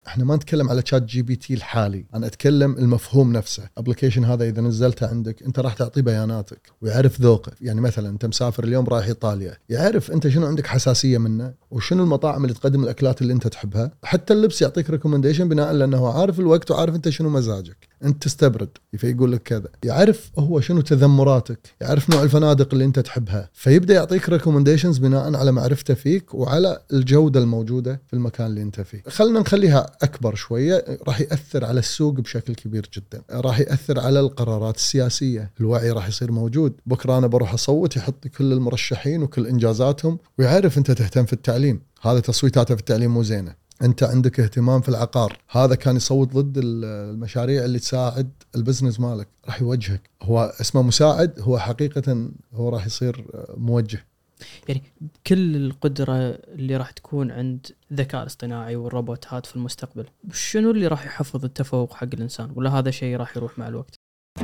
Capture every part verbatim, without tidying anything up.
احنا ما نتكلم على شات جي بي تي الحالي، انا اتكلم المفهوم نفسه. ابلكيشن هذا اذا نزلته عندك انت راح تعطيه بياناتك ويعرف ذوقك. يعني مثلا انت مسافر اليوم رايح ايطاليا، يعرف انت شنو عندك حساسيه منه وشنو المطاعم اللي تقدم الاكلات اللي انت تحبها. حتى اللبس يعطيك ريكومنديشن بناء لانه عارف الوقت وعارف انت شنو مزاجك. انت تستبرد فيقول لك كذا، يعرف هو شنو تذمراتك، يعرف نوع الفنادق اللي انت تحبها، فيبدا يعطيك ريكومنديشنز بناء على معرفته فيك وعلى الجوده الموجوده في المكان اللي انت فيه. خلينا نخليها اكبر شويه، راح ياثر على السوق بشكل كبير جدا، راح ياثر على القرارات السياسيه، الوعي راح يصير موجود. بكره انا بروح اصوت يحط كل المرشحين وكل انجازاتهم ويعرف انت تهتم في التعليم، هذا تصويتاته في التعليم مو زينه. انت عندك اهتمام في العقار، هذا كان يصوت ضد المشاريع اللي تساعد البزنس مالك، راح يوجهك. هو اسمه مساعد، هو حقيقة هو راح يصير موجه. يعني كل القدرة اللي راح تكون عند الذكاء الاصطناعي والروبوتات في المستقبل، شنو اللي راح يحفظ التفوق حق الإنسان، ولا هذا شيء راح يروح مع الوقت؟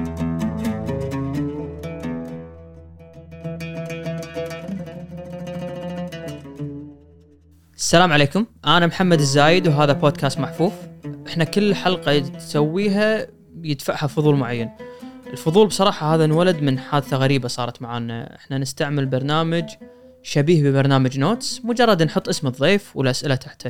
السلام عليكم، أنا محمد الزايد وهذا بودكاست محفوف. إحنا كل حلقة تسويها يدفعها فضول معين. الفضول بصراحة هذا انولد من حادثة غريبة صارت معنا. إحنا نستعمل برنامج شبيه ببرنامج نوتس، مجرد نحط اسم الضيف والأسئلة تحته.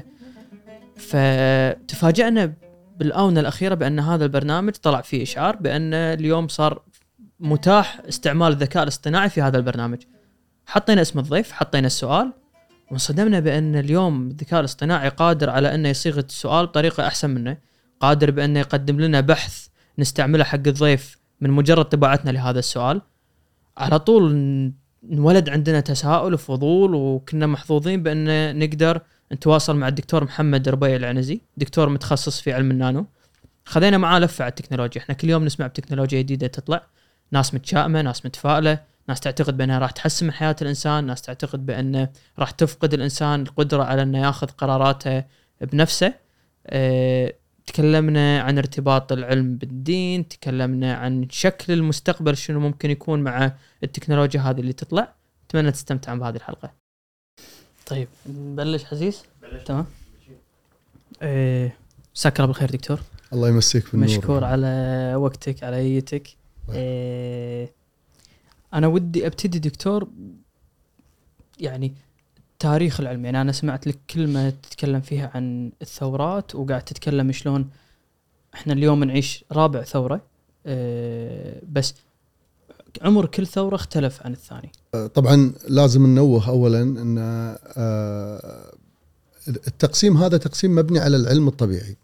فتفاجأنا بالآونة الأخيرة بأن هذا البرنامج طلع فيه إشعار بأن اليوم صار متاح استعمال الذكاء الاصطناعي في هذا البرنامج. حطينا اسم الضيف، حطينا السؤال، وانصدمنا بأن اليوم الذكاء الاصطناعي قادر على أنه يصيغ السؤال بطريقة أحسن منه، قادر بأنه يقدم لنا بحث نستعمله حق الضيف من مجرد طباعتنا لهذا السؤال. على طول انولد عندنا تساؤل وفضول، وكنا محظوظين بأن نقدر نتواصل مع الدكتور محمد ربيع العنزي، دكتور متخصص في علم النانو. خذينا معاه لفة على التكنولوجيا. احنا كل يوم نسمع بتكنولوجيا جديدة تطلع، ناس متشائمة، ناس متفائلة، ناس تعتقد بأنها راح تحسن من حياة الإنسان، ناس تعتقد بأنه راح تفقد الإنسان القدرة على أنه يأخذ قراراته بنفسه. اه تكلمنا عن ارتباط العلم بالدين، تكلمنا عن شكل المستقبل شنو ممكن يكون مع التكنولوجيا هذه اللي تطلع. أتمنى تستمتعون بهذه الحلقة. طيب نبلش عزيز؟ تمام. اه ساكر بالخير دكتور. الله يمسيك بالنور. مشكور على وقتك، على ايتك. اه أنا ودي أبتدي دكتور يعني تاريخ العلم. يعني أنا سمعت لك كلمة تتكلم فيها عن الثورات، وقاعد تتكلم شلون إحنا اليوم نعيش رابع ثورة، أه بس عمر كل ثورة اختلف عن الثاني. طبعا لازم ننوه أولا أن التقسيم هذا تقسيم مبني على العلم الطبيعي.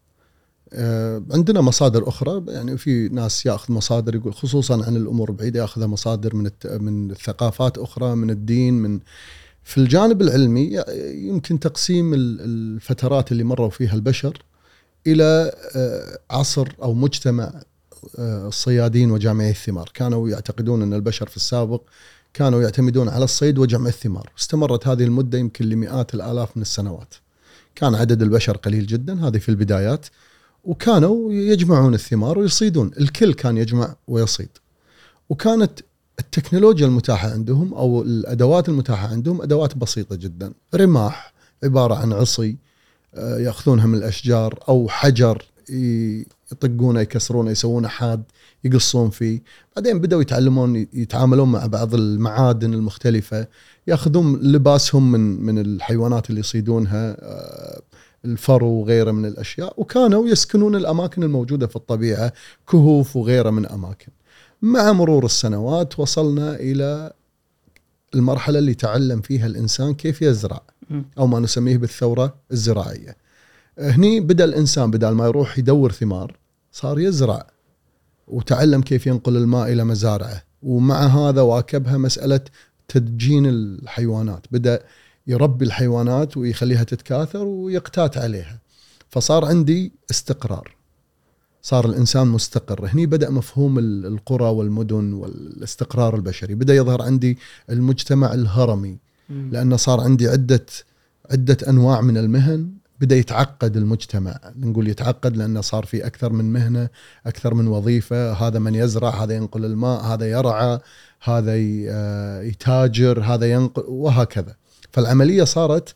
عندنا مصادر أخرى، يعني في ناس يأخذ مصادر يقول خصوصا عن الأمور بعيدة يأخذها مصادر من من الثقافات أخرى، من الدين. من في الجانب العلمي يمكن تقسيم الفترات اللي مروا فيها البشر إلى عصر أو مجتمع الصيادين وجامعي الثمار. كانوا يعتقدون أن البشر في السابق كانوا يعتمدون على الصيد وجمع الثمار. استمرت هذه المدة يمكن لمئات الآلاف من السنوات. كان عدد البشر قليل جدا، هذه في البدايات، وكانوا يجمعون الثمار ويصيدون. الكل كان يجمع ويصيد، وكانت التكنولوجيا المتاحة عندهم أو الأدوات المتاحة عندهم أدوات بسيطة جدا. رماح عبارة عن عصي يأخذونها من الأشجار، أو حجر يطقونه يكسرونه يسوونه حاد يقصون فيه. بعدين بدأوا يتعلمون يتعاملون مع بعض المعادن المختلفة، يأخذون لباسهم من من الحيوانات اللي يصيدونها، الفرو وغيره من الأشياء، وكانوا يسكنون الأماكن الموجودة في الطبيعة، كهوف وغيره من أماكن. مع مرور السنوات وصلنا إلى المرحلة اللي تعلم فيها الإنسان كيف يزرع، أو ما نسميه بالثورة الزراعية. هني بدأ الإنسان بدل ما يروح يدور ثمار صار يزرع، وتعلم كيف ينقل الماء إلى مزارعه. ومع هذا واكبها مسألة تدجين الحيوانات، بدأ يربي الحيوانات ويخليها تتكاثر ويقتات عليها، فصار عندي استقرار، صار الإنسان مستقر. هني بدأ مفهوم القرى والمدن والاستقرار البشري. بدأ يظهر عندي المجتمع الهرمي، لأنه صار عندي عدة عدة أنواع من المهن. بدأ يتعقد المجتمع، نقول يتعقد لأنه صار في أكثر من مهنة، أكثر من وظيفة. هذا من يزرع، هذا ينقل الماء، هذا يرعى، هذا يتاجر، هذا ينقل، وهكذا. فالعملية صارت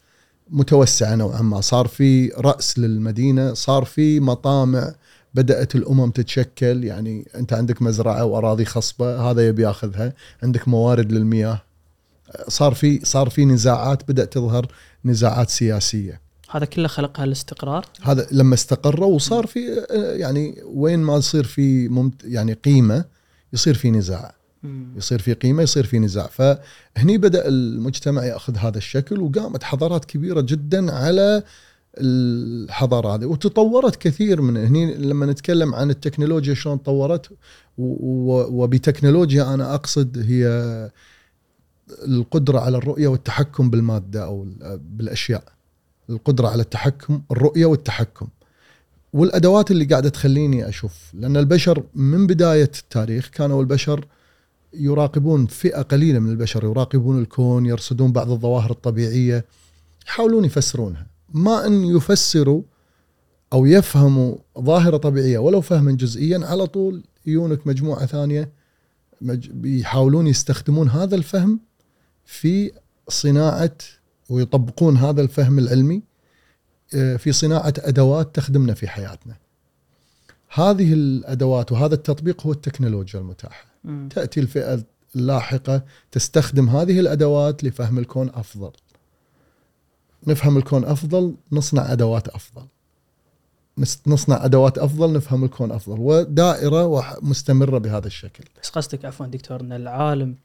متوسعة نوعا ما، صار في رأس للمدينة، صار في مطامع، بدأت الأمم تتشكل. يعني أنت عندك مزرعة وأراضي خصبة، هذا يبي ياخذها، عندك موارد للمياه، صار في صار في نزاعات، بدأت تظهر نزاعات سياسية. هذا كله خلقها الاستقرار. هذا لما استقروا وصار في يعني وين ما يصير في ممت يعني قيمة يصير في نزاع، يصير في قيمة يصير في نزاع. فهني بدأ المجتمع يأخذ هذا الشكل، وقامت حضارات كبيرة جدا على الحضارة هذه، وتطورت كثير من هني. لما نتكلم عن التكنولوجيا شلون تطورت، وبتكنولوجيا أنا أقصد هي القدرة على الرؤية والتحكم بالمادة أو بالأشياء، القدرة على التحكم، الرؤية والتحكم، والأدوات اللي قاعدة تخليني أشوف. لأن البشر من بداية التاريخ كانوا البشر يراقبون، فئة قليلة من البشر يراقبون الكون، يرصدون بعض الظواهر الطبيعية، يحاولون يفسرونها. ما أن يفسروا أو يفهموا ظاهرة طبيعية ولو فهما جزئيا، على طول يونك مجموعة ثانية بيحاولون يستخدمون هذا الفهم في صناعة، ويطبقون هذا الفهم العلمي في صناعة أدوات تخدمنا في حياتنا. هذه الأدوات وهذا التطبيق هو التكنولوجيا المتاحة. م. تأتي الفئة اللاحقة تستخدم هذه الأدوات لفهم الكون أفضل، نفهم الكون أفضل، نصنع أدوات أفضل، نصنع أدوات أفضل، نفهم الكون أفضل، ودائرة مستمرة بهذا الشكل. بس قصدك عفوا دكتور أن العالم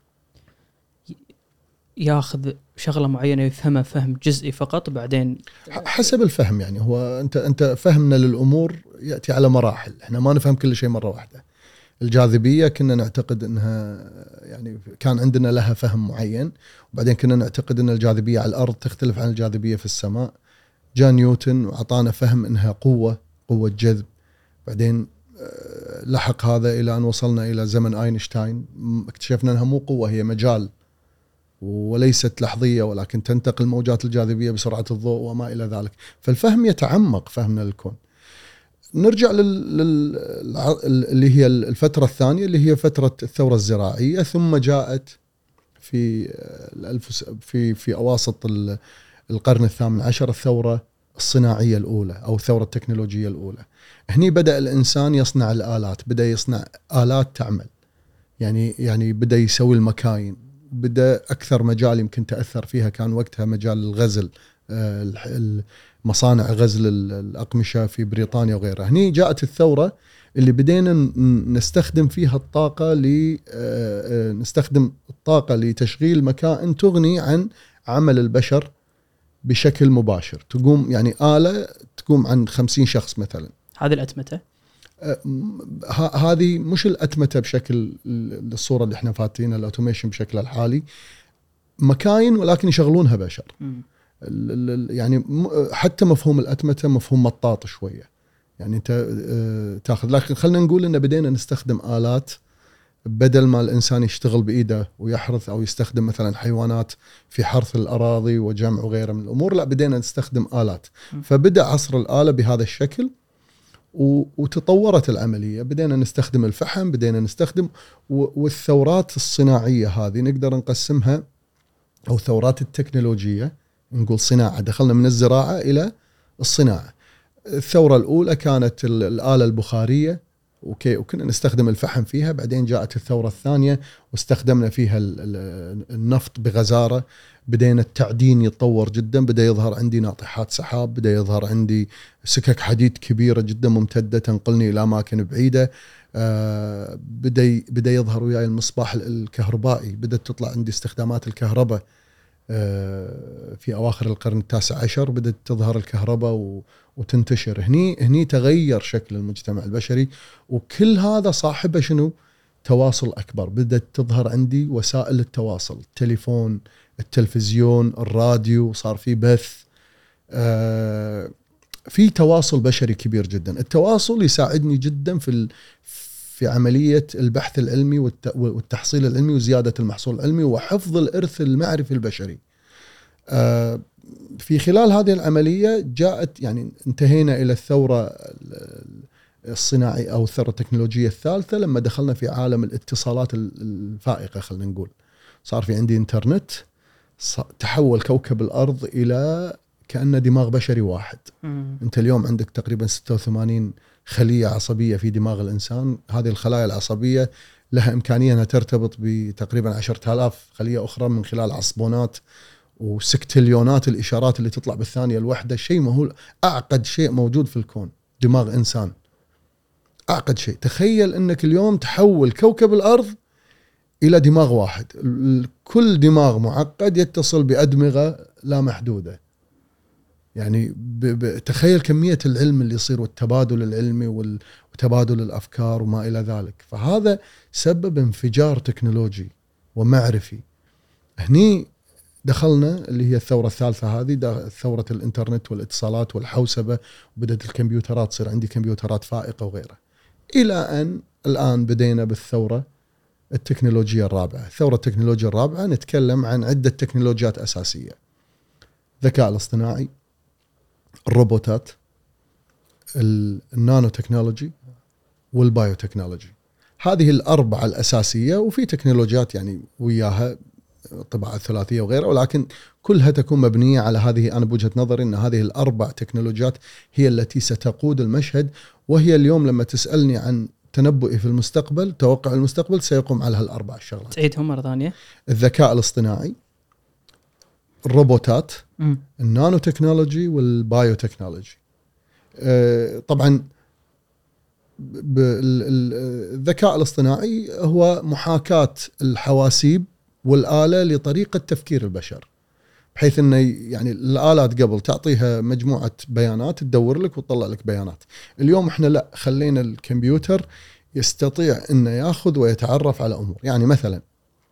ياخذ شغلة معينة يفهمها فهم جزئي فقط، بعدين حسب الفهم. يعني هو أنت أنت فهمنا للأمور يأتي على مراحل، إحنا ما نفهم كل شيء مرة واحدة. الجاذبية كنا نعتقد أنها يعني كان عندنا لها فهم معين، وبعدين كنا نعتقد أن الجاذبية على الأرض تختلف عن الجاذبية في السماء. جاء نيوتن وعطانا فهم أنها قوة قوة جذب، بعدين لحق هذا إلى أن وصلنا إلى زمن أينشتاين، اكتشفنا أنها مو قوة، هي مجال وليست لحظية، ولكن تنتقل موجات الجاذبية بسرعة الضوء وما إلى ذلك. فالفهم يتعمق، فهمنا للكون. نرجع لل... لل... اللي هي الفترة الثانية اللي هي فترة الثورة الزراعية، ثم جاءت في الألف في في أواسط القرن الثامن عشر الثورة الصناعية الأولى أو الثورة التكنولوجية الأولى. هني بدأ الإنسان يصنع الآلات، بدأ يصنع آلات تعمل، يعني يعني بدأ يسوي المكاين. بدأ أكثر مجال يمكن تأثر فيها كان وقتها مجال الغزل، مصانع غزل الأقمشة في بريطانيا وغيرها. هني جاءت الثورة اللي بدينا نستخدم فيها الطاقة ل نستخدم الطاقة لتشغيل مكائن تغني عن عمل البشر بشكل مباشر، تقوم يعني آلة تقوم عن خمسين شخص مثلا. هذه الأتمتة، هذه مش الأتمتة بشكل الصورة اللي احنا فاتينها الأوتوميشن بشكل الحالي، مكاين ولكن يشغلونها بشر. م. يعني حتى مفهوم الأتمتة مفهوم مطاط شوية، يعني انت تاخذ. لكن خلنا نقول ان بدينا نستخدم آلات، بدل ما الإنسان يشتغل بإيده ويحرث أو يستخدم مثلا حيوانات في حرث الأراضي وجمع وغيره من الأمور، لا بدينا نستخدم آلات. فبدأ عصر الآلة بهذا الشكل وتطورت العملية. بدينا نستخدم الفحم، بدينا نستخدم، والثورات الصناعية هذه نقدر نقسمها، أو ثورات التكنولوجية نقول صناعة، دخلنا من الزراعة إلى الصناعة. الثورة الأولى كانت الآلة البخارية، أوكي، وكنا نستخدم الفحم فيها. بعدين جاءت الثورة الثانية واستخدمنا فيها النفط بغزارة. بدينا التعدين يتطور جدا، بدأ يظهر عندي ناطحات سحاب، بدأ يظهر عندي سكك حديد كبيرة جدا ممتدة تنقلني إلى أماكن بعيدة. آه بدأ بدأ يظهر وياي المصباح الكهربائي، بدأت تطلع عندي استخدامات الكهرباء. آه في أواخر القرن التاسع عشر بدأت تظهر الكهرباء وتنتشر. هني هني تغير شكل المجتمع البشري، وكل هذا صاحبه شنو؟ تواصل أكبر. بدأت تظهر عندي وسائل التواصل، التليفون، التلفزيون، الراديو، صار في بث، آه في تواصل بشري كبير جدا. التواصل يساعدني جدا في في عملية البحث العلمي والتحصيل العلمي وزيادة المحصول العلمي وحفظ الإرث المعرفي البشري. آه في خلال هذه العملية جاءت، يعني انتهينا إلى الثورة الصناعية أو الثورة التكنولوجية الثالثة، لما دخلنا في عالم الاتصالات الفائقة. خلنا نقول صار في عندي إنترنت، تحول كوكب الأرض إلى كأنه دماغ بشري واحد. مم. أنت اليوم عندك تقريبا ستة وثمانين خلية عصبية في دماغ الإنسان. هذه الخلايا العصبية لها إمكانية أنها ترتبط بتقريبا عشرة آلاف خلية أخرى من خلال عصبونات وسكتليونات الإشارات اللي تطلع بالثانية الواحدة. شيء مهول، أعقد شيء موجود في الكون دماغ إنسان، أعقد شيء. تخيل أنك اليوم تحول كوكب الأرض إلى دماغ واحد. كل دماغ معقد يتصل بأدمغة لا محدودة. يعني ب... ب... تخيل كمية العلم اللي يصير والتبادل العلمي وتبادل الأفكار وما إلى ذلك. فهذا سبب انفجار تكنولوجي ومعرفي. هني دخلنا اللي هي الثورة الثالثة، هذه ثورة الإنترنت والاتصالات والحوسبة، وبدأت الكمبيوترات تصير عندي كمبيوترات فائقة وغيرها، إلى أن الآن بدينا بالثورة التكنولوجيا الرابعة. الثورة التكنولوجيا الرابعة نتكلم عن عدة تكنولوجيات أساسية: الذكاء الاصطناعي، الروبوتات، النانو تكنولوجي، والبايو تكنولوجي. هذه الأربعة الأساسية، وفي تكنولوجيات يعني وياها الطباعة الثلاثية وغيرها، ولكن كلها تكون مبنية على هذه. أنا بوجهة نظري أن هذه الأربع تكنولوجيات هي التي ستقود المشهد، وهي اليوم لما تسألني عن تنبؤي في المستقبل، توقع المستقبل سيقوم على هالأربع الشغلات. تعيدهم مرة ثانية. الذكاء الاصطناعي، الروبوتات، م. النانو تكنولوجي، والبايو تكنولوجي. أه طبعا الذكاء الاصطناعي هو محاكاة الحواسيب والآلة لطريقة تفكير البشر، بحيث أنه يعني الآلات قبل تعطيها مجموعة بيانات تدور لك وتطلع لك بيانات. اليوم احنا لا، خلينا الكمبيوتر يستطيع أنه يأخذ ويتعرف على أمور. يعني مثلا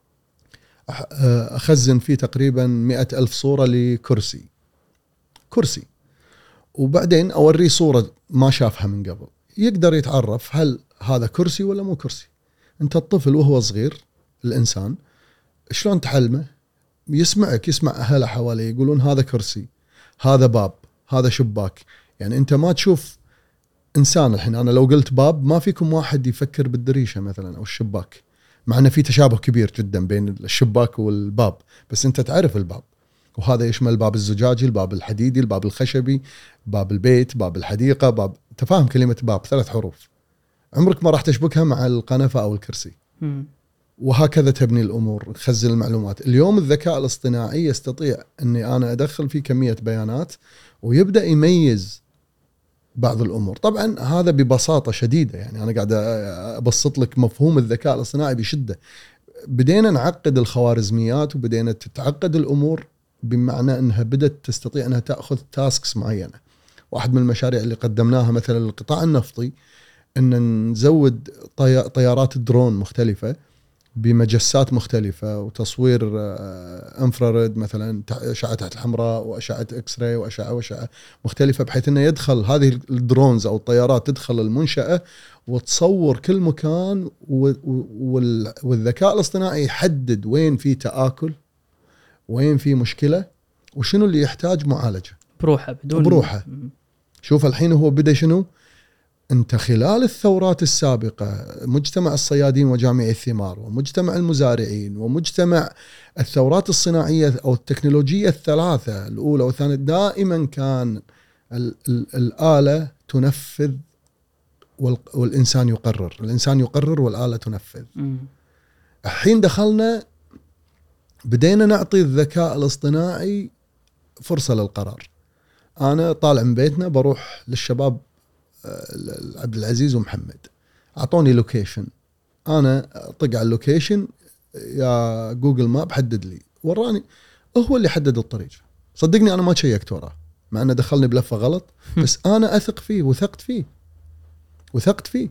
أخزن فيه تقريبا مئة ألف صورة لكرسي كرسي وبعدين أوريه صورة ما شافها من قبل، يقدر يتعرف هل هذا كرسي ولا مو كرسي. أنت الطفل وهو صغير، الإنسان شلون تعلمه؟ يسمعك، يسمع أهله حواليه يقولون هذا كرسي، هذا باب، هذا شباك. يعني أنت ما تشوف إنسان. الحين أنا لو قلت باب، ما فيكم واحد يفكر بالدريشة مثلا أو الشباك، مع أنه في تشابه كبير جدا بين الشباك والباب، بس أنت تعرف الباب، وهذا يشمل الباب الزجاجي، الباب الحديدي، الباب الخشبي، باب البيت، باب الحديقة، باب. تفهم كلمة باب ثلاث حروف، عمرك ما راح تشبكها مع القنفة أو الكرسي. م. وهكذا تبني الأمور، تخزن المعلومات. اليوم الذكاء الاصطناعي يستطيع أني أنا أدخل فيه كمية بيانات ويبدأ يميز بعض الأمور. طبعا هذا ببساطة شديدة، يعني أنا قاعد أبسط لك مفهوم الذكاء الاصطناعي بشدة. بدينا نعقد الخوارزميات وبدينا تتعقد الأمور، بمعنى أنها بدأت تستطيع أنها تأخذ تاسكس معينة. واحد من المشاريع اللي قدمناها مثلا للقطاع النفطي أن نزود طيارات الدرون مختلفة بمجسات مختلفة وتصوير انفراريد، مثلا أشعة تحت الحمراء وأشعة إكس راي وأشعة وأشعة مختلفة، بحيث أنه يدخل هذه الدرونز أو الطيارات تدخل المنشأة وتصور كل مكان، والذكاء الاصطناعي يحدد وين في تآكل، وين في مشكلة، وشنو اللي يحتاج معالجة بروحه بدون بروحه. شوف الحين هو بدأ شنو. أنت خلال الثورات السابقة، مجتمع الصيادين وجامعي الثمار ومجتمع المزارعين ومجتمع الثورات الصناعية أو التكنولوجية الثلاثة الأولى والثانية، دائما كان ال ال الآلة تنفذ والإنسان يقرر، الإنسان يقرر والآلة تنفذ. الحين دخلنا بدينا نعطي الذكاء الاصطناعي فرصة للقرار. أنا طالع من بيتنا بروح للشباب عبد العزيز ومحمد، أعطوني لوكيشن، أنا أطق على اللوكيشن، يا جوجل ماب حدد لي، وراني، هو اللي حدد الطريق. صدقني أنا ما شيكت وراه، مع أنه دخلني بلفة غلط، بس أنا أثق فيه وثقت فيه وثقت فيه.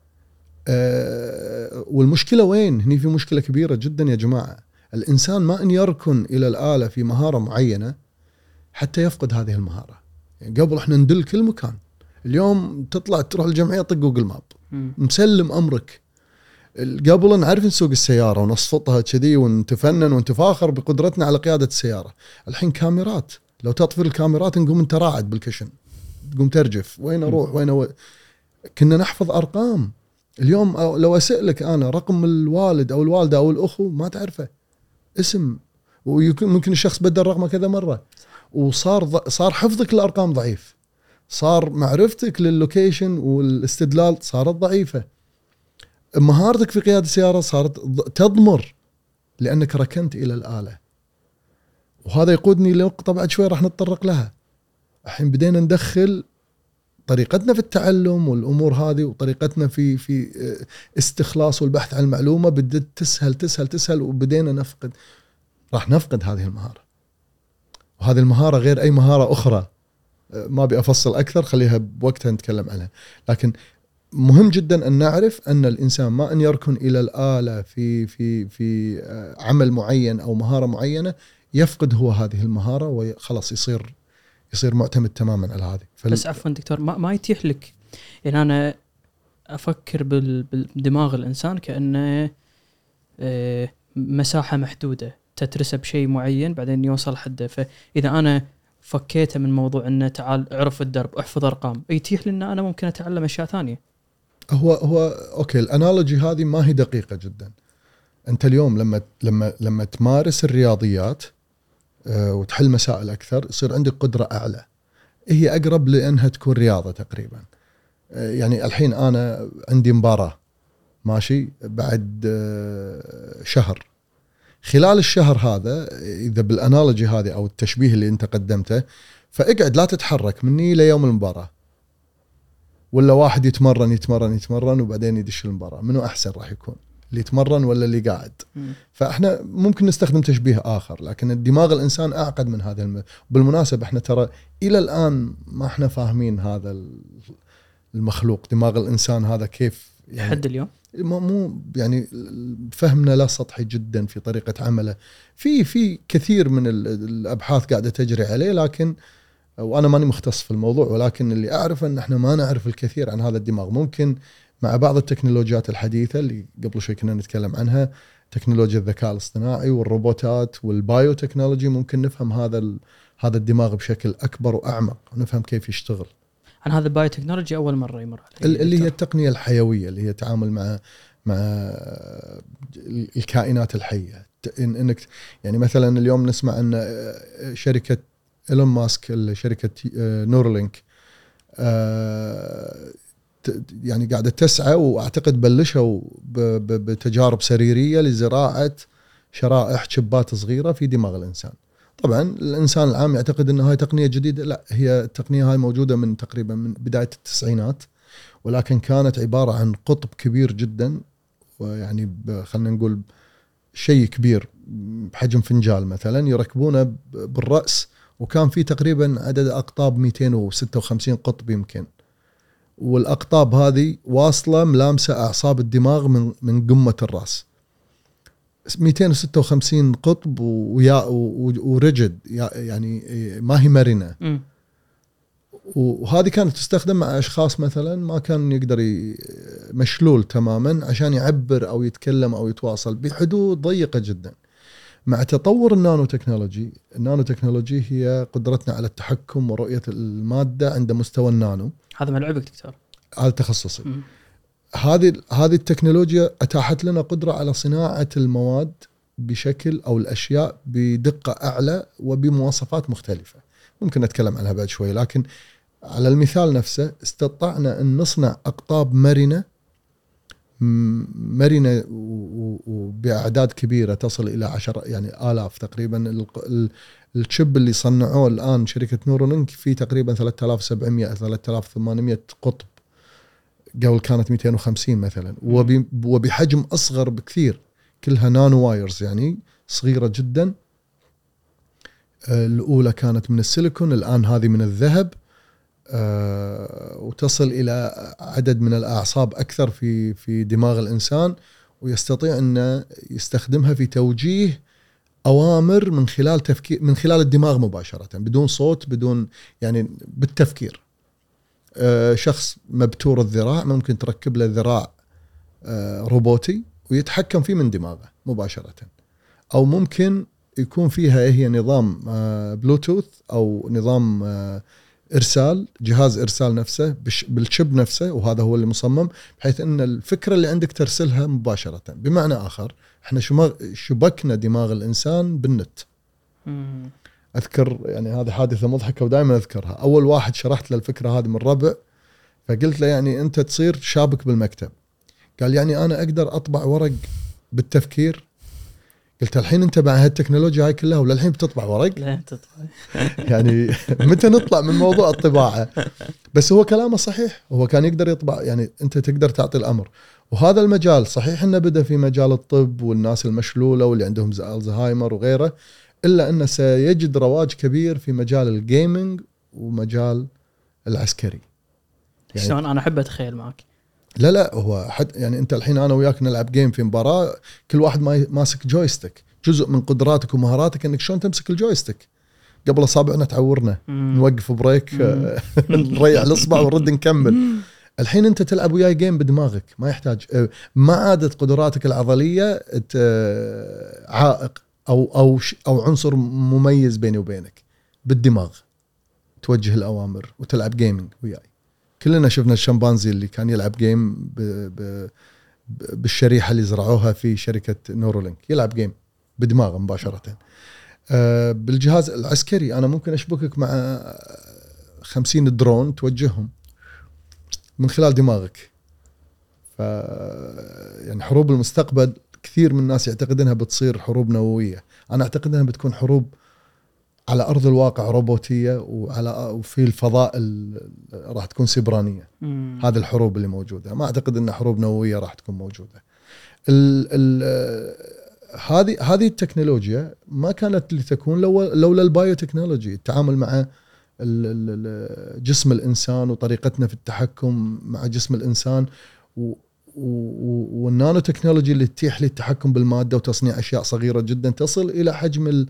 أه والمشكلة وين؟ هني في مشكلة كبيرة جدا يا جماعة. الإنسان ما أن يركن إلى الآلة في مهارة معينة حتى يفقد هذه المهارة. يعني قبل إحنا ندل كل مكان، اليوم تطلع تروح الجمعية طق جوجل ماب، مسلم أمرك. قبل نعرف نسوق السيارة ونصفطها كذي ونتفنن ونتفاخر بقدرتنا على قيادة السيارة. الحين كاميرات، لو تطفي الكاميرات نقوم انت راعد بالكشن، تقوم ترجف وين أروح وين أو... كنا نحفظ أرقام. اليوم لو أسألك أنا رقم الوالد أو الوالدة أو الأخو ما تعرفه، اسم، ويمكن الشخص بدل رقمه كذا مرة. وصار ض... صار حفظك للارقام ضعيف، صار معرفتك لللوكيشن والاستدلال صارت ضعيفه، مهارتك في قياده السياره صارت تضمر لانك ركنت الى الاله. وهذا يقودني لنقطه بعد شوي راح نتطرق لها. الحين بدينا ندخل طريقتنا في التعلم والامور هذه وطريقتنا في في استخلاص والبحث عن المعلومه بدت تسهل تسهل تسهل وبدينا نفقد، راح نفقد هذه المهاره. وهذه المهاره غير اي مهاره اخرى، ما ابي افصل اكثر، خليها بوقتها نتكلم عنها. لكن مهم جدا ان نعرف ان الانسان ما ان يركن الى الاله في في في عمل معين او مهاره معينه يفقد هو هذه المهاره وخلاص يصير يصير معتمد تماما على هذه. فل... بس عفوا دكتور، ما, ما يتيح لك يعني انا افكر بالدماغ الانسان كانه مساحه محدوده تترسب بشيء معين بعدين يوصل حده، فاذا انا فكيته من موضوع انه تعال اعرف الدرب احفظ ارقام، يتيح لي ان انا ممكن اتعلم اشياء ثانيه. هو هو اوكي الانالوجي هذه ما هي دقيقه جدا. انت اليوم لما لما لما تمارس الرياضيات أه وتحل مسائل اكثر يصير عندك قدره اعلى، هي اقرب لانها تكون رياضه تقريبا. أه يعني الحين انا عندي مباراه ماشي بعد أه شهر، خلال الشهر هذا اذا بالانالوجي هذه او التشبيه اللي انت قدمته، فاقعد لا تتحرك مني ليوم المباراه، ولا واحد يتمرن يتمرن يتمرن وبعدين يدش المباراه، منو احسن راح يكون؟ اللي يتمرن ولا اللي قاعد؟ م. فاحنا ممكن نستخدم تشبيه اخر، لكن الدماغ الانسان اعقد من هذا الم... بالمناسبه احنا ترى الى الان ما احنا فاهمين هذا المخلوق دماغ الانسان هذا كيف يعني لحد اليوم مو يعني فهمنا لا سطحي جدا في طريقه عمله. في في كثير من الابحاث قاعده تجري عليه، لكن وانا ماني مختص في الموضوع، ولكن اللي اعرف ان احنا ما نعرف الكثير عن هذا الدماغ. ممكن مع بعض التكنولوجيات الحديثه اللي قبل شوي كنا نتكلم عنها، تكنولوجيا الذكاء الاصطناعي والروبوتات والبايو تكنولوجي، ممكن نفهم هذا هذا الدماغ بشكل اكبر واعمق ونفهم كيف يشتغل. عن هذا البايو تكنولوجي اول مره يمر علي اللي هي التقنيه الحيويه اللي هي تعامل مع مع الكائنات الحيه. إن انك يعني مثلا اليوم نسمع ان شركه إيلون ماسك شركه نورلينك يعني قاعده تسعى واعتقد بلشوا بتجارب سريريه لزراعه شرائح شبات صغيره في دماغ الانسان. طبعا الانسان العام يعتقد ان هاي تقنيه جديده، لا، هي التقنيه هاي موجوده من تقريبا من بدايه التسعينات، ولكن كانت عباره عن قطب كبير جدا، ويعني خلينا نقول شيء كبير بحجم فنجال مثلا يركبونه بالراس، وكان في تقريبا عدد اقطاب مئتين وستة وخمسين قطب يمكن، والاقطاب هذه واصله ملامسه اعصاب الدماغ من من قمه الراس. مئتين وستة وخمسين قطب ويا ورجد يعني ما هي مرنه. م. وهذه كانت تستخدم مع اشخاص مثلا ما كان يقدر مشلول تماما عشان يعبر او يتكلم او يتواصل بحدود ضيقه جدا. مع تطور النانو تكنولوجي، النانو تكنولوجي هي قدرتنا على التحكم ورؤيه الماده عند مستوى النانو. هذا ملعبك دكتور، هذا تخصصي. م. هذه هذه التكنولوجيا اتاحت لنا قدره على صناعه المواد بشكل او الاشياء بدقه اعلى وبمواصفات مختلفه، ممكن نتكلم عنها بعد شوي. لكن على المثال نفسه استطعنا ان نصنع اقطاب مرنه مرنه وباعداد كبيره تصل الى عشر يعني آلاف تقريبا. الشيب اللي صنعوه الان شركه نورولينك في تقريبا ثلاثة آلاف وسبعمئة ثلاثة آلاف وثمانمئة قطب، قبل كانت مئتين وخمسين مثلا، وبحجم اصغر بكثير، كلها نانو وايرز يعني صغيره جدا. الاولى كانت من السيليكون، الان هذه من الذهب، أه وتصل الى عدد من الاعصاب اكثر في في دماغ الانسان، ويستطيع ان يستخدمها في توجيه اوامر من خلال تفكير من خلال الدماغ مباشره، بدون صوت، بدون يعني بالتفكير. أه شخص مبتور الذراع ممكن تركب له ذراع أه روبوتي ويتحكم فيه من دماغه مباشره، او ممكن يكون فيها هي نظام أه بلوتوث او نظام أه ارسال، جهاز ارسال نفسه بالشيب نفسه، وهذا هو اللي مصمم بحيث ان الفكره اللي عندك ترسلها مباشره. بمعنى اخر احنا شبكنا دماغ الانسان بالنت. اذكر يعني هذه حادثه مضحكه ودائما اذكرها. اول واحد شرحت له الفكره هذه من ربع، فقلت له يعني انت تصير شابك بالمكتب. قال يعني انا اقدر اطبع ورق بالتفكير؟ قلت الحين انت مع هالتكنولوجيا هاي كلها وللحين بتطبع ورق؟ لا تطبع. يعني متى نطلع من موضوع الطباعه؟ بس هو كلامه صحيح، هو كان يقدر يطبع، يعني انت تقدر تعطي الامر. وهذا المجال صحيح انه بدا في مجال الطب والناس المشلوله واللي عندهم الزهايمر وغيره، الا انه سيجد رواج كبير في مجال الجيمنج ومجال العسكري. يعني شلون انا احب اتخيل معك. لا لا هو حد يعني انت الحين انا وياك نلعب جيم في مباراه، كل واحد ما ماسك جويستيك. جزء من قدراتك ومهاراتك انك شلون تمسك الجويستيك. قبل اصابعنا تعورنا مم. نوقف بريك نريح الاصبع ونرد نكمل. الحين انت تلعب وياي جيم بدماغك، ما يحتاج ما عادت قدراتك العضليه عائق او او او عنصر مميز بيني وبينك. بالدماغ توجه الاوامر وتلعب جيمنج وياي. كلنا شفنا الشمبانزي اللي كان يلعب جيم ب ب بالشريحه اللي زرعوها في شركه نورولينك، يلعب جيم بدماغه مباشره. أه بالجهاز العسكري انا ممكن اشبكك مع خمسين درون توجههم من خلال دماغك. ف يعني حروب المستقبل كثير من الناس يعتقد انها بتصير حروب نوويه، انا اعتقد انها بتكون حروب على ارض الواقع روبوتيه، وعلى وفي الفضاء راح تكون سيبرانيه. مم. هذه الحروب اللي موجوده، ما اعتقد ان حروب نوويه راح تكون موجوده. ال ال هذه هذه التكنولوجيا ما كانت لتكون لو لولا البايوتكنولوجي، التعامل مع جسم الانسان وطريقتنا في التحكم مع جسم الانسان، والنانو تكنولوجي اللي تتيح لي التحكم بالماده وتصنيع اشياء صغيره جدا تصل الى حجم ال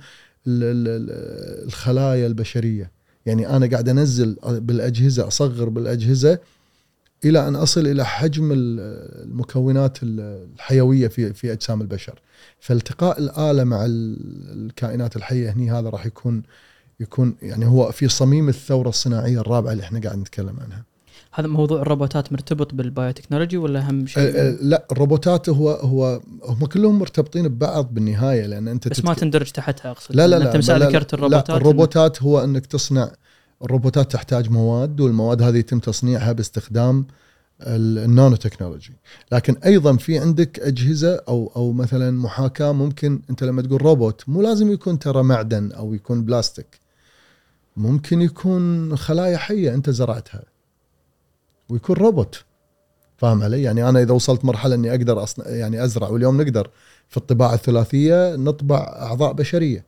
الخلايا البشريه. يعني انا قاعد انزل بالاجهزه، اصغر بالاجهزه الى ان اصل الى حجم المكونات الحيويه في في اجسام البشر. فالتقاء الاله مع الكائنات الحيه هني هذا راح يكون يكون يعني هو في صميم الثوره الصناعيه الرابعه اللي احنا قاعد نتكلم عنها. هذا موضوع الروبوتات مرتبط بالبايوتكنولوجي ولا اهم شيء؟ أه أه لا الروبوتات هو هو هم كلهم مرتبطين ببعض بالنهايه، لان انت بس تتك... ما تندرج تحتها اقصد. لا لا لا, انت لا, ذكرت الروبوتات. لا الروبوتات إن... هو انك تصنع الروبوتات تحتاج مواد، والمواد هذه يتم تصنيعها باستخدام النانو تكنولوجي. لكن ايضا في عندك اجهزه او او مثلا محاكاه، ممكن انت لما تقول روبوت مو لازم يكون ترى معدن او يكون بلاستيك، ممكن يكون خلايا حيه انت زرعتها ويكون روبوت. فاهم علي؟ يعني انا اذا وصلت مرحله اني اقدر أصنع يعني ازرع، واليوم نقدر في الطباعه الثلاثيه نطبع اعضاء بشريه.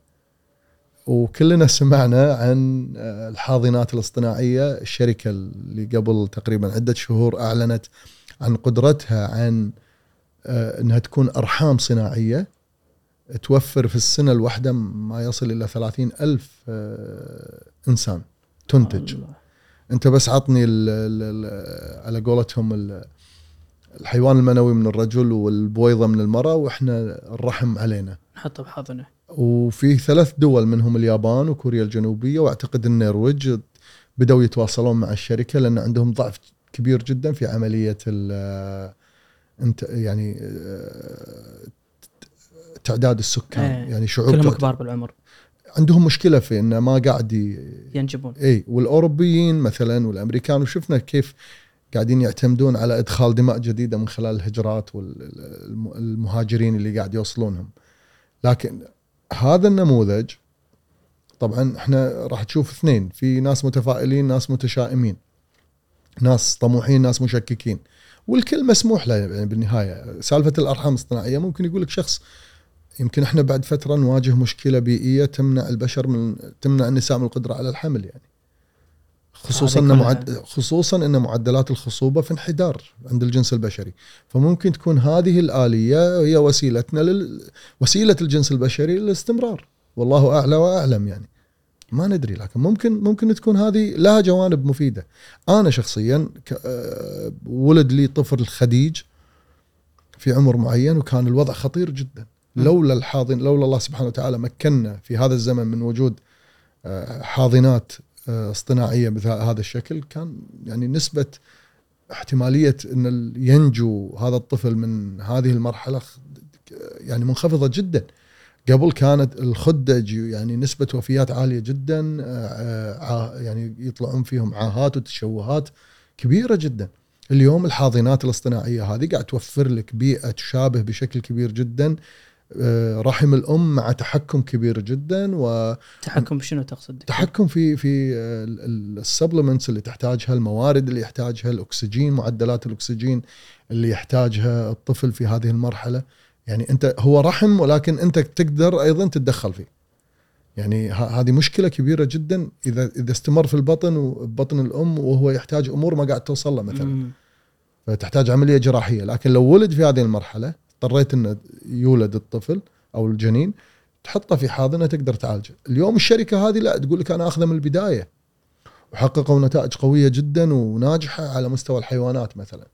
وكلنا سمعنا عن الحاضنات الاصطناعيه، الشركه اللي قبل تقريبا عده شهور اعلنت عن قدرتها عن انها تكون ارحام صناعيه توفر في السنه الواحده ما يصل الى ثلاثين ألف انسان تنتج. الله. انت بس عطني ال ال على قولتهم الحيوان المنوي من الرجل والبويضه من المراه واحنا الرحم علينا نحطه بحضنه. وفي ثلاث دول منهم اليابان وكوريا الجنوبيه واعتقد النرويج بدأوا يتواصلون مع الشركه، لان عندهم ضعف كبير جدا في عمليه انت يعني تعداد السكان. ايه. يعني شعوب كلهم كبار بالعمر عندهم مشكله في انه ما قاعد ينجبون. اي والاوروبيين مثلا والامريكان وشفنا كيف قاعدين يعتمدون على ادخال دماء جديده من خلال الهجرات والمهاجرين اللي قاعد يوصلونهم. لكن هذا النموذج طبعا احنا راح تشوف اثنين، في ناس متفائلين ناس متشائمين، ناس طموحين ناس مشككين، والكل مسموح له. يعني بالنهايه سالفه الارحام الاصطناعيه ممكن يقول لك شخص يمكن احنا بعد فتره نواجه مشكله بيئيه تمنع البشر من تمنع النساء من القدره على الحمل، يعني خصوصا ان معد... خصوصا ان معدلات الخصوبه في انحدار عند الجنس البشري. فممكن تكون هذه الآلية هي وسيلتنا لل... وسيله الجنس البشري للاستمرار، والله اعلى واعلم. يعني ما ندري، لكن ممكن ممكن تكون هذه لها جوانب مفيده. انا شخصيا ك... ولد لي طفل خديج في عمر معين وكان الوضع خطير جدا. لولا الحاضن لولا الله سبحانه وتعالى مكننا في هذا الزمن من وجود حاضنات اصطناعيه مثل هذا الشكل، كان يعني نسبه احتماليه ان ينجو هذا الطفل من هذه المرحله يعني منخفضه جدا. قبل كانت الخدج يعني نسبة وفيات عالية جدا، يعني يطلعون فيهم عاهات وتشوهات كبيرة جدا. اليوم الحاضنات الاصطناعية هذه قاعد توفر لك بيئة تشابه بشكل كبير جدا رحم الأم مع تحكم كبير جدا. و تحكم بشنو تقصد؟ تحكم في في السبلمنتس اللي تحتاجها، الموارد اللي يحتاجها، الأكسجين، معدلات الأكسجين اللي يحتاجها الطفل في هذه المرحلة. يعني أنت هو رحم ولكن أنت تقدر أيضا تتدخل فيه. يعني هذه مشكلة كبيرة جدا إذا إذا استمر في البطن وبطن الأم وهو يحتاج أمور ما قاعد توصل له مثلا، مم. فتحتاج عملية جراحية. لكن لو ولد في هذه المرحلة اضطريت إنه يولد الطفل أو الجنين تحطه في حاضنة تقدر تعالجه. اليوم الشركة هذه لا تقول لك أنا أخذه من البداية، وحققوا نتائج قوية جدا وناجحة على مستوى الحيوانات مثلا.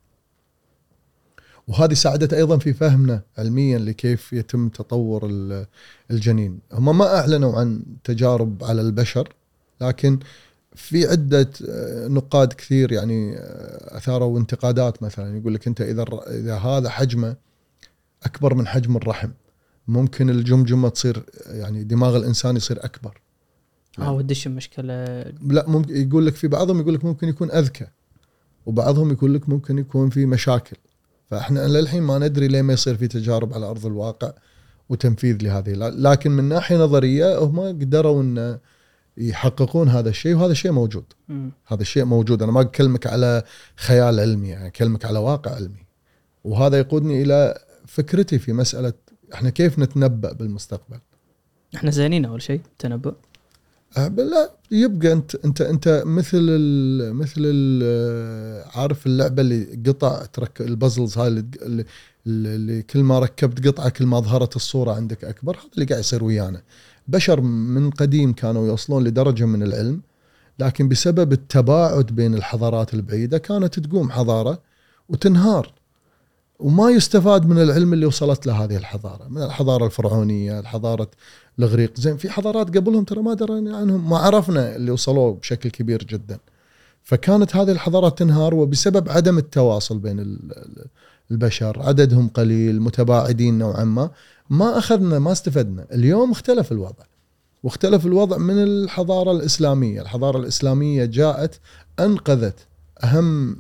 وهذه ساعدت أيضا في فهمنا علميا لكيف يتم تطور الجنين. هم ما أعلنوا عن تجارب على البشر، لكن في عدة نقاد كثير يعني أثاروا انتقادات. مثلا يقول لك أنت إذا إذا هذا حجمه أكبر من حجم الرحم ممكن الجمجمة تصير يعني دماغ الإنسان يصير أكبر. اه ودش المشكلة. لا ممكن يقول لك في بعضهم يقول لك ممكن يكون أذكى، وبعضهم يقول لك ممكن يكون في مشاكل. فإحنا للحين ما ندري ليه ما يصير في تجارب على أرض الواقع وتنفيذ لهذه. لكن من ناحية نظرية هم قدروا أن يحققون هذا الشيء، وهذا الشيء موجود. م. هذا الشيء موجود. أنا ما أكلمك على خيال علمي، يعني أكلمك على واقع علمي. وهذا يقودني إلى فكرتي في مسألة إحنا كيف نتنبأ بالمستقبل. إحنا زينين أول شيء تنبؤ. لا يبقى انت انت انت مثل ال مثل ال عارف اللعبه اللي قطع ترك البازلز هاي اللي, اللي كل ما ركبت قطعه كل ما ظهرت الصوره عندك اكبر. هذا اللي قاعد يصير ويانا. بشر من قديم كانوا يوصلون لدرجه من العلم، لكن بسبب التباعد بين الحضارات البعيده كانت تقوم حضاره وتنهار، وما يستفاد من العلم اللي وصلت له هذه الحضاره، من الحضاره الفرعونيه، الحضاره الإغريق. زين في حضارات قبلهم ترى ما درينا عنهم، ما عرفنا اللي وصلوا بشكل كبير جدا. فكانت هذه الحضارات تنهار، وبسبب عدم التواصل بين البشر، عددهم قليل، متباعدين نوعا ما، ما أخذنا ما استفدنا. اليوم اختلف الوضع، واختلف الوضع من الحضارة الإسلامية. الحضارة الإسلامية جاءت أنقذت أهم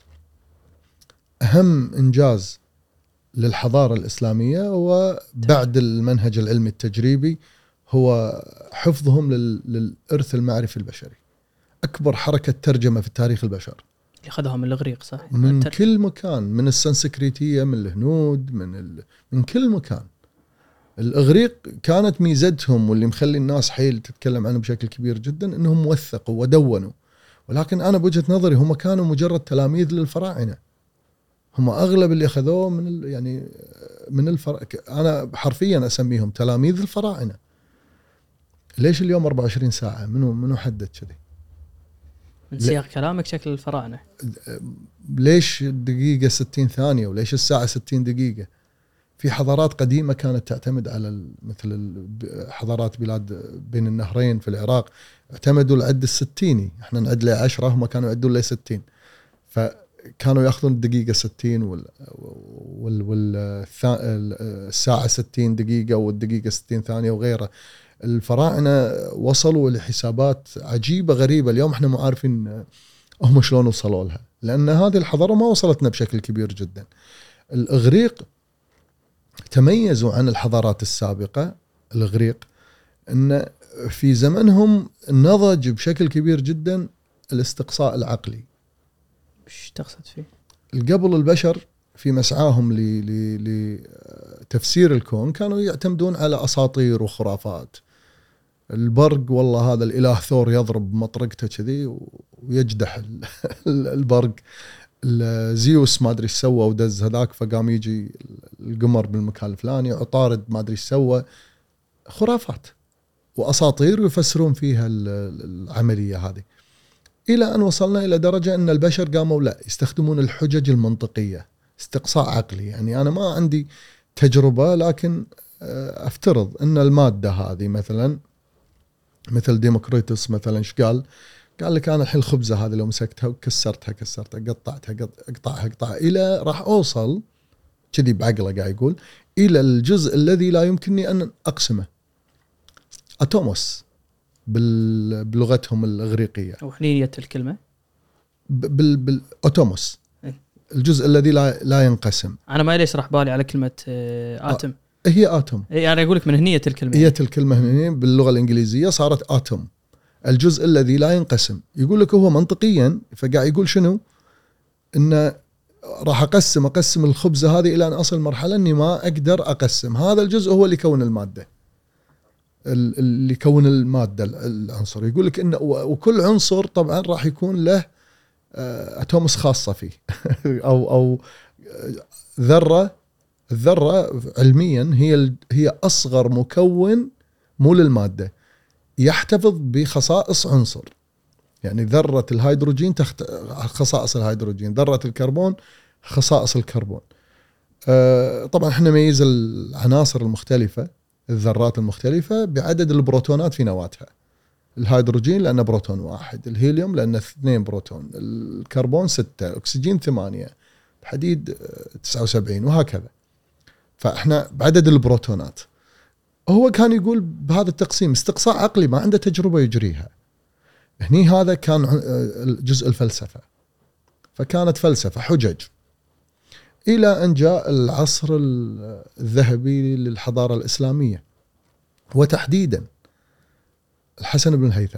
أهم إنجاز للحضارة الإسلامية وبعد المنهج العلمي التجريبي هو حفظهم للإرث المعرفي البشري. أكبر حركة ترجمة في التاريخ البشر اللي أخذوها من الإغريق صح؟ من الترجمة. كل مكان، من السنسكريتية، من الهنود، من ال... من كل مكان. الإغريق كانت ميزتهم واللي مخلي الناس حيل تتكلم عنه بشكل كبير جدا إنهم وثقوا ودونوا. ولكن أنا بوجهة نظري هم كانوا مجرد تلاميذ للفراعنة. هم أغلب اللي أخذوه من ال... يعني من الفر... أنا حرفيا أسميهم تلاميذ الفراعنة. ليش اليوم أربعة وعشرين ساعة؟ منو منو حدد كذي؟ من سياق كلامك شكل الفراعنة. ليش الدقيقة ستين ثانية وليش الساعة ستين دقيقة؟ في حضارات قديمة كانت تعتمد على مثل حضارات بلاد بين النهرين في العراق اعتمدوا العد الستيني. احنا نعد له عشرة، هم كانوا يعدون له ستين. ف كانوا ياخذون الدقيقة ستين وال وال والساعة ستين دقيقة والدقيقة ستين ثانية وغيره. الفراعنة وصلوا لحسابات عجيبة غريبة اليوم احنا ما عارفين هم شلون وصلوا لها، لأن هذه الحضارة ما وصلتنا بشكل كبير جدا. الإغريق تميزوا عن الحضارات السابقة. الإغريق أن في زمنهم نضج بشكل كبير جدا الاستقصاء العقلي. ايش تقصد فيه؟ قبل البشر في مسعاهم لتفسير الكون كانوا يعتمدون على أساطير وخرافات. البرق والله هذا الإله ثور يضرب مطرقته كذي ويجدح البرق. زيوس ما أدري إيش سوى ودز هذاك فقام يجي القمر بالمكان الفلاني. عطارد ما أدري إيش سوى. خرافات وأساطير ويفسرون فيها العملية هذه، إلى أن وصلنا إلى درجة أن البشر قاموا لا يستخدمون الحجج المنطقية، استقصاء عقلي. يعني أنا ما عندي تجربة، لكن أفترض أن المادة هذه مثلا مثل ديموكريتوس مثلا إيش قال؟ قال لك أنا الحين الخبزة هذه لو مسكتها وكسرتها كسرتها قطعتها قطعها قطعها إلى راح أوصل كذي بعقله قاعد يقول إلى الجزء الذي لا يمكنني أن أقسمه. أتوموس بلغتهم الإغريقية، أو حنينية الكلمة بال بالأتوموس، إيه؟ الجزء الذي لا لا ينقسم. أنا ما ليش راح بالي على كلمة آتم. هي آتوم. إيه أنا أقول لك من هنية الكلمة. هي الكلمة هنا باللغة الإنجليزية صارت آتوم، الجزء الذي لا ينقسم. يقول لك هو منطقيا فقاعد يقول شنو؟ إنه راح أقسم أقسم الخبزة هذه إلى أن أصل مرحلة إني ما أقدر أقسم. هذا الجزء هو اللي يكون المادة، اللي يكون المادة العنصر. يقول لك إنه وكل عنصر طبعا راح يكون له أتومس خاصة فيه أو أو ذرة. الذرة علميا هي هي أصغر مكون مو للمادة يحتفظ بخصائص عنصر. يعني ذرة الهيدروجين تخت... خصائص الهيدروجين، ذرة الكربون خصائص الكربون. أه طبعا احنا نميز العناصر المختلفة، الذرات المختلفة بعدد البروتونات في نواتها. الهيدروجين لأنه بروتون واحد، الهيليوم لأنه اثنين بروتون، الكربون ستة، الأكسجين ثمانية، الحديد تسعة وسبعين، وهكذا. فاحنا بعدد البروتونات. هو كان يقول بهذا التقسيم استقصاء عقلي، ما عنده تجربة يجريها. هني هذا كان جزء الفلسفة، فكانت فلسفة حجج إلى أن جاء العصر الذهبي للحضارة الإسلامية، وتحديدا الحسن بن الهيثم.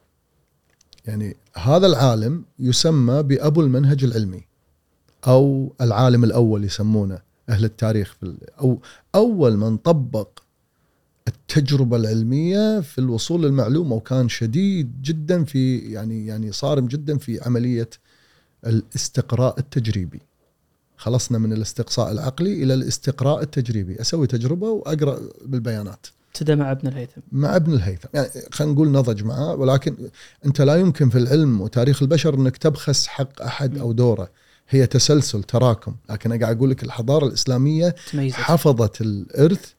يعني هذا العالم يسمى بأبو المنهج العلمي، أو العالم الأول يسمونه أهل التاريخ، في أو أول من طبق التجربة العلمية في الوصول للمعلومة، وكان شديد جدا في يعني يعني صارم جدا في عملية الاستقراء التجريبي. خلصنا من الاستقصاء العقلي إلى الاستقراء التجريبي، أسوي تجربة وأقرأ بالبيانات. ابتدى مع ابن الهيثم مع ابن الهيثم، يعني خلينا نقول نضج معه، ولكن أنت لا يمكن في العلم وتاريخ البشر أنك تبخس حق أحد أو دوره، هي تسلسل تراكم. لكن أنا قاعد أقول لك الحضارة الإسلامية تميزت. حفظت الإرث،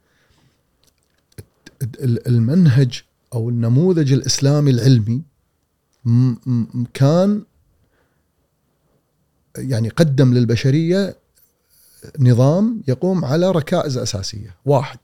المنهج أو النموذج الإسلامي العلمي كان يعني قدم للبشرية نظام يقوم على ركائز أساسية. واحد،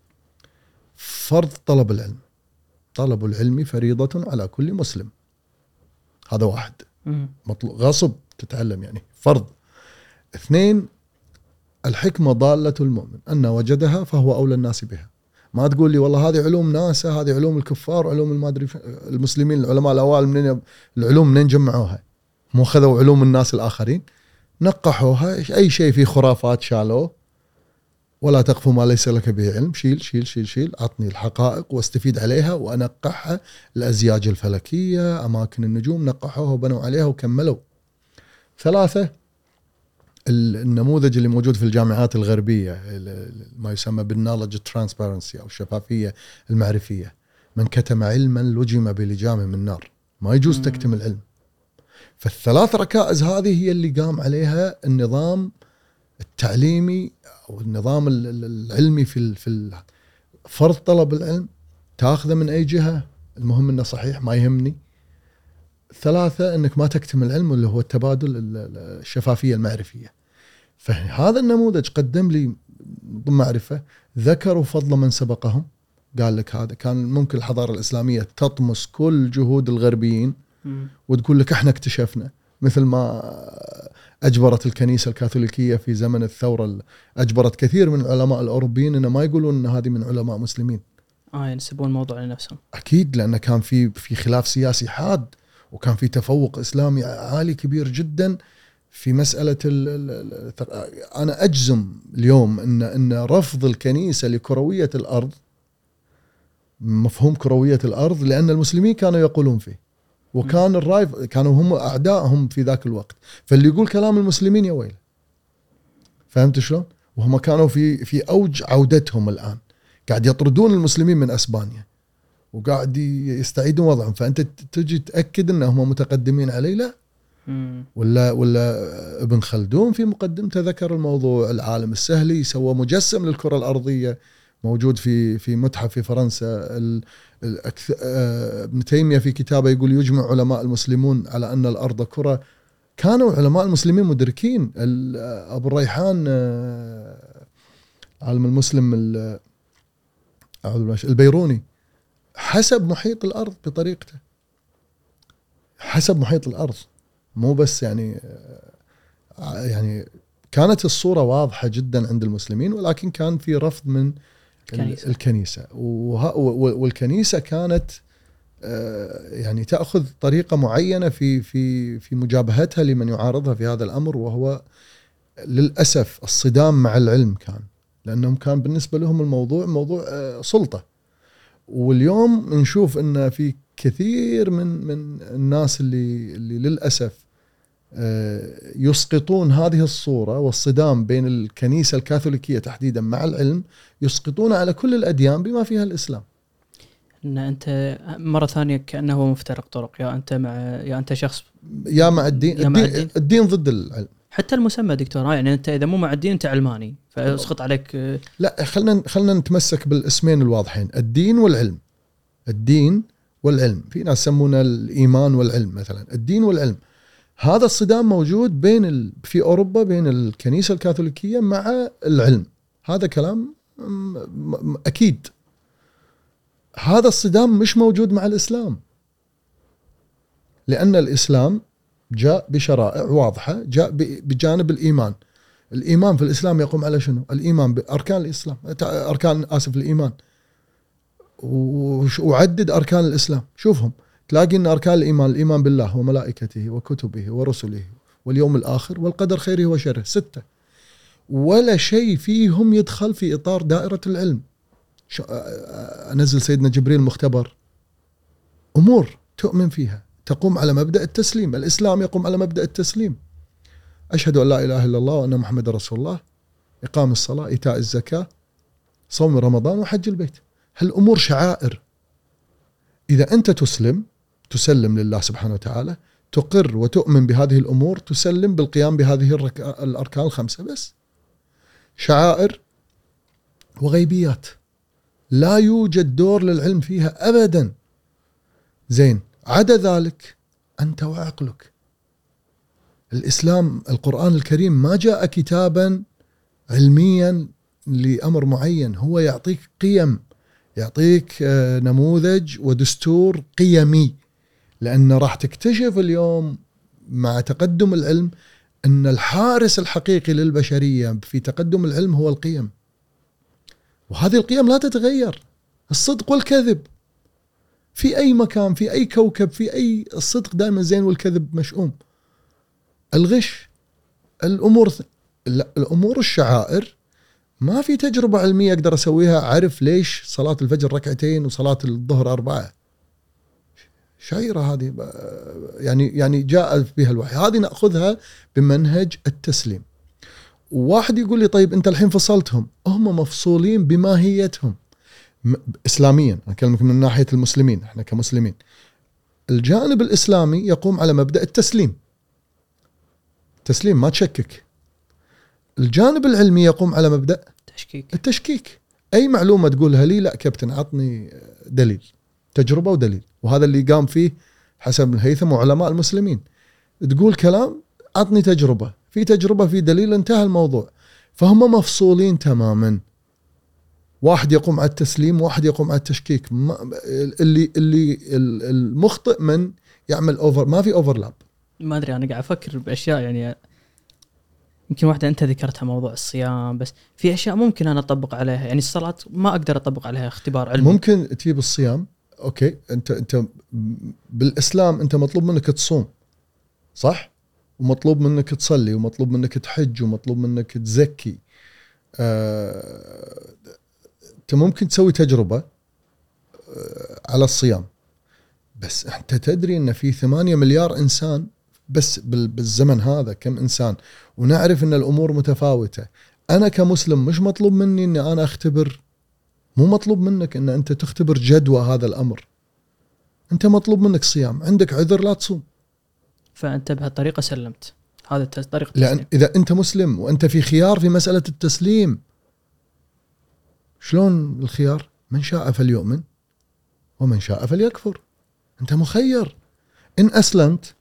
فرض طلب العلم، طلب العلم فريضة على كل مسلم، هذا واحد مطلوب غصب تتعلم، يعني فرض. اثنين، الحكمة ضالة المؤمن، أن وجدها فهو أولى الناس بها. ما تقول لي والله هذه علوم ناسا، هذه علوم الكفار، علوم المادري المسلمين العلماء الأوائل منين العلوم منين جمعوها؟ مو خذوا علوم الناس الآخرين نقحوها، أي شيء فيه خرافات شالوه. ولا تقف ما ليس لك به علم، شيل شيل شيل شيل، أعطني الحقائق واستفيد عليها وأنقحها. الأزياج الفلكية، أماكن النجوم، نقحوها وبنوا عليها وكملوا. ثلاثة، النموذج اللي موجود في الجامعات الغربية ما يسمى بالنولج ترانسبيرنسي أو الشفافية المعرفية. من كتم علما لجم بلجام من نار، ما يجوز مم. تكتم العلم. فالثلاث ركائز هذه هي اللي قام عليها النظام التعليمي أو النظام العلمي في في فرض طلب العلم، تاخذه من أي جهة، المهم إنه صحيح ما يهمني. ثلاثة، إنك ما تكتم العلم اللي هو التبادل الشفافية المعرفية. فهذا النموذج قدم لي معرفة، ذكروا فضل من سبقهم. قال لك هذا كان ممكن الحضارة الإسلامية تطمس كل جهود الغربيين وتقول لك احنا اكتشفنا، مثل ما أجبرت الكنيسة الكاثوليكية في زمن الثورة، أجبرت كثير من العلماء الأوروبيين إن ما يقولون إن هذه من علماء مسلمين. آه ينسبون الموضوع لنفسهم. أكيد، لأن كان في في خلاف سياسي حاد، وكان في تفوق إسلامي عالي كبير جدا في مسألة ال ال أنا أجزم اليوم إن إن رفض الكنيسة لكروية الأرض، مفهوم كروية الأرض، لأن المسلمين كانوا يقولون فيه، وكان الرايف كانوا هم أعدائهم في ذاك الوقت. فاللي يقول كلام المسلمين يا ويله، فهمت شلون؟ وهم كانوا في في أوج عودتهم الآن، قاعد يطردون المسلمين من أسبانيا وقاعد يستعيدون وضعهم. فأنت تجي تأكد أنهم متقدمين عليه؟ لا. ولا ولا ابن خلدون في مقدمته ذكر الموضوع. العالم السهلي سوى مجسم للكرة الأرضية موجود في في متحف في فرنسا. ابن تيمية في كتابه يقول يجمع علماء المسلمون على أن الأرض كرة. كانوا علماء المسلمين مدركين. أبو الريحان عالم المسلم البيروني، حسب محيط الأرض بطريقته، حسب محيط الأرض، مو بس يعني يعني كانت الصورة واضحة جدا عند المسلمين، ولكن كان في رفض من الكنيسة, الكنيسة. والكنيسة كانت يعني تأخذ طريقة معينة في في في مجابهتها لمن يعارضها في هذا الأمر، وهو للأسف الصدام مع العلم كان، لأنهم كان بالنسبة لهم الموضوع موضوع سلطة. واليوم نشوف أن في كثير من من الناس اللي اللي للأسف يسقطون هذه الصورة والصدام بين الكنيسة الكاثوليكية تحديدا مع العلم، يسقطون على كل الأديان بما فيها الإسلام. إن أنت مرة ثانية كأنه مفترق طرق، يا أنت مع يا أنت شخص يا مع الدين، يا مع الدين. الدين ضد العلم. حتى المسمى دكتور، يعني أنت إذا مو مع الدين أنت علماني، فيسقط عليك. لا، خلنا خلنا نتمسك بالاسمين الواضحين، الدين والعلم. الدين والعلم، في ناس يسمونه الإيمان والعلم مثلا، الدين والعلم. هذا الصدام موجود بين ال... في أوروبا بين الكنيسة الكاثوليكية مع العلم، هذا كلام أكيد. هذا الصدام مش موجود مع الإسلام، لأن الإسلام جاء بشرائع واضحة، جاء بجانب الإيمان. الإيمان في الإسلام يقوم على شنو؟ الإيمان بأركان الإسلام، أركان آسف الإيمان، وعدد أركان الإسلام، شوفهم تلاقي أن أركان الإيمان: الإيمان بالله وملائكته وكتبه ورسله واليوم الآخر والقدر خيره وشره، ستة. ولا شيء فيهم يدخل في إطار دائرة العلم. أنزل سيدنا جبريل مختبر، أمور تؤمن فيها تقوم على مبدأ التسليم. الإسلام يقوم على مبدأ التسليم: أشهد أن لا إله إلا الله وأن محمد رسول الله، إقام الصلاة، إيتاء الزكاة، صوم رمضان، وحج البيت. هالأمور شعائر. إذا أنت تسلم تسلم لله سبحانه وتعالى، تقر وتؤمن بهذه الأمور، تسلم بالقيام بهذه الأركان الخمسة. بس شعائر وغيبيات لا يوجد دور للعلم فيها أبدا. زين، عدا ذلك أنت وعقلك. الإسلام القرآن الكريم ما جاء كتابا علميا لأمر معين، هو يعطيك قيم، يعطيك نموذج ودستور قيمي. لأن راح تكتشف اليوم مع تقدم العلم أن الحارس الحقيقي للبشرية في تقدم العلم هو القيم، وهذه القيم لا تتغير. الصدق والكذب في أي مكان، في أي كوكب، في أي الصدق دائما زين والكذب مشؤوم. الغش، الأمور الأمور الشعائر ما في تجربة علمية أقدر أسويها أعرف ليش صلاة الفجر ركعتين وصلاة الظهر أربعة. شعيرة هذه يعني يعني جاء بها الوحي، هذه نأخذها بمنهج التسليم. واحد يقول لي طيب أنت الحين فصلتهم، هم مفصولين بماهيتهم إسلاميا. أنا أكلمك من ناحية المسلمين، إحنا كمسلمين الجانب الإسلامي يقوم على مبدأ التسليم، تسليم ما تشكك. الجانب العلمي يقوم على مبدأ تشكيك. التشكيك. أي معلومة تقولها لي، لا كابتن عطني دليل، تجربة ودليل. وهذا اللي قام فيه حسن الهيثم وعلماء المسلمين. تقول كلام، عطني تجربة، في تجربة في دليل، انتهى الموضوع. فهم مفصولين تماما، واحد يقوم على التسليم واحد يقوم على التشكيك. اللي اللي المخطئ من يعمل أوفر، ما في أوفرلاب. ما أدري، أنا قاعد أفكر بأشياء يعني يمكن واحدة أنت ذكرتها، موضوع الصيام، بس في أشياء ممكن أنا أطبق عليها. يعني الصلاة ما أقدر أطبق عليها اختبار علمي. ممكن تجيب الصيام، أوكي، أنت أنت بالإسلام أنت مطلوب منك تصوم، صح؟ ومطلوب منك تصلي، ومطلوب منك تحج، ومطلوب منك تزكي. آه، أنت ممكن تسوي تجربة آه على الصيام، بس أنت تدري أن في ثمانية مليار إنسان بس بالزمن هذا، كم إنسان، ونعرف أن الأمور متفاوتة. أنا كمسلم مش مطلوب مني أن أنا أختبر، مو مطلوب منك أن أنت تختبر جدوى هذا الأمر. أنت مطلوب منك صيام، عندك عذر لا تصوم، فأنت بهالطريقة سلمت. هذا طريقة التسليم. لأن إذا أنت مسلم وأنت في خيار في مسألة التسليم. شلون الخيار؟ من شاء فليؤمن ومن شاء فليكفر. أنت مخير. إن أسلمت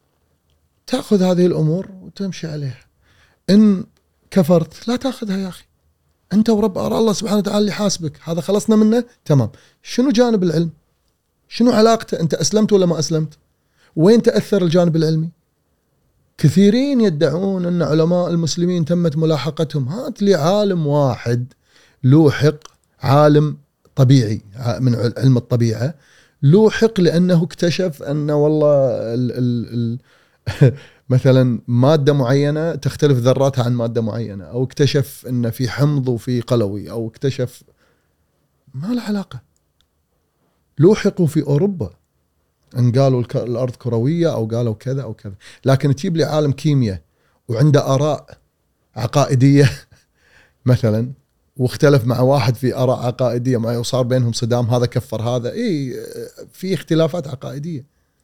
تأخذ هذه الأمور وتمشي عليها، إن كفرت لا تأخذها يا أخي. انت ورب الله سبحانه وتعالى اللي حاسبك، هذا خلصنا منه تمام. شنو جانب العلم؟ شنو علاقته؟ انت اسلمت ولا ما اسلمت؟ وين تاثر الجانب العلمي؟ كثيرين يدعون ان علماء المسلمين تمت ملاحقتهم. هات لي عالم واحد لوحق، عالم طبيعي من علم الطبيعه لوحق لانه اكتشف ان والله ال ال ال مثلا ماده معينه تختلف ذراتها عن ماده معينه، او اكتشف ان في حمض وفي قلوي، او اكتشف، ما له علاقه. لوحقوا في اوروبا ان قالوا الارض كرويه او قالوا كذا او كذا، لكن تجيب لي عالم كيمياء وعنده اراء عقائديه مثلا، واختلف مع واحد في اراء عقائديه معي وصار بينهم صدام، هذا كفر هذا. اي في اختلافات عقائديه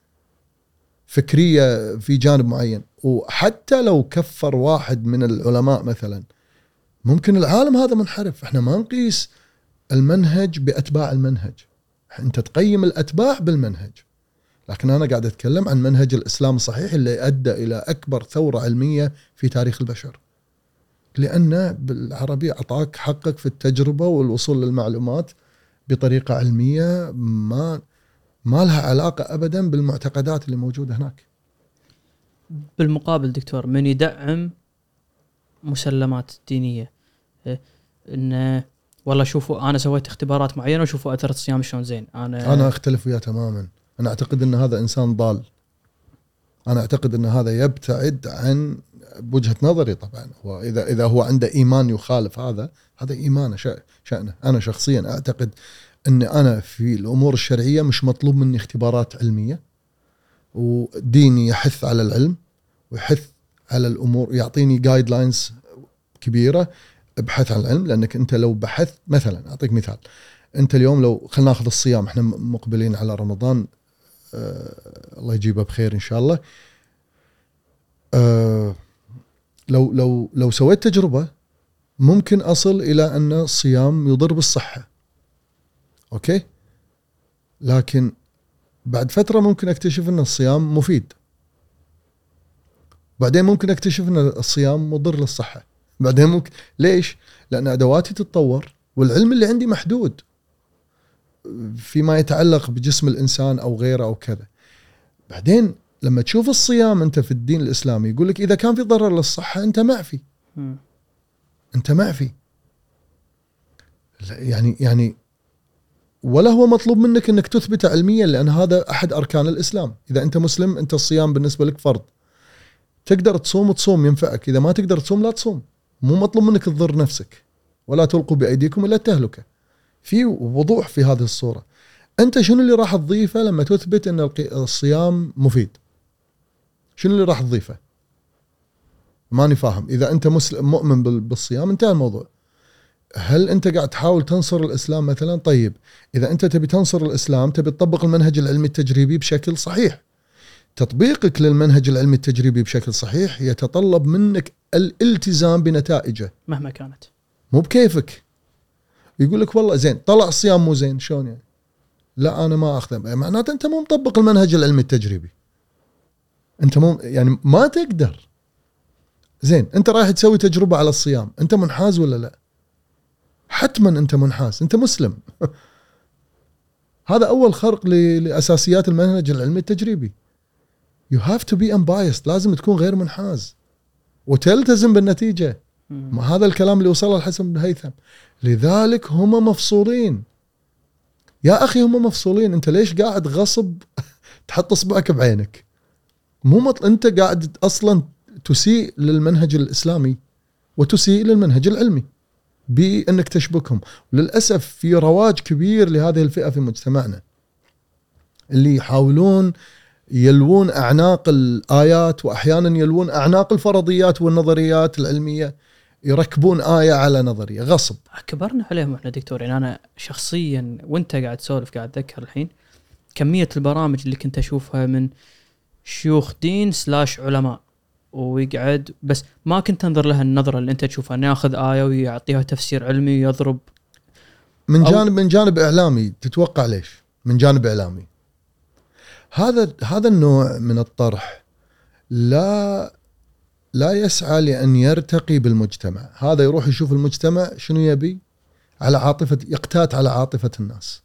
فكريه في جانب معين. وحتى لو كفر واحد من العلماء مثلا، ممكن العالم هذا منحرف. احنا ما نقيس المنهج باتباع المنهج، انت تقيم الاتباع بالمنهج. لكن انا قاعد اتكلم عن منهج الاسلام الصحيح اللي ادى الى اكبر ثوره علميه في تاريخ البشر، لانه بالعربي اعطاك حقك في التجربه والوصول للمعلومات بطريقه علميه ما ما لها علاقه ابدا بالمعتقدات اللي موجوده هناك. بالمقابل دكتور، من يدعم مسلمات دينيه ان والله شوفوا انا سويت اختبارات معينه وشوفوا اثر الصيام شلون زين، انا انا اختلف وياه تماما. انا اعتقد ان هذا انسان ضال. انا اعتقد ان هذا يبتعد عن بوجهه نظري. طبعا هو اذا اذا هو عنده ايمان يخالف هذا هذا ايمانه شأنه. انا شخصيا اعتقد ان انا في الامور الشرعيه مش مطلوب مني اختبارات علميه، وديني يحث على العلم ويحث على الامور، يعطيني جايد لاينز كبيره ابحث عن العلم. لانك انت لو بحثت مثلا، اعطيك مثال، انت اليوم لو خلينا ناخذ الصيام، احنا مقبلين على رمضان، آه الله يجيبه بخير ان شاء الله. آه لو لو لو سويت تجربه ممكن اصل الى ان الصيام يضر بالصحه، اوكي، لكن بعد فتره ممكن اكتشف ان الصيام مفيد، بعدين ممكن اكتشف ان الصيام مضر للصحه، بعدين ممكن. ليش؟ لان ادواتي تتطور والعلم اللي عندي محدود فيما يتعلق بجسم الانسان او غيره او كذا. بعدين لما تشوف الصيام انت في الدين الاسلامي يقول لك اذا كان في ضرر للصحه انت معفي، انت معفي. يعني يعني ولا هو مطلوب منك انك تثبت علميا، لان هذا احد اركان الاسلام. اذا انت مسلم انت الصيام بالنسبه لك فرض، تقدر تصوم تصوم ينفعك، اذا ما تقدر تصوم لا تصوم. مو مطلوب منك تضر نفسك، ولا تلقوا بايديكم الى التهلكه. في وضوح في هذه الصوره. انت شنو اللي راح تضيفه لما تثبت ان الصيام مفيد؟ شنو اللي راح تضيفه؟ ماني فاهم. اذا انت مسلم مؤمن بالصيام انتهى الموضوع. هل انت قاعد تحاول تنصر الاسلام مثلا؟ طيب اذا انت تبي تنصر الاسلام تبي تطبق المنهج العلمي التجريبي بشكل صحيح. تطبيقك للمنهج العلمي التجريبي بشكل صحيح يتطلب منك الالتزام بنتائجه مهما كانت، مو بكيفك. يقول لك والله زين طلع الصيام مو زين، شلون يعني؟ لا انا ما اخذه، معناته انت مو مطبق المنهج العلمي التجريبي، انت مو يعني ما تقدر. زين انت رايح تسوي تجربه على الصيام، انت منحاز ولا لا؟ حتما انت منحاز، انت مسلم. هذا اول خرق لاساسيات المنهج العلمي التجريبي. you have to be unbiased، لازم تكون غير منحاز وتلتزم بالنتيجه. ما هذا الكلام اللي وصله الحسن بن هيثم. لذلك هم مفصولين يا اخي، هم مفصولين. انت ليش قاعد غصب تحط اصبعك بعينك؟ مو مط... انت قاعد اصلا تسيء للمنهج الاسلامي وتسيء للمنهج العلمي بانك تشبكهم. وللاسف في رواج كبير لهذه الفئه في مجتمعنا اللي يحاولون يلوون اعناق الايات، واحيانا يلوون اعناق الفرضيات والنظريات العلميه، يركبون ايه على نظريه غصب. كبرنا عليهم احنا دكتور. يعني انا شخصيا وانت قاعد تسولف قاعد اتذكر الحين كميه البرامج اللي كنت اشوفها من شيوخ دين سلاش علماء، ويقعد بس ما كنت انظر لها النظره اللي انت تشوفها، ناخذ ايه ويعطيها تفسير علمي ويضرب من جانب من جانب اعلامي. تتوقع ليش؟ من جانب اعلامي. هذا هذا النوع من الطرح لا لا يسعى لأن يرتقي بالمجتمع. هذا يروح يشوف المجتمع شنو يبي، على عاطفة، يقتات على عاطفة الناس.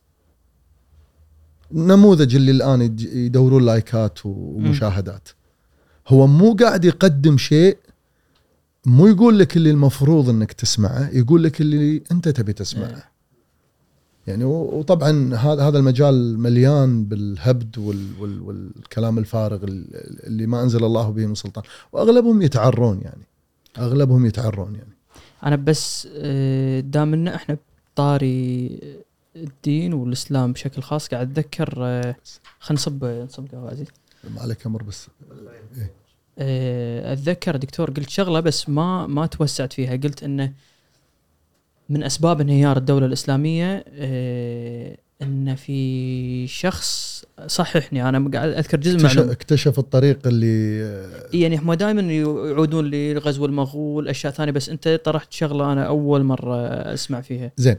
نموذج اللي الآن يدورون لايكات ومشاهدات، هو مو قاعد يقدم شيء، مو يقول لك اللي المفروض انك تسمعه، يقول لك اللي انت تبي تسمعه. يعني وطبعا هذا هذا المجال مليان بالهبد والكلام الفارغ اللي ما انزل الله به من سلطان، واغلبهم يتعرون يعني اغلبهم يتعرون يعني. انا بس دام ان احنا طاري الدين والاسلام بشكل خاص، قاعد اتذكر خلينا نصب نصب قهوه عزيز، ما عليك امر بس. إيه؟ اتذكر دكتور قلت شغله بس ما ما توسعت فيها. قلت انه من اسباب انهيار الدوله الاسلاميه ان في شخص، صححني انا قاعد اذكر جزء اكتشف, معلوم اكتشف الطريق اللي يعني هم دائما يعودون لغزو المغول اشياء ثانيه، بس انت طرحت شغله انا اول مره اسمع فيها. زين.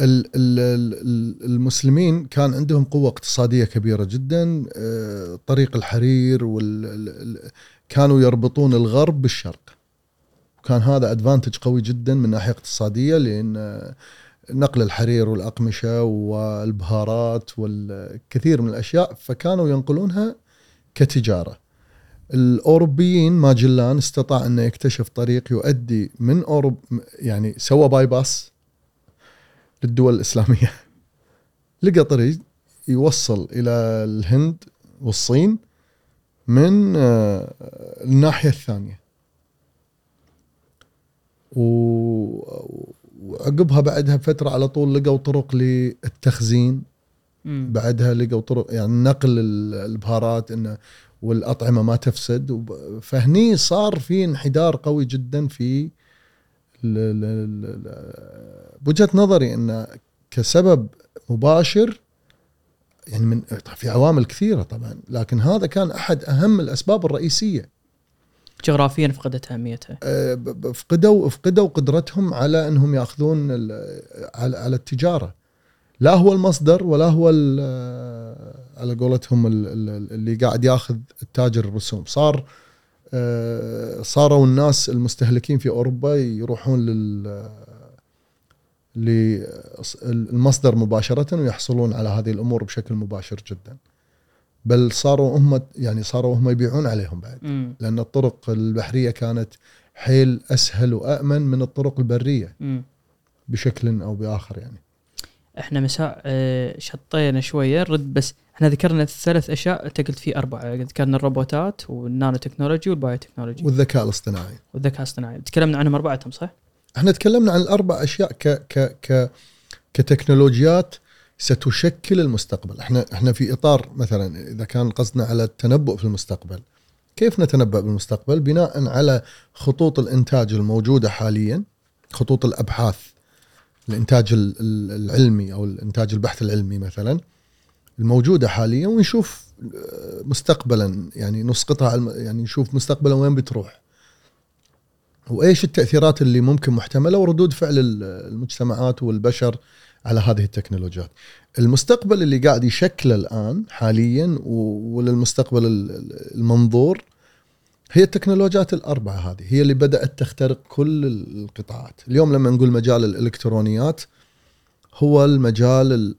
المسلمين كان عندهم قوة اقتصادية كبيرة جدا، طريق الحرير كانوا يربطون الغرب بالشرق، وكان هذا ادفانتج قوي جدا من ناحية اقتصادية، لأن نقل الحرير والأقمشة والبهارات والكثير من الأشياء فكانوا ينقلونها كتجارة. الأوروبيين ماجلان استطاع أن يكتشف طريق يؤدي من أوروبا، يعني سوى باي باس للدول الإسلامية، لقى طريق يوصل إلى الهند والصين من الناحية الثانية، وعقبها بعدها بفترة على طول لقوا طرق للتخزين، بعدها لقوا طرق يعني نقل البهارات إنه والأطعمة ما تفسد. فهني صار في انحدار قوي جدا في بوجهة نظري إنه كسبب مباشر، يعني من في عوامل كثيرة طبعا، لكن هذا كان أحد أهم الأسباب الرئيسية. جغرافيا فقدت أهميتها، فقدوا فقدوا قدرتهم على أنهم يأخذون على على التجارة. لا هو المصدر ولا هو على قولتهم اللي قاعد يأخذ التاجر الرسوم. صار صاروا الناس المستهلكين في أوروبا يروحون لل للمصدر مباشرة ويحصلون على هذه الأمور بشكل مباشر جدا، بل صاروا هم يعني صاروا هم يبيعون عليهم بعد. م. لأن الطرق البحرية كانت حيل أسهل وأأمن من الطرق البرية م. بشكل أو بآخر. يعني احنا مساء شطينا شوية رد، بس احنا ذكرنا ثلاث أشياء، انت قلت في أربعة. ذكرنا الروبوتات والنانو تكنولوجي والبايو تكنولوجي والذكاء الاصطناعي والذكاء الاصطناعي. تكلمنا عنهم أربعتهم صح؟ احنا تكلمنا عن الأربع أشياء ك ك ك كتكنولوجيات ستشكل المستقبل. احنا احنا في إطار مثلا إذا كان قصدنا على التنبؤ في المستقبل، كيف نتنبأ بالمستقبل؟ بناء على خطوط الإنتاج الموجودة حاليا، خطوط الأبحاث، الإنتاج العلمي أو الإنتاج البحث العلمي مثلا الموجودة حاليا، ونشوف مستقبلا، يعني نسقطها، يعني نشوف مستقبلا وين بتروح وإيش التأثيرات اللي ممكن محتملة وردود فعل المجتمعات والبشر على هذه التكنولوجيات. المستقبل اللي قاعد يشكله الآن حاليا وللمستقبل المنظور هي التكنولوجيات الأربعة هذه، هي اللي بدأت تخترق كل القطاعات. اليوم لما نقول مجال الإلكترونيات هو المجال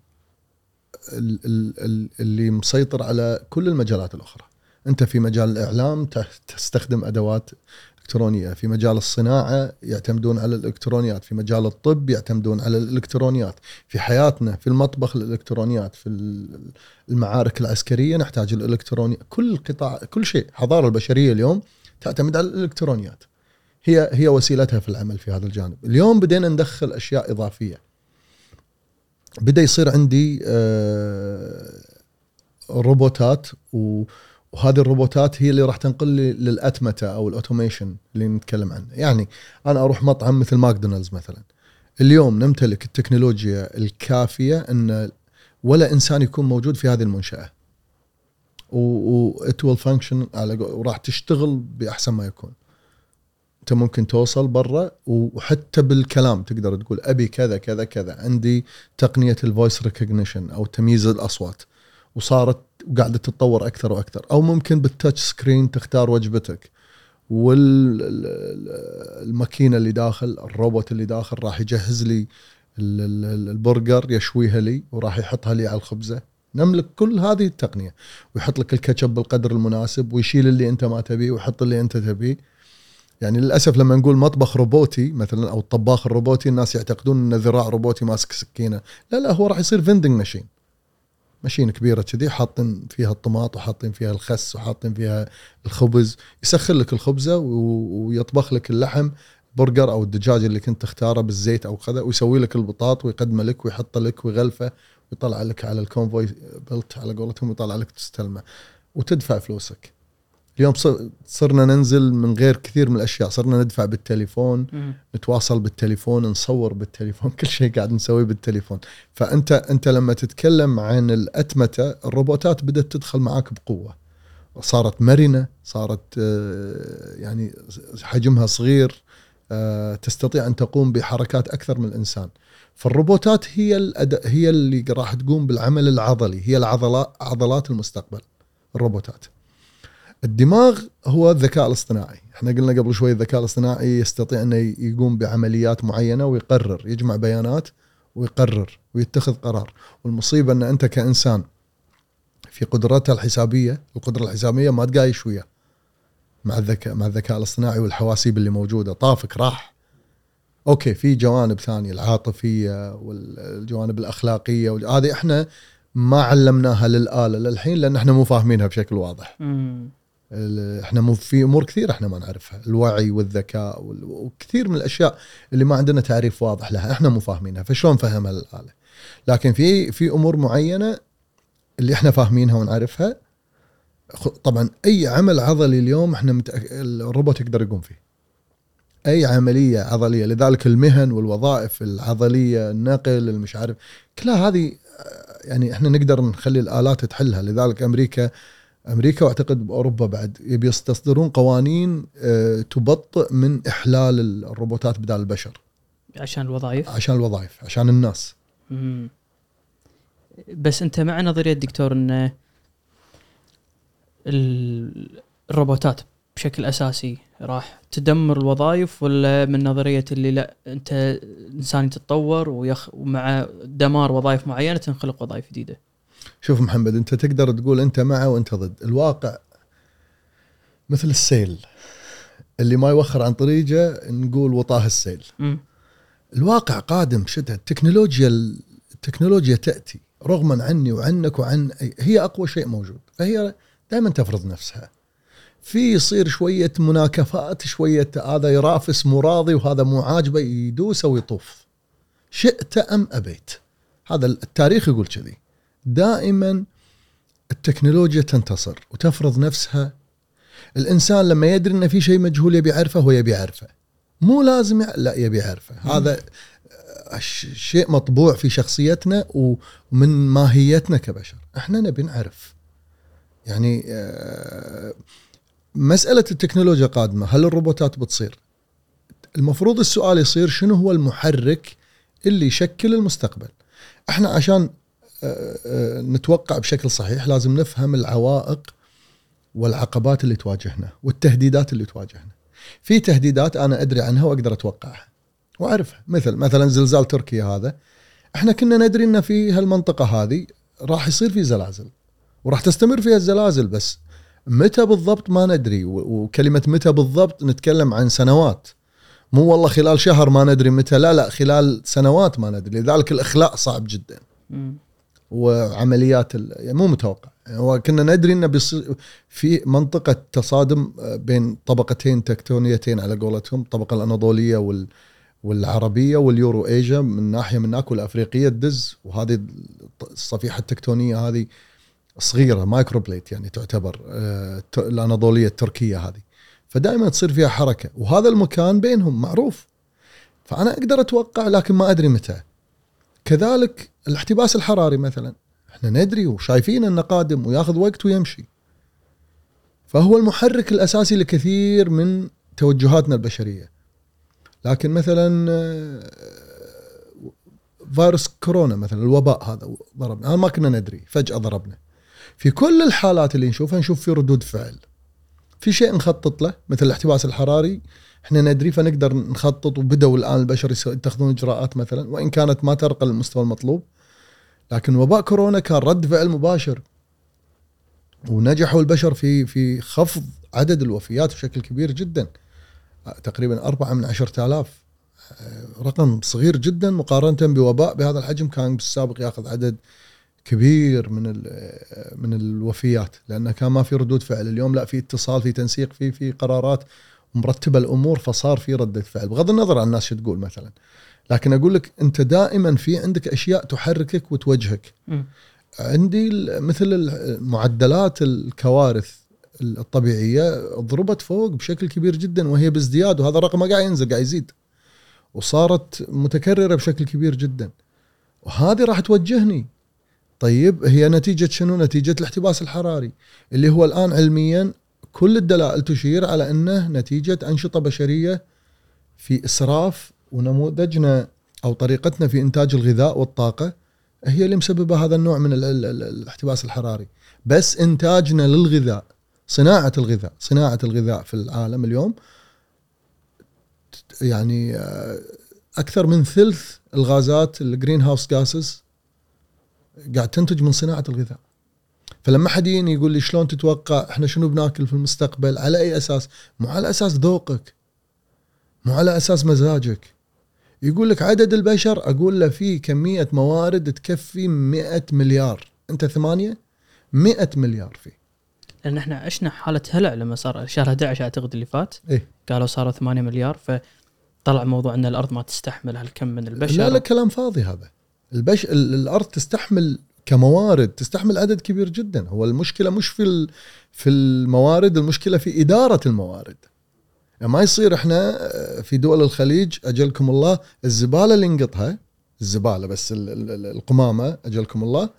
اللي مسيطر على كل المجالات الأخرى. أنت في مجال الإعلام تستخدم أدوات إلكترونية، في مجال الصناعة يعتمدون على الإلكترونيات، في مجال الطب يعتمدون على الإلكترونيات، في حياتنا في المطبخ الإلكترونيات، في المعارك العسكرية نحتاج الإلكترونيات. كل قطاع، كل شيء، حضارة البشرية اليوم تعتمد على الإلكترونيات، هي هي وسيلتها في العمل في هذا الجانب. اليوم بدينا ندخل أشياء إضافية، بدأ يصير عندي روبوتات، وهذه الروبوتات هي اللي راح تنقل لي للأتمتة أو الأوتوميشن اللي نتكلم عنه. يعني أنا أروح مطعم مثل ماكدونالدز مثلا، اليوم نمتلك التكنولوجيا الكافية أن ولا إنسان يكون موجود في هذه المنشأة، و it will function على، وراح تشتغل بأحسن ما يكون. أنت ممكن توصل برا وحتى بالكلام تقدر تقول أبي كذا كذا كذا. عندي تقنية الفويس ريكوجنيشن أو تمييز الأصوات، وصارت وقاعدة تتطور أكثر وأكثر. أو ممكن بالتاتش سكرين تختار وجبتك والماكينة اللي داخل، الروبوت اللي داخل راح يجهز لي البرجر، يشويها لي وراح يحطها لي على الخبزة. نملك كل هذه التقنية، ويحط لك الكاتشب بالقدر المناسب، ويشيل اللي انت ما تبيه ويحط اللي انت تبيه. يعني للأسف لما نقول مطبخ روبوتي مثلا أو الطباخ الروبوتي، الناس يعتقدون أن ذراع روبوتي ماسك سكينة. لا لا، هو راح يصير فيندنج ماشين، ماشين كبيرة كذي، حاطين فيها الطماط وحاطين فيها الخس وحاطين فيها الخبز، يسخن لك الخبزة ويطبخ لك اللحم برجر أو الدجاج اللي كنت تختاره بالزيت أو كذا، ويسوي لك البطاط ويقدم لك ويحط لك ويغلفه ويطلع لك على الكونفوي بلت على قولتهم، ويطلع لك تستلمه وتدفع فلوسك. اليوم صرنا ننزل من غير كثير من الأشياء، صرنا ندفع بالتليفون، م. نتواصل بالتليفون، نصور بالتليفون، كل شيء قاعد نسويه بالتليفون. فأنت أنت لما تتكلم عن الأتمتة، الروبوتات بدأت تدخل معاك بقوة، صارت مرنة، صارت يعني حجمها صغير، تستطيع أن تقوم بحركات أكثر من الإنسان. فالروبوتات هي الأد... هي اللي راح تقوم بالعمل العضلي، هي العضلات عضلات المستقبل الروبوتات. الدماغ هو الذكاء الاصطناعي. احنا قلنا قبل شوي الذكاء الاصطناعي يستطيع أن يقوم بعمليات معينة ويقرر، يجمع بيانات ويقرر ويتخذ قرار. والمصيبة أن أنت كإنسان في قدراتها الحسابية، القدرة الحسابية ما تقايش وياه مع الذكاء مع الذكاء الاصطناعي والحواسيب اللي موجودة. طافك راح. أوكي، في جوانب ثانية، العاطفية والجوانب الأخلاقية، وهذه احنا ما علمناها للآلة للحين لأن احنا مو فاهمينها بشكل واضح. مم. احنا مو في امور كثير احنا ما نعرفها، الوعي والذكاء وكثير من الاشياء اللي ما عندنا تعريف واضح لها، احنا مو فاهمينها، فشلون فهمها الآلة؟ لكن في في امور معينه اللي احنا فاهمينها ونعرفها. طبعا اي عمل عضلي اليوم احنا متأك... الروبوت يقدر يقوم فيه اي عمليه عضليه. لذلك المهن والوظائف العضليه، النقل، المش عارف، كلها هذه يعني احنا نقدر نخلي الآلات تحلها. لذلك امريكا أمريكا واعتقد بأوروبا بعد يبي يستصدرون قوانين تبطئ من إحلال الروبوتات بدال البشر عشان الوظائف عشان الوظائف عشان الناس. مم. بس أنت مع نظرية دكتور أن الروبوتات بشكل أساسي راح تدمر الوظائف، ولا من نظرية اللي لا أنت إنسان يتطور ويخ ومع دمار وظائف معينة تنخلق وظائف جديدة؟ شوف محمد، أنت تقدر تقول أنت معه وأنت ضد. الواقع مثل السيل اللي ما يوخر عن طريقه نقول وطاه السيل. م. الواقع قادم شدة. التكنولوجيا التكنولوجيا تأتي رغما عني وعنك وعن، هي أقوى شيء موجود، فهي دائما تفرض نفسها. في يصير شوية مناكفات، شوية هذا يرافس مراضي وهذا مو عاجبه يدوس ويطوف، شئت أم أبيت. هذا التاريخ يقول كذي. دائما التكنولوجيا تنتصر وتفرض نفسها. الإنسان لما يدري أن في شيء مجهول يبي يعرفه، هو يبي يعرفه، مو لازم ي... لا يبي يعرفه. هذا شيء مطبوع في شخصيتنا ومن ماهيتنا كبشر. احنا نبي نعرف. يعني مسألة التكنولوجيا قادمة، هل الروبوتات بتصير؟ المفروض السؤال يصير شنو هو المحرك اللي يشكل المستقبل. احنا عشان نتوقع بشكل صحيح لازم نفهم العوائق والعقبات اللي تواجهنا والتهديدات اللي تواجهنا. في تهديدات أنا أدري عنها وأقدر أتوقعها وأعرفها، مثل مثلا زلزال تركيا هذا. احنا كنا ندري أن في هالمنطقة هذه راح يصير في زلازل وراح تستمر فيها الزلازل، بس متى بالضبط ما ندري. وكلمة متى بالضبط نتكلم عن سنوات، مو والله خلال شهر ما ندري متى، لا لا، خلال سنوات ما ندري. لذلك الإخلاء صعب جدا. م. وعمليات يعني مو متوقع. هو كنا ندري انه بيصير في منطقه تصادم بين طبقتين تكتونيتين على قولتهم، الطبقه الاناضوليه وال والعربيه واليورو ايجا من ناحيه، من هناك والافريقيه تدز. وهذه الصفيحه التكتونيه هذه صغيره مايكرو بليت يعني تعتبر الاناضوليه التركيه هذه، فدائما تصير فيها حركه، وهذا المكان بينهم معروف. فانا اقدر اتوقع لكن ما ادري متى. كذلك الاحتباس الحراري مثلا، احنا ندري وشايفين انه قادم وياخذ وقت ويمشي، فهو المحرك الاساسي لكثير من توجهاتنا البشريه. لكن مثلا فيروس كورونا مثلا، الوباء هذا ضربنا، ما كنا ندري، فجأة ضربنا. في كل الحالات اللي نشوفها نشوف في ردود فعل. في شيء نخطط له مثل الاحتباس الحراري احنا ندري فنقدر نخطط، وبدأوا الآن البشر يتخذون إجراءات مثلا وإن كانت ما ترقى المستوى المطلوب. لكن وباء كورونا كان رد فعل مباشر، ونجحوا البشر في في خفض عدد الوفيات بشكل كبير جدا، تقريبا أربعة من عشرة آلاف، رقم صغير جدا مقارنة بوباء بهذا الحجم كان بالسابق يأخذ عدد كبير من من الوفيات، لأنه كان ما في ردود فعل. اليوم لا، في اتصال، في تنسيق، في في قرارات مرتبة الأمور، فصار في ردة فعل بغض النظر عن الناس شو تقول مثلا. لكن أقول لك أنت دائما في عندك أشياء تحركك وتوجهك. م. عندي مثل معدلات الكوارث الطبيعية ضربت فوق بشكل كبير جدا وهي بازدياد، وهذا الرقم قاعد ينزل قاعد يزيد، وصارت متكررة بشكل كبير جدا، وهذه راح توجهني. طيب هي نتيجة شنو؟ نتيجة الاحتباس الحراري اللي هو الآن علميا كل الدلائل تشير على أنه نتيجة أنشطة بشرية في إسراف، ونموذجنا أو طريقتنا في إنتاج الغذاء والطاقة هي اللي مسببة هذا النوع من الاحتباس الحراري. بس إنتاجنا للغذاء، صناعة الغذاء صناعة الغذاء في العالم اليوم يعني أكثر من ثلث الغازات الجرين هاوس غاسز قاعد تنتج من صناعة الغذاء. فلما حد يجي يقول لي شلون تتوقع احنا شنو بناكل في المستقبل، على أي أساس؟ مو على أساس ذوقك، مو على أساس مزاجك. يقول لك عدد البشر، أقول له في كمية موارد تكفي مئة مليار، أنت ثمانية مئة مليار فيه. لأن احنا عشنا حالة هلع لما صار شهر أحد عشر أعتقد اللي فات، إيه؟ قالوا صاروا ثمانية مليار، فطلع موضوع أن الأرض ما تستحمل هالكم من البشر. لا لا كلام فاضي هذا. البش الأرض تستحمل كموارد، تستحمل عدد كبير جدا. هو المشكلة مش في في الموارد، المشكلة في إدارة الموارد. يعني ما يصير احنا في دول الخليج أجلكم الله الزبالة اللي نقطها، الزبالة بس القمامة أجلكم الله،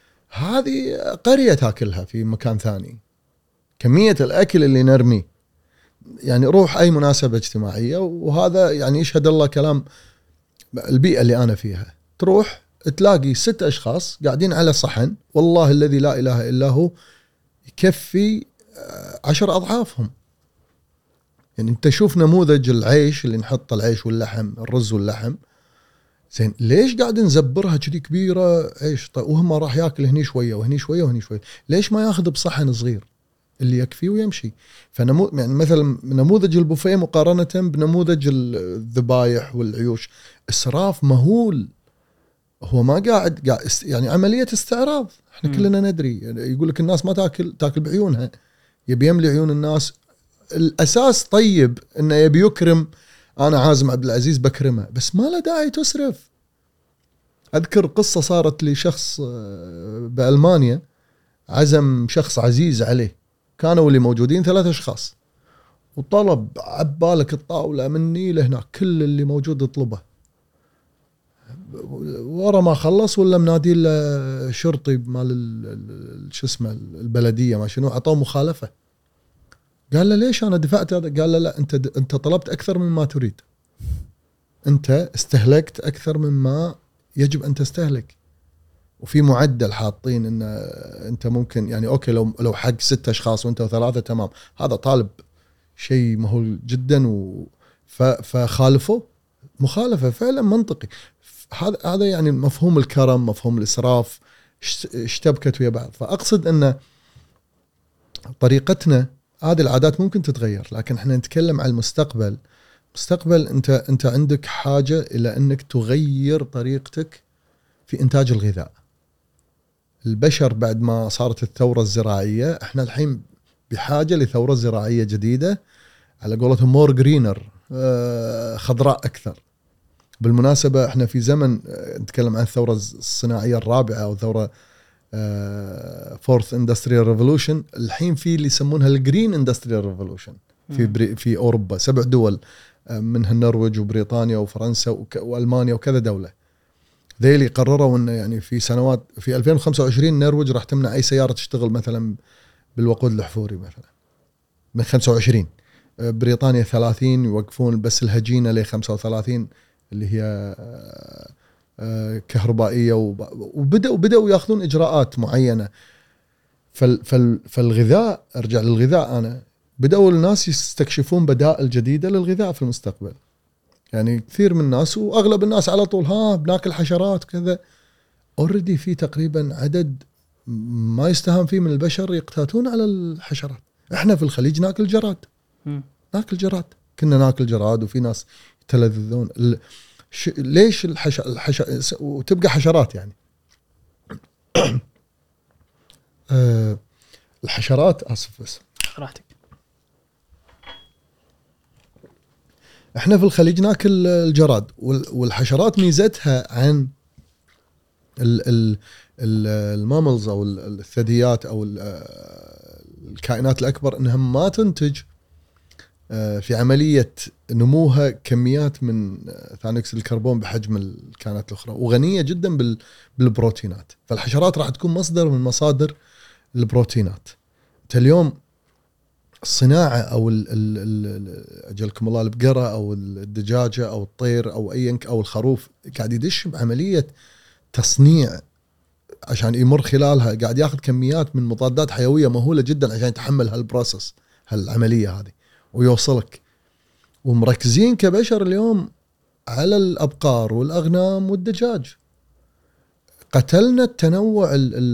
هذه قرية تاكلها في مكان ثاني. كمية الأكل اللي نرمي، يعني روح أي مناسبة اجتماعية، وهذا يعني يشهد الله كلام البيئة اللي أنا فيها، تروح تلاقي ست أشخاص قاعدين على صحن، والله الذي لا إله إلا هو يكفي عشر أضعافهم. يعني أنت شوف نموذج العيش اللي نحط العيش واللحم، الرز واللحم، زين ليش قاعد نزبرها كذي كبيرة عيش؟ طيب وهم راح يأكل هني شوية وهني شوية وهني شوية، ليش ما يأخذ بصحن صغير اللي يكفيه ويمشي؟ فنمو يعني مثلا نموذج البوفيه مقارنة بنموذج الذبايح والعيوش، إسراف مهول. هو ما قاعد قاعد يعني عملية استعراض. احنا م. كلنا ندري، يقول لك الناس ما تاكل تاكل بعيونها، يبي يملي عيون الناس. الأساس طيب إنه يبي يكرم، أنا عازم عبد العزيز بكرمه، بس ما له داعي تسرف. أذكر قصة صارت لي شخص بألمانيا عزم شخص عزيز عليه، كانوا اللي موجودين ثلاثة أشخاص، وطلب عبالك الطاولة مني لهناك، كل اللي موجود يطلبه. ورا ما خلص ولا منادي له شرطي مال شو اسمه البلدية ما شنو، عطاه مخالفة. قال له ليش أنا دفعت هذا؟ قال له لا، أنت أنت طلبت أكثر مما تريد، أنت استهلكت أكثر مما يجب أن تستهلك. وفي معدل حاطين إن أنت ممكن يعني أوكي لو لو حق ستة أشخاص وأنت وثلاثة تمام، هذا طالب شيء مهول جدا، و فخالفه مخالفة فعلا منطقي. هذا هذا يعني مفهوم الكرم، مفهوم الإسراف اشتبكت ويا بعض. فأقصد أن طريقتنا هذه العادات ممكن تتغير، لكن احنا نتكلم عن المستقبل. مستقبل انت انت عندك حاجة الى انك تغير طريقتك في انتاج الغذاء. البشر بعد ما صارت الثورة الزراعية، احنا الحين بحاجة لثورة زراعية جديدة، على قولتهم مور جرينر، خضراء اكثر. بالمناسبة احنا في زمن نتكلم عن الثورة الصناعية الرابعة او الثورة فورث اندستريال ريفولوشن، الحين في اللي يسمونها الجرين اندستريال ريفولوشن في بري في اوروبا، سبع دول منها النرويج وبريطانيا وفرنسا والمانيا وكذا دولة. ذيلي قرروا انه يعني في سنوات في ألفين وخمسة وعشرين النرويج راح تمنع اي سيارة تشتغل مثلا بالوقود الأحفوري مثلا من خمسة وعشرين. بريطانيا ثلاثين يوقفون بس الهجينة ل خمسة وثلاثين اللي هي كهربائية، وبدأوا بدأوا يأخذون إجراءات معينة. فالغذاء، أرجع للغذاء، أنا بدأوا الناس يستكشفون بدائل جديدة للغذاء في المستقبل. يعني كثير من الناس وأغلب الناس على طول ها بناكل حشرات كذا. أوردي في تقريبا عدد ما يستهان فيه من البشر يقتاتون على الحشرات. احنا في الخليج ناكل جراد م. ناكل جراد كنا ناكل جراد وفي ناس يتلذذون ال... ش... ليش الحش... الحش... وتبقى حشرات يعني أه... الحشرات اسف بس راحتك. احنا في الخليج ناكل الجراد وال... والحشرات ميزتها عن ال... ال... الماملز او الثدييات او الكائنات الاكبر انها ما تنتج في عمليه نموها كميات من ثاني اكسيد الكربون بحجم الكائنات الاخرى، وغنيه جدا بالبروتينات. فالحشرات راح تكون مصدر من مصادر البروتينات. انت اليوم الصناعه او اجلكم الله البقره او الدجاجه او الطير او ايا او الخروف قاعد يدش بعمليه تصنيع عشان يمر خلالها، قاعد ياخذ كميات من مضادات حيويه مهوله جدا عشان يتحمل هالبروسس هالعمليه هذه ويوصلك. ومركزين كبشر اليوم على الابقار والاغنام والدجاج. قتلنا التنوع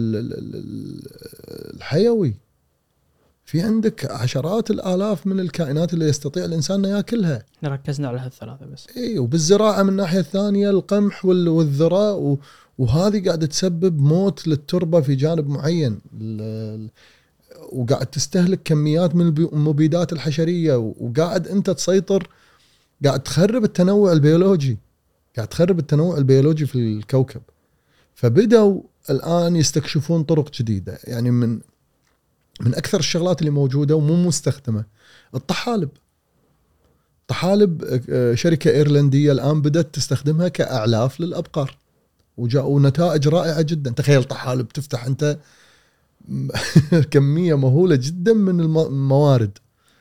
الحيوي. في عندك عشرات الالاف من الكائنات اللي يستطيع الانسان ياكلها. ركزنا على هالثلاثه بس. اي وبالزراعه من الناحيه الثانيه القمح والذراء، وهذه قاعده تسبب موت للتربه في جانب معين، وقاعد تستهلك كميات من المبيدات الحشريه، وقاعد انت تسيطر، قاعد تخرب التنوع البيولوجي، قاعد تخرب التنوع البيولوجي في الكوكب. فبدأوا الآن يستكشفون طرق جديدة. يعني من من أكثر الشغلات اللي موجودة ومو مستخدمة الطحالب. طحالب شركة إيرلندية الآن بدأت تستخدمها كأعلاف للأبقار، وجاءوا نتائج رائعة جدا. تخيل طحالب تفتح أنت كمية مهولة جدا من الموارد.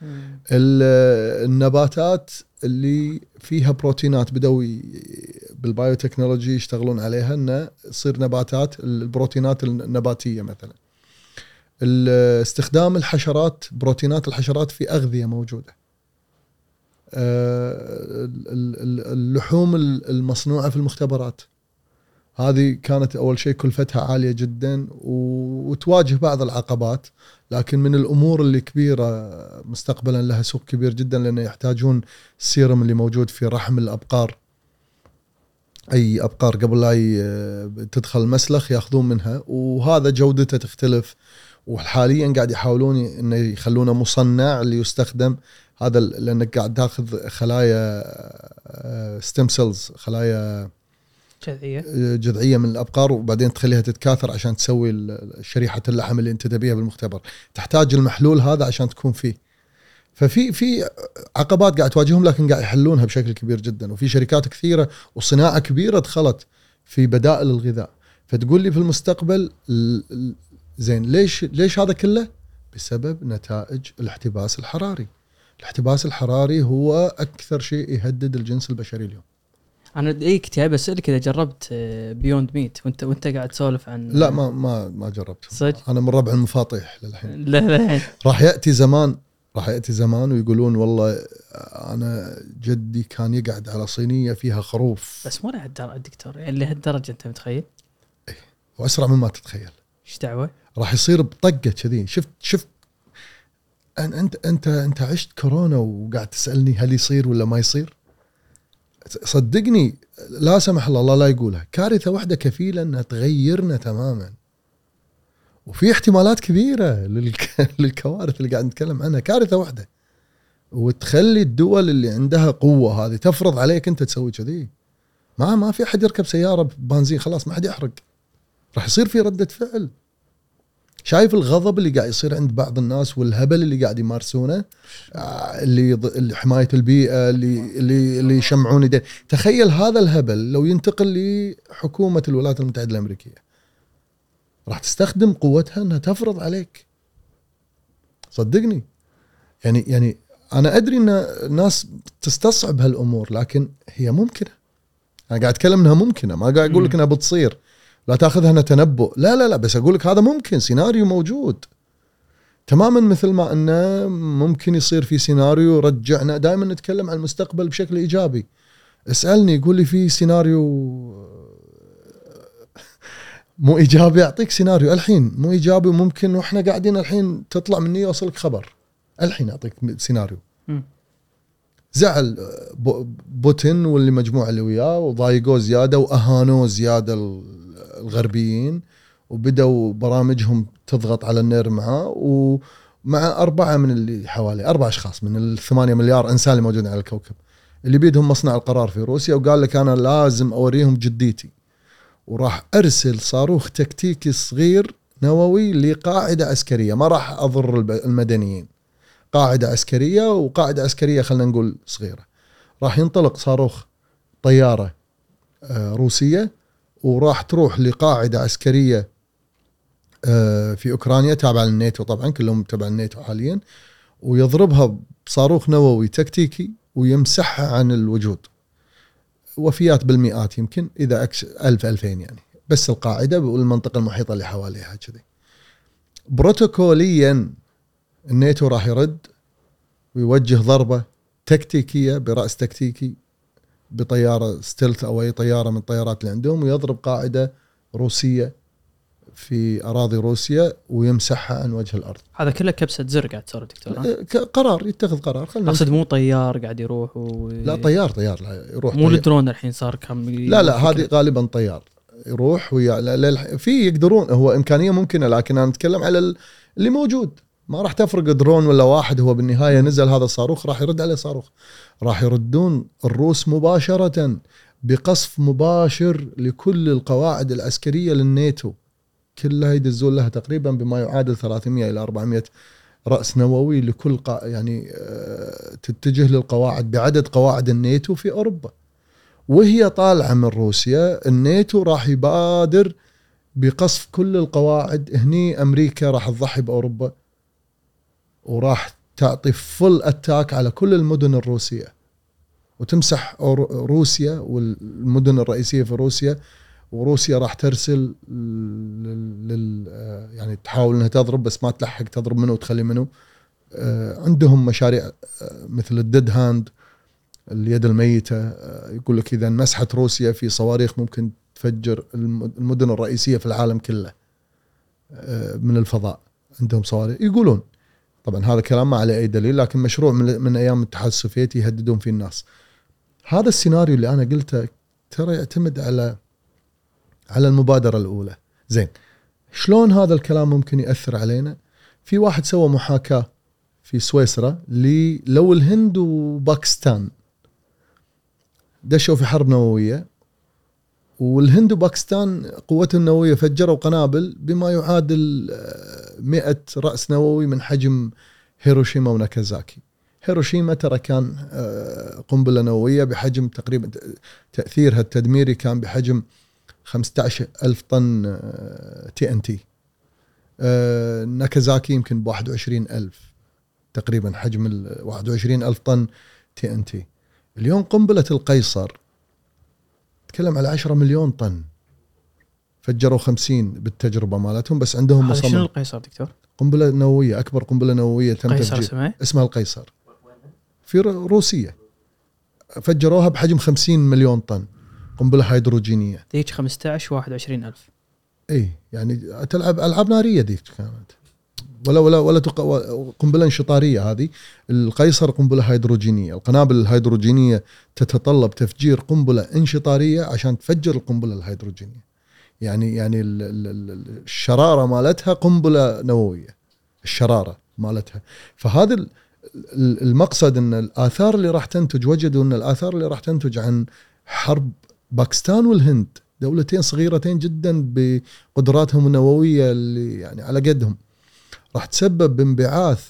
النباتات اللي فيها بروتينات بدأوا بالبايوتكنولوجي يشتغلون عليها أنه يصير نباتات البروتينات النباتية مثلا. استخدام الحشرات، بروتينات الحشرات في أغذية موجودة. اللحوم المصنوعة في المختبرات هذه كانت أول شيء كلفتها عالية جدا وتواجه بعض العقبات، لكن من الأمور اللي كبيرة مستقبلا لها سوق كبير جدا، لأنه يحتاجون السيرم اللي موجود في رحم الأبقار. أي أبقار قبل لا تدخل المسلخ يأخذون منها، وهذا جودته تختلف. وحاليا قاعد يحاولون إنه يخلونه مصنع اللي يستخدم هذا، لأنك قاعد تأخذ خلايا ستيم سيلز، خلايا جذعية جذعية من الأبقار، وبعدين تخليها تتكاثر عشان تسوي شريحة اللحم اللي انت تبيها بالمختبر. تحتاج المحلول هذا عشان تكون فيه. ففي في عقبات قاعد تواجههم، لكن قاعد يحلونها بشكل كبير جدا. وفي شركات كثيرة وصناعة كبيرة دخلت في بدائل الغذاء. فتقول لي في المستقبل زين ليش ليش هذا كله؟ بسبب نتائج الاحتباس الحراري. الاحتباس الحراري هو أكثر شيء يهدد الجنس البشري اليوم. انا اي كنت جاي بسالك اذا جربت بيوند ميت وانت وانت قاعد تسولف عن. لا ما ما ما جربت صدق؟ انا من ربع المفاطيح للحين. لا لا راح ياتي زمان راح ياتي زمان ويقولون والله انا جدي كان يقعد على صينيه فيها خروف. بس مو لهالدرجه دكتور، يعني لهالدرجه انت متخيل؟ ايه واسرع مما تتخيل. ايش دعوه؟ راح يصير بطقه كذي. شفت شفت انت انت انت عشت كورونا وقاعد تسالني هل يصير ولا ما يصير؟ صدقني لا سمح الله الله لا يقولها، كارثة واحدة كفيلة أنها تغيرنا تماما. وفي احتمالات كبيرة للك... للكوارث اللي قاعد نتكلم عنها. كارثة واحدة وتخلي الدول اللي عندها قوة هذه تفرض عليك أنت تسوي كذي. ما ما في أحد يركب سيارة ببنزين خلاص ما حد يحرق. راح يصير في ردة فعل. شايف الغضب اللي قاعد يصير عند بعض الناس والهبل اللي قاعد يمارسونه، اللي اللي حماية البيئة، اللي اللي اللي يشمعون يدين. تخيل هذا الهبل لو ينتقل لحكومة الولايات المتحدة الأمريكية، راح تستخدم قوتها أنها تفرض عليك. صدقني يعني يعني أنا أدري أن الناس تستصعب هالأمور، لكن هي ممكنة. أنا قاعد أتكلم أنها ممكنة، ما قاعد أقول لك أنها بتصير. لا تاخذها أنا تنبؤ، لا لا لا، بس أقول لك هذا ممكن، سيناريو موجود. تماما مثل ما أنه ممكن يصير في سيناريو رجعنا. دائما نتكلم عن المستقبل بشكل إيجابي. اسألني يقول لي في سيناريو مو إيجابي، أعطيك سيناريو الحين مو إيجابي وممكن وإحنا قاعدين الحين تطلع مني يوصلك خبر. الحين أعطيك سيناريو م. زعل بوتين واللي مجموعة اللي وياه وضايقوه زيادة وأهانوه زيادة الغربيين، وبدأوا برامجهم تضغط على النير معاه، ومع أربعة من اللي حوالي أربع أشخاص من الثمانية مليار إنسان اللي موجودين على الكوكب اللي بيدهم مصنع القرار في روسيا. وقال لك أنا لازم أوريهم جديتي، وراح أرسل صاروخ تكتيكي صغير نووي لقاعدة عسكرية، ما راح أضر المدنيين، قاعدة عسكرية وقاعدة عسكرية خلنا نقول صغيرة. راح ينطلق صاروخ طيارة روسية وراح تروح لقاعدة عسكرية في أوكرانيا تابعة للناتو، طبعا كلهم تابعة للناتو حاليا، ويضربها بصاروخ نووي تكتيكي ويمسحها عن الوجود. وفيات بالمئات يمكن إذا أكش ألف ألفين يعني، بس القاعدة والمنطقة المحيطة اللي حواليها كذي. بروتوكوليا الناتو راح يرد ويوجه ضربة تكتيكية برأس تكتيكي بطيارة ستيلث أو أي طيارة من الطيارات اللي عندهم، ويضرب قاعدة روسية في أراضي روسيا ويمسحها عن وجه الأرض. هذا كله كبسة زر قاعد تصير دكتور. قرار يتخذ قرار. أقصد مو طيار قاعد يروح و... لا طيار طيار لا يروح، مو الدرون الحين صار كم. لا لا هذه غالبا طيار يروح ويا في يقدرون، هو إمكانية ممكنة، لكن أنا نتكلم على اللي موجود. ما راح تفرق درون ولا واحد، هو بالنهاية نزل هذا الصاروخ راح يرد عليه صاروخ. راح يردون الروس مباشرة بقصف مباشر لكل القواعد العسكرية للناتو كلها، يدزون لها تقريبا بما يعادل ثلاثمئة إلى أربعمئة رأس نووي لكل قا... يعني تتجه للقواعد بعدد قواعد الناتو في أوروبا. وهي طالعة من روسيا الناتو راح يبادر بقصف كل القواعد هني. أمريكا راح تضحي بأوروبا وراح تعطي فل أتاك على كل المدن الروسية وتمسح روسيا والمدن الرئيسية في روسيا. وروسيا راح ترسل لل يعني تحاول انها تضرب بس ما تلحق تضرب منه وتخلي منه. عندهم مشاريع مثل الديد هاند اليد الميتة، يقول لك إذا مسحت روسيا في صواريخ ممكن تفجر المدن الرئيسية في العالم كله من الفضاء. عندهم صواريخ يقولون، طبعا هذا كلام ما عليه أي دليل، لكن مشروع من, من أيام الاتحاد السوفيتي يهددون فيه الناس. هذا السيناريو اللي أنا قلته ترى يعتمد على على المبادرة الأولى. زين، شلون هذا الكلام ممكن يأثر علينا؟ في واحد سوى محاكاة في سويسرا لو الهند وباكستان دشوا في حرب نووية، والهند وباكستان قوتهم النووية فجروا قنابل بما يعادل مئة رأس نووي من حجم هيروشيما وناكازاكي. هيروشيما ترى كان قنبلة نووية بحجم تقريبا تأثيرها التدميري كان بحجم خمسة عشر ألف طن تي ان تي. ناكازاكي يمكن بواحد وعشرين ألف تقريبا حجم واحد وعشرين ألف طن تي ان تي. اليوم قنبلة القيصر تكلم على عشرة مليون طن، فجروا خمسين بالتجربة مالتهم، بس عندهم مصمم. شنو مصمم القيصر دكتور؟ قنبلة نووية، أكبر قنبلة نووية تم تفجيرها اسمها, اسمها القيصر في روسيا، فجروها بحجم خمسين مليون طن، قنبلة هيدروجينية. ديك خمسة عشر واحد وعشرين ألف. اي يعني تلعب ألعاب نارية ديك كانت، ولا ولا ولا تق... قنبلة انشطارية. هذه القيصر قنبلة هيدروجينية. القنابل الهيدروجينية تتطلب تفجير قنبلة انشطارية عشان تفجر القنبلة الهيدروجينية. يعني يعني الشرارة مالتها قنبلة نووية، الشرارة مالتها. فهذا المقصد ان الآثار اللي راح تنتج، وجدوا ان الآثار اللي راح تنتج عن حرب باكستان والهند، دولتين صغيرتين جدا بقدراتهم النووية اللي يعني على قدهم، راح تسبب بانبعاث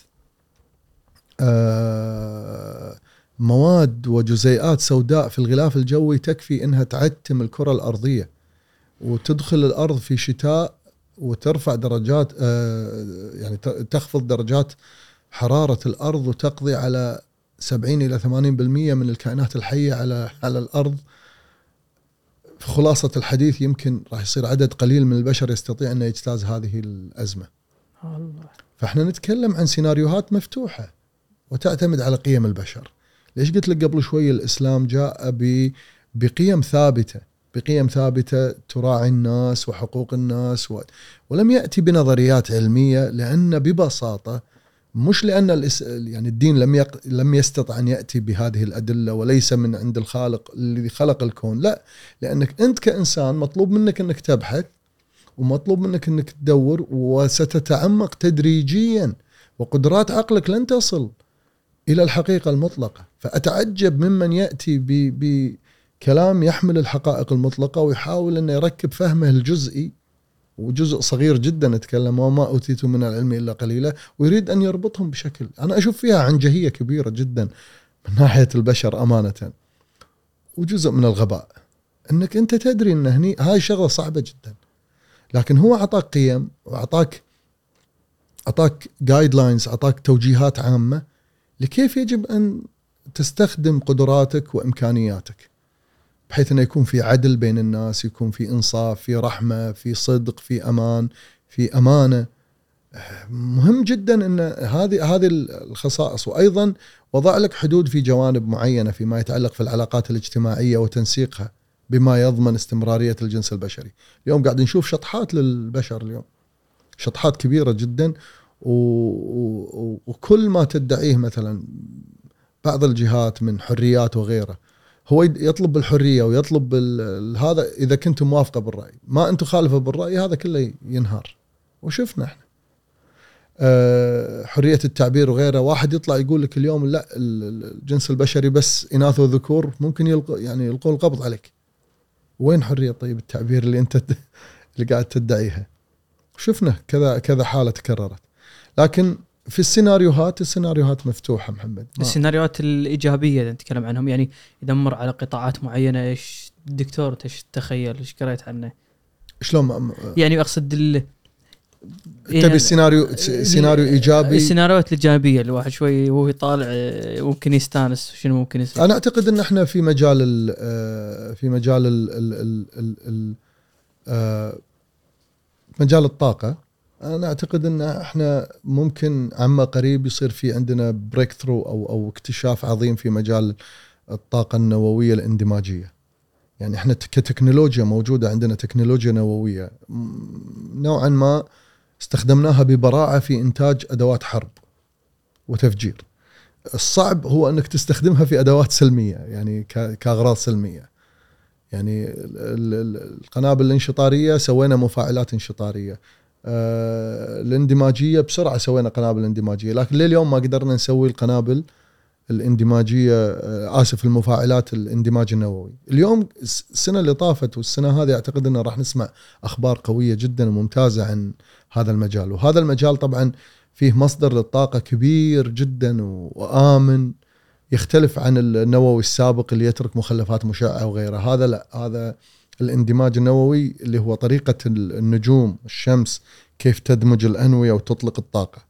مواد وجزيئات سوداء في الغلاف الجوي تكفي انها تعتم الكرة الأرضية وتدخل الأرض في شتاء وترفع درجات يعني تخفض درجات حرارة الأرض وتقضي على سبعين إلى ثمانين بالمئة من الكائنات الحية على على الأرض. في خلاصة الحديث يمكن راح يصير عدد قليل من البشر يستطيع أن يجتاز هذه الأزمة. الله. فاحنا نتكلم عن سيناريوهات مفتوحة وتعتمد على قيم البشر. ليش قلت لك قبل شوي الإسلام جاء بقيم ثابتة، بقيم ثابتة تراعي الناس وحقوق الناس و... ولم يأتي بنظريات علمية، لأن ببساطة مش لأن الإس... يعني الدين لم يق... لم يستطع أن يأتي بهذه الأدلة وليس من عند الخالق الذي خلق الكون، لا، لأنك أنت كإنسان مطلوب منك أنك تبحث ومطلوب منك أنك تدور، وستتعمق تدريجيا وقدرات عقلك لن تصل إلى الحقيقة المطلقة. فأتعجب ممن يأتي بكلام يحمل الحقائق المطلقة ويحاول أن يركب فهمه الجزئي، وجزء صغير جدا نتكلم وما أوتيتم من العلم إلا قليلا، ويريد أن يربطهم بشكل أنا أشوف فيها عنجهية كبيرة جدا من ناحية البشر أمانة، وجزء من الغباء. أنك أنت تدري أن هني هاي شغلة صعبة جدا، لكن هو أعطاك قيم وأعطاك أعطاك جايدلاينز، أعطاك توجيهات عامة لكيف يجب أن تستخدم قدراتك وإمكانياتك، بحيث أنه يكون في عدل بين الناس، يكون في إنصاف، في رحمة، في صدق، في أمان، في أمانة. مهم جدا أن هذه هذه الخصائص. وأيضا وضع لك حدود في جوانب معينة فيما يتعلق في العلاقات الاجتماعية وتنسيقها بما يضمن استمرارية الجنس البشري. اليوم قاعد نشوف شطحات للبشر، اليوم شطحات كبيرة جدا، وكل ما تدعيه مثلا بعض الجهات من حريات وغيره، هو يطلب بالحرية ويطلب هذا إذا كنت موافقة بالرأي، ما أنت خالفة بالرأي هذا كله ينهار. وشفنا احنا حرية التعبير وغيره، واحد يطلع يقول لك اليوم لا الجنس البشري بس إناث وذكور، ممكن يلقوا يعني يلقوا القبض عليك. وين حرية طيب التعبير اللي أنت اللي قاعد تدعيها؟ شفنا كذا كذا حالة تكررت. لكن في السيناريوهات السيناريوهات مفتوحة محمد. السيناريوهات الإيجابية اللي نتكلم عنهم، يعني إذا مر على قطاعات معينة، إيش الدكتور إيش تخيل إيش قرأت عنه؟ شلون يعني أقصد ال تبي السيناريو سيناريو إيجابي؟ السيناريوهات الإيجابية الواحد شوي وهو يطالع ممكن يستانس شنو ممكن يصير. أنا أعتقد إن إحنا في مجال ال في مجال ال ال ال ال مجال الطاقة، أنا أعتقد إن إحنا ممكن عما قريب يصير في عندنا بريك ثرو أو أو اكتشاف عظيم في مجال الطاقة النووية الاندماجية. يعني إحنا كتكنولوجيا موجودة عندنا تكنولوجيا نووية نوعا ما استخدمناها ببراعة في إنتاج أدوات حرب وتفجير. الصعب هو أنك تستخدمها في أدوات سلمية، يعني كأغراض سلمية. يعني القنابل الانشطارية سوينا مفاعلات انشطارية، آه الاندماجية بسرعة سوينا قنابل اندماجية، لكن لليوم ما قدرنا نسوي القنابل الاندماجية، آه آسف المفاعلات الاندماج النووي. اليوم السنة اللي طافت والسنة هذه أعتقد أنه راح نسمع أخبار قوية جدا وممتازة عن هذا المجال. وهذا المجال طبعا فيه مصدر للطاقة كبير جدا وآمن، يختلف عن النووي السابق اللي يترك مخلفات مشعة وغيرها. هذا لا، هذا الاندماج النووي اللي هو طريقة النجوم الشمس كيف تدمج الأنوية وتطلق الطاقة.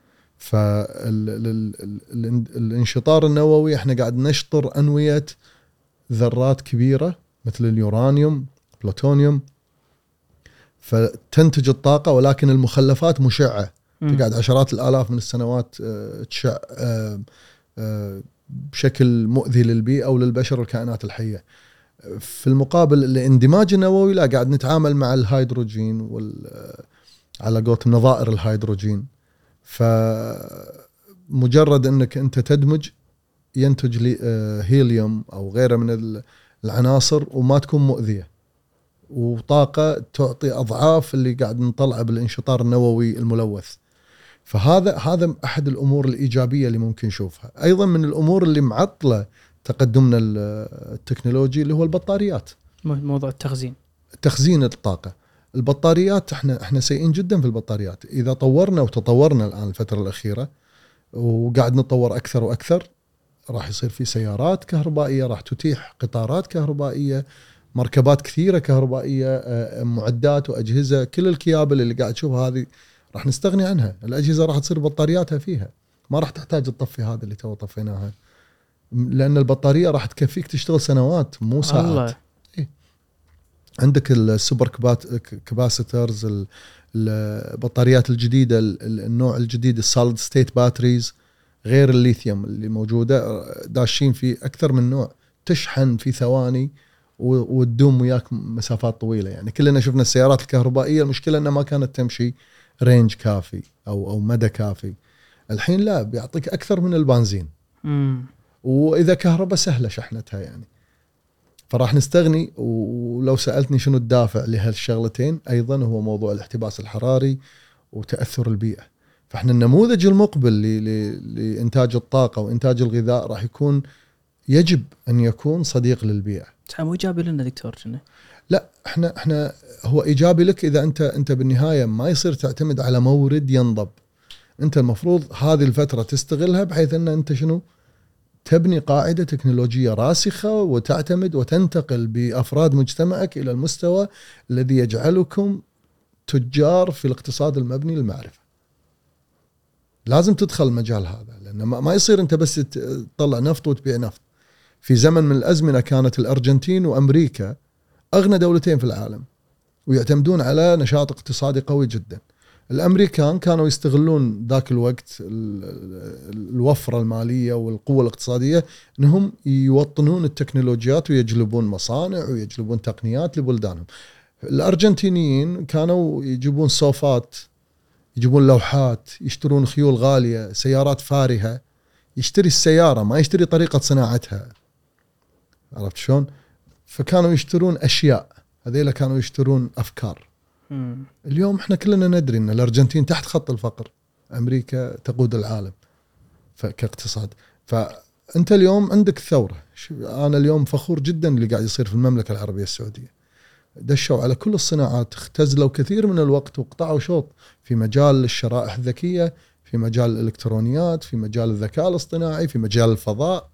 فالانشطار النووي احنا قاعد نشطر أنوية ذرات كبيرة مثل اليورانيوم بلوتونيوم، فتنتج الطاقة، ولكن المخلفات مشعة تقعد عشرات الآلاف من السنوات تشع بشكل مؤذي للبيئة وللبشر والكائنات الحية. في المقابل الاندماج النووي لا، قاعد نتعامل مع الهيدروجين وال على قولتهم نظائر الهيدروجين، فمجرد انك انت تدمج ينتج لي هيليوم او غيره من العناصر وما تكون مؤذية، وطاقة تعطي اضعاف اللي قاعد نطلعه بالانشطار النووي الملوث. فهذا هذا احد الامور الايجابية اللي ممكن نشوفها. ايضا من الامور اللي معطلة تقدمنا التكنولوجي اللي هو البطاريات، موضوع التخزين تخزين الطاقة. البطاريات احنا احنا سيئين جدا في البطاريات. اذا طورنا وتطورنا الان الفترة الاخيرة وقاعد نطور اكثر واكثر، راح يصير في سيارات كهربائية، راح تتيح قطارات كهربائية، مركبات كثيرة كهربائية، معدات واجهزة، كل الكيابل اللي قاعد تشوفها هذه راح نستغني عنها. الاجهزة راح تصير بطارياتها فيها، ما راح تحتاج تطفي هذا اللي تو طفيناها، لأن البطارية راح تكفيك تشتغل سنوات مو ساعات. الله. إيه؟ عندك السوبر كاباسيترز، البطاريات الجديدة، النوع الجديد السوليد ستيت باتريز غير الليثيوم اللي موجودة، داشين في أكثر من نوع، تشحن في ثواني وتدوم وياك مسافات طويلة. يعني كلنا شفنا السيارات الكهربائية، المشكلة أنها ما كانت تمشي رينج كافي أو أو مدى كافي. الحين لا، بيعطيك أكثر من البنزين. مم. وإذا كهرباء سهلة شحنتها يعني. فراح نستغني. ولو سألتني شنو الدافع لهالشغلتين، أيضا هو موضوع الاحتباس الحراري وتأثر البيئة. فإحنا النموذج المقبل لإنتاج الطاقة وإنتاج الغذاء راح يكون يجب أن يكون صديق للبيئة. مو إيجابي لنا دكتور جنة؟ لا، إحنا إحنا هو إيجابي لك إذا أنت أنت بالنهاية ما يصير تعتمد على مورد ينضب. أنت المفروض هذه الفترة تستغلها بحيث أن أنت شنو تبني قاعدة تكنولوجية راسخة وتعتمد وتنتقل بأفراد مجتمعك إلى المستوى الذي يجعلكم تجار في الاقتصاد المبني للمعرفة. لازم تدخل المجال هذا، لأن ما يصير أنت بس تطلع نفط وتبيع نفط. في زمن من الأزمنة كانت الأرجنتين وأمريكا أغنى دولتين في العالم ويعتمدون على نشاط اقتصادي قوي جدا. الأمريكان كانوا يستغلون ذاك الوقت الوفرة المالية والقوة الاقتصادية أنهم يوطنون التكنولوجيات ويجلبون مصانع ويجلبون تقنيات لبلدانهم. الأرجنتينيين كانوا يجيبون صوفات، يجيبون لوحات، يشترون خيول غالية، سيارات فارهة. يشتري السيارة ما يشتري طريقة صناعتها، عرفت شلون؟ فكانوا يشترون أشياء، هذيلا كانوا يشترون أفكار. مم. اليوم احنا كلنا ندري ان الارجنتين تحت خط الفقر، امريكا تقود العالم كاقتصاد. فانت اليوم عندك ثوره. انا اليوم فخور جدا اللي قاعد يصير في المملكه العربيه السعوديه. دشوا على كل الصناعات، اختزلوا كثير من الوقت وقطعوا شوط في مجال الشرائح الذكيه، في مجال الالكترونيات، في مجال الذكاء الاصطناعي، في مجال الفضاء.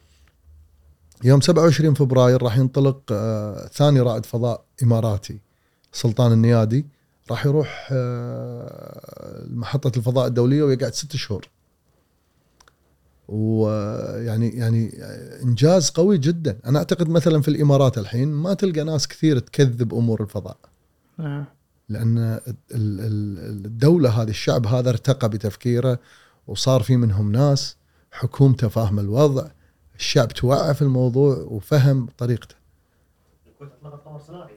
يوم سبعة وعشرين فبراير راح ينطلق آه ثاني رائد فضاء اماراتي، سلطان النيادي، راح يروح محطة الفضاء الدولية ويقعد ست شهور. ويعني يعني إنجاز قوي جدا. أنا أعتقد مثلا في الإمارات الحين ما تلقى ناس كثير تكذب أمور الفضاء، لأن الدولة هذه، الشعب هذا ارتقى بتفكيره وصار في منهم ناس حكومته فاهم الوضع، الشعب توعى في الموضوع وفهم طريقته. قمر صناعي،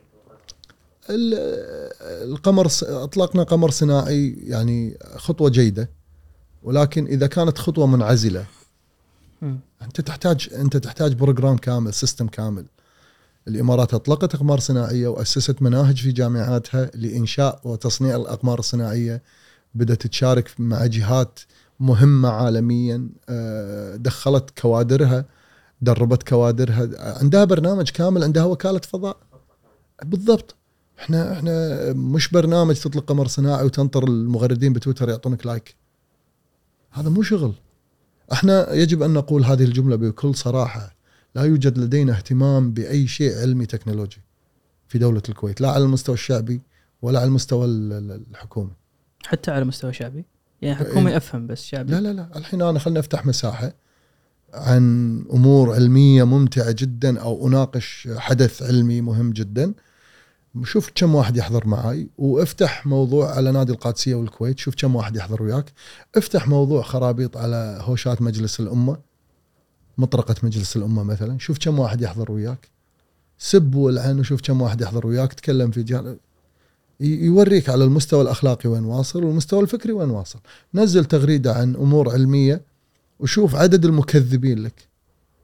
القمر أطلقنا قمر صناعي، يعني خطوة جيدة، ولكن إذا كانت خطوة منعزلة م. أنت تحتاج أنت تحتاج بروجرام كامل، سيستم كامل. الإمارات أطلقت أقمار صناعية وأسست مناهج في جامعاتها لإنشاء وتصنيع الأقمار الصناعية، بدأت تشارك مع جهات مهمة عالميا، دخلت كوادرها، دربت كوادرها، عندها برنامج كامل، عندها وكالة فضاء. بالضبط. احنا احنا مش برنامج تطلق قمر صناعي وتنطر المغردين بتويتر يعطونك لايك. هذا مو شغل. احنا يجب ان نقول هذه الجملة بكل صراحة: لا يوجد لدينا اهتمام باي شيء علمي تكنولوجي في دولة الكويت، لا على المستوى الشعبي ولا على المستوى الحكومي. حتى على المستوى الشعبي يعني حكومي ايه؟ افهم بس شعبي لا لا لا. الحين انا خلنا افتح مساحة عن امور علمية ممتعة جدا او اناقش حدث علمي مهم جدا، شوف كم واحد يحضر معاي، وافتح موضوع على نادي القادسية والكويت، شوف كم واحد يحضر وياك. افتح موضوع خرابيط على هوشات مجلس الأمة، مطرقة مجلس الأمة مثلا، شوف كم واحد يحضر وياك. سب والعن وشوف كم واحد يحضر وياك. تكلم في جانب يوريك على المستوى الأخلاقي وين واصل والمستوى الفكري وين واصل. نزل تغريدة عن أمور علمية وشوف عدد المكذبين لك.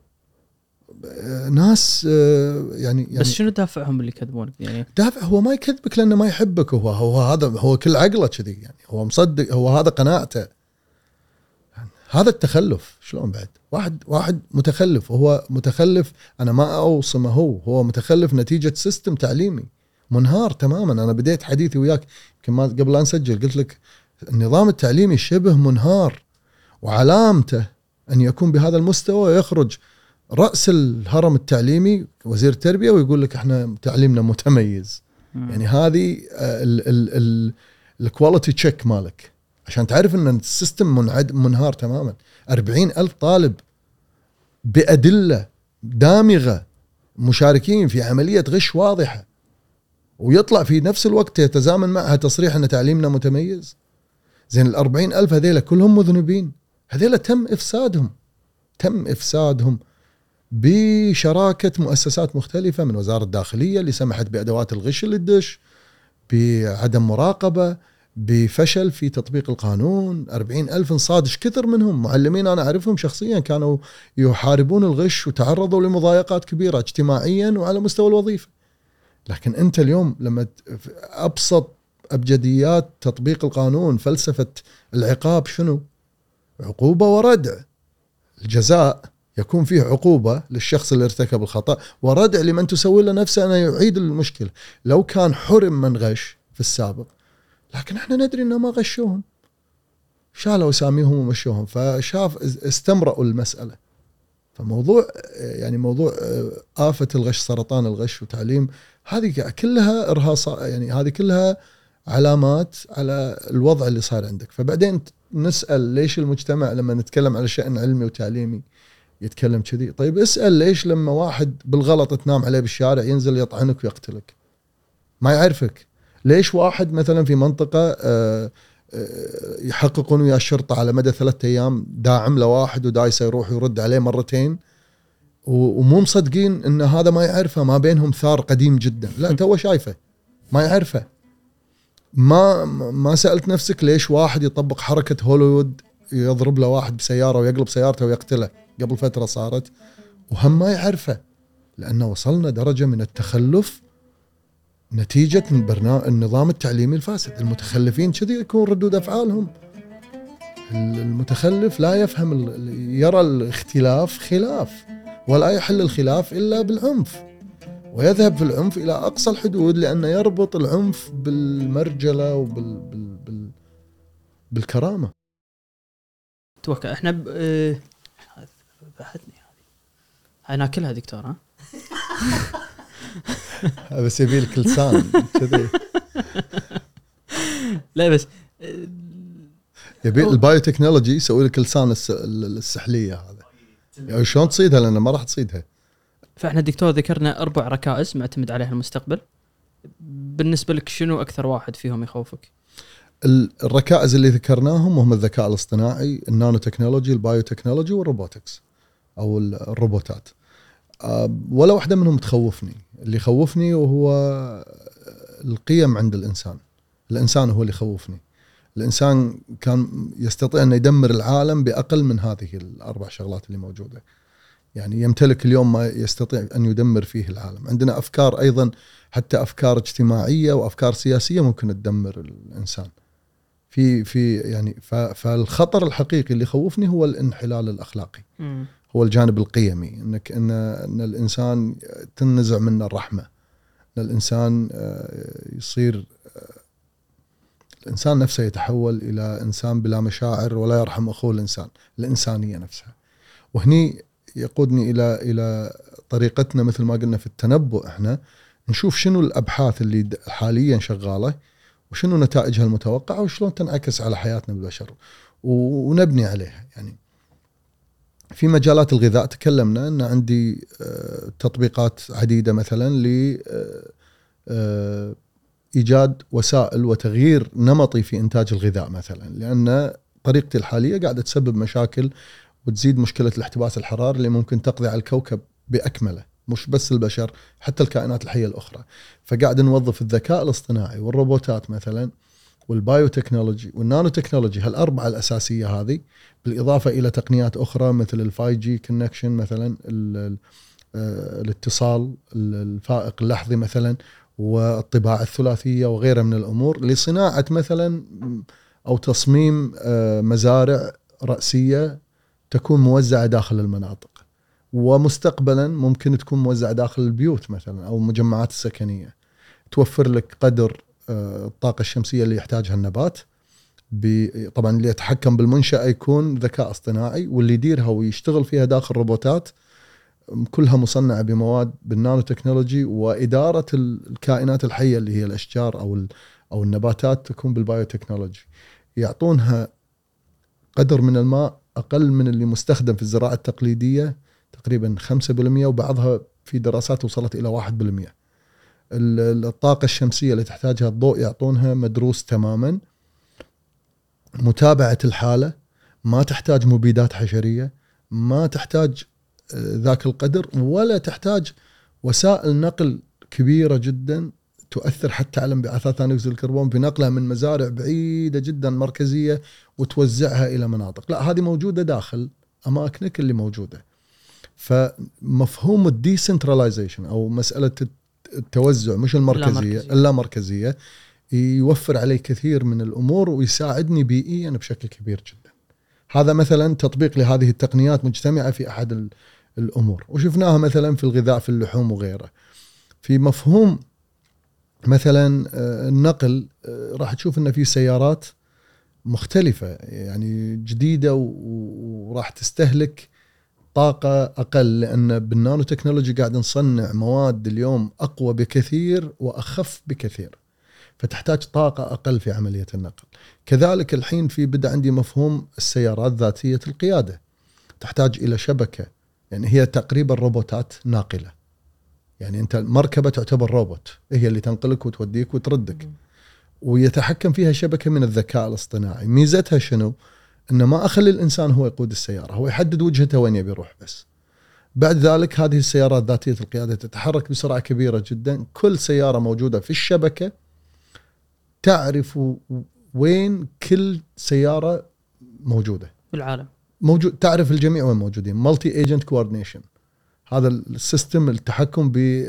ناس يعني, يعني بس شنو دافعهم اللي يكذبون يعني؟ دافع هو ما يكذبك لأنه ما يحبك، هو هو هذا هو كل عقله كذي يعني، هو مصدق، هو هذا قناعته. هذا التخلف شلون بعد؟ واحد واحد متخلف، وهو متخلف أنا ما أوصمه، هو هو متخلف نتيجة سيستم تعليمي منهار تماما. أنا بديت حديثي وياك كما قبل أن نسجل قلت لك النظام التعليمي شبه منهار، وعلامته أن يكون بهذا المستوى. يخرج رأس الهرم التعليمي وزير التربية ويقول لك احنا تعليمنا متميز. م. يعني هذه الكواليتي تشيك مالك عشان تعرف ان السيستم منعد منهار تماما. أربعين ألف طالب بأدلة دامغة مشاركين في عملية غش واضحة. ويطلع في نفس الوقت يتزامن معها تصريح أن تعليمنا متميز. زين الأربعين ألف هذيلا كلهم مذنبين، هذيلا تم إفسادهم تم إفسادهم بشراكة مؤسسات مختلفة من وزارة الداخلية اللي سمحت بأدوات الغش اللي تدش، بعدم مراقبة، بفشل في تطبيق القانون. أربعين ألف انصادش كثر منهم معلمين أنا أعرفهم شخصيا كانوا يحاربون الغش وتعرضوا لمضايقات كبيرة اجتماعيا وعلى مستوى الوظيفة. لكن أنت اليوم لما أبسط أبجديات تطبيق القانون، فلسفة العقاب شنو؟ عقوبة وردع. الجزاء يكون فيه عقوبة للشخص اللي ارتكب الخطأ وردع لمن تسوي له نفسه أنه يعيد المشكلة. لو كان حرم من غش في السابق، لكن احنا ندري انه ما غشوهم، شالوا اساميهم ومشوهم، فشاف استمرأوا المسألة. فموضوع يعني موضوع آفة الغش، سرطان الغش وتعليم، هذه كلها إرهاصات، يعني هذه كلها علامات على الوضع اللي صار عندك. فبعدين نسأل ليش المجتمع لما نتكلم على شأن علمي وتعليمي يتكلم كذي؟ طيب اسأل ليش لما واحد بالغلط تنام عليه بالشارع ينزل يطعنك ويقتلك ما يعرفك؟ ليش واحد مثلا في منطقة يحققون ويا الشرطة على مدى ثلاثة أيام داعم لواحد ودايسة يروح يرد عليه مرتين ومو مصدقين إن هذا ما يعرفه، ما بينهم ثار قديم جدا، لا تو شايفه ما يعرفه. ما ما سألت نفسك ليش واحد يطبق حركة هوليوود يضرب له واحد بسيارة ويقلب سيارته ويقتله قبل فترة صارت وهم ما يعرفه؟ لأنه وصلنا درجة من التخلف نتيجة من برنامج النظام التعليمي الفاسد. المتخلفين كذي يكون ردود أفعالهم. المتخلف لا يفهم، يرى الاختلاف خلاف ولا يحل الخلاف إلا بالعنف، ويذهب في العنف إلى أقصى الحدود لأنه يربط العنف بالمرجلة وبال بال بال بالكرامة. توقع احنا ب... اه... بحثني هاي ناكلها دكتور ها بس يبي لك لسان كذي. لا بس يبي البايوتكنولوجي يسوي لك لسان السحلية هذا، يعني شلون تصيدها؟ لأنه ما راح تصيدها. فاحنا دكتور ذكرنا أربع ركائز معتمد عليها المستقبل. بالنسبة لك شنو أكثر واحد فيهم يخوفك؟ الركائز اللي ذكرناهم هم الذكاء الاصطناعي، النانو تكنولوجي، البايوتكنولوجي، والروبوتكس أو الروبوتات. ولا واحدة منهم تخوفني. اللي يخوفني وهو القيم عند الإنسان. الإنسان هو اللي يخوفني. الإنسان كان يستطيع أن يدمر العالم بأقل من هذه الأربع شغلات اللي موجودة. يعني يمتلك اليوم ما يستطيع أن يدمر فيه العالم. عندنا أفكار أيضا، حتى أفكار اجتماعية وأفكار سياسية ممكن تدمر الإنسان. في في يعني فالخطر الحقيقي اللي يخوفني هو الانحلال الأخلاقي. م. هو الجانب القيمي، إنك إن إن الإنسان تنزع منه الرحمة، إن الإنسان يصير الإنسان نفسه يتحول إلى إنسان بلا مشاعر ولا يرحم أخوه الإنسان، الإنسانية نفسها. وهني يقودني إلى إلى طريقتنا مثل ما قلنا في التنبؤ، إحنا نشوف شنو الأبحاث اللي حاليا شغالة وشنو نتائجها المتوقعة وشلون تنعكس على حياتنا بالبشر ونبني عليها. يعني في مجالات الغذاء تكلمنا أن عندي تطبيقات عديدة مثلا لإيجاد وسائل وتغيير نمطي في إنتاج الغذاء مثلا، لأن طريقتي الحالية قاعدة تسبب مشاكل وتزيد مشكلة الاحتباس الحراري اللي ممكن تقضي على الكوكب بأكمله، مش بس البشر حتى الكائنات الحية الأخرى. فقاعد نوظف الذكاء الاصطناعي والروبوتات مثلا والبايوتكنولوجي والنانو تكنولوجي، هالأربعة الأساسية هذه، بالإضافة إلى تقنيات أخرى مثل الفاي جي كونكشن مثلا، الاتصال الفائق اللحظي مثلا، والطباعة الثلاثية وغيرها من الأمور، لصناعة مثلا أو تصميم مزارع رأسية تكون موزعة داخل المناطق، ومستقبلا ممكن تكون موزعة داخل البيوت مثلا أو المجمعات السكنية، توفر لك قدر الطاقة الشمسية اللي يحتاجها النبات. طبعا اللي يتحكم بالمنشأة يكون ذكاء اصطناعي، واللي يديرها ويشتغل فيها داخل روبوتات كلها مصنعة بمواد بالنانو تكنولوجي، وإدارة الكائنات الحية اللي هي الأشجار أو أو النباتات تكون بالبايوتكنولوجي. يعطونها قدر من الماء أقل من اللي مستخدم في الزراعة التقليدية تقريبا خمسة بالمئة، وبعضها في دراسات وصلت إلى واحد بالمئة. الطاقة الشمسية اللي تحتاجها الضوء يعطونها مدروس تماما. متابعة الحالة، ما تحتاج مبيدات حشرية، ما تحتاج ذاك القدر، ولا تحتاج وسائل نقل كبيرة جدا تؤثر حتى على انبعاثات ثاني أكسيد الكربون بنقلها من مزارع بعيدة جدا مركزية وتوزعها إلى مناطق. لا، هذه موجودة داخل أماكنك اللي موجودة. فمفهوم الديسنتراليزيشن أو مسألة التوزع مش المركزية اللا مركزية يوفر علي كثير من الأمور ويساعدني بيئيا بشكل كبير جدا. هذا مثلا تطبيق لهذه التقنيات مجتمعة في أحد الأمور، وشفناها مثلا في الغذاء في اللحوم وغيره. في مفهوم مثلا النقل راح تشوف أن في سيارات مختلفة يعني جديدة وراح تستهلك طاقة أقل، لأن بالنانو تكنولوجي قاعد نصنع مواد اليوم أقوى بكثير وأخف بكثير، فتحتاج طاقة أقل في عملية النقل. كذلك الحين في بدأ عندي مفهوم السيارات ذاتية القيادة، تحتاج إلى شبكة، يعني هي تقريبا روبوتات ناقلة. يعني أنت مركبة تعتبر روبوت، هي اللي تنقلك وتوديك وتردك، ويتحكم فيها شبكة من الذكاء الاصطناعي. ميزتها شنو؟ إن ما أخلي الإنسان هو يقود السيارة، هو يحدد وجهته وين يبي يروح بس. بعد ذلك هذه السيارات ذاتية القيادة تتحرك بسرعة كبيرة جدا، كل سيارة موجودة في الشبكة تعرف وين كل سيارة موجودة في العالم، موجود، تعرف الجميع وين موجودين. مالتي ايجنت كوردينيشن، هذا السيستم التحكم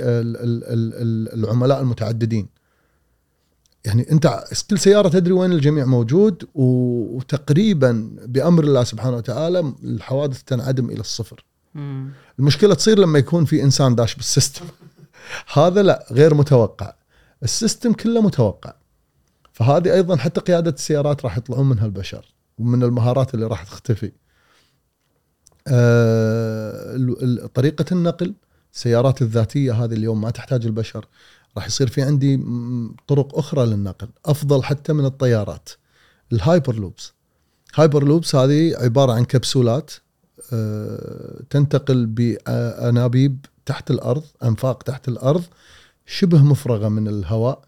بالعملاء المتعددين. يعني انت كل سيارة تدري وين الجميع موجود، وتقريبا بأمر الله سبحانه وتعالى الحوادث تنعدم إلى الصفر. مم. المشكلة تصير لما يكون في إنسان داش بالسيستم هذا لا، غير متوقع. السيستم كله متوقع. فهذه أيضا حتى قيادة السيارات راح يطلعون منها البشر، ومن المهارات اللي راح تختفي. أه طريقة النقل، السيارات الذاتية هذه اليوم ما تحتاج البشر، راح يصير في عندي طرق أخرى للنقل أفضل حتى من الطيارات. الهايبر لوبس، هايبر لوبس هذه عبارة عن كبسولات أه تنتقل بأنابيب تحت الأرض، أنفاق تحت الأرض شبه مفرغة من الهواء،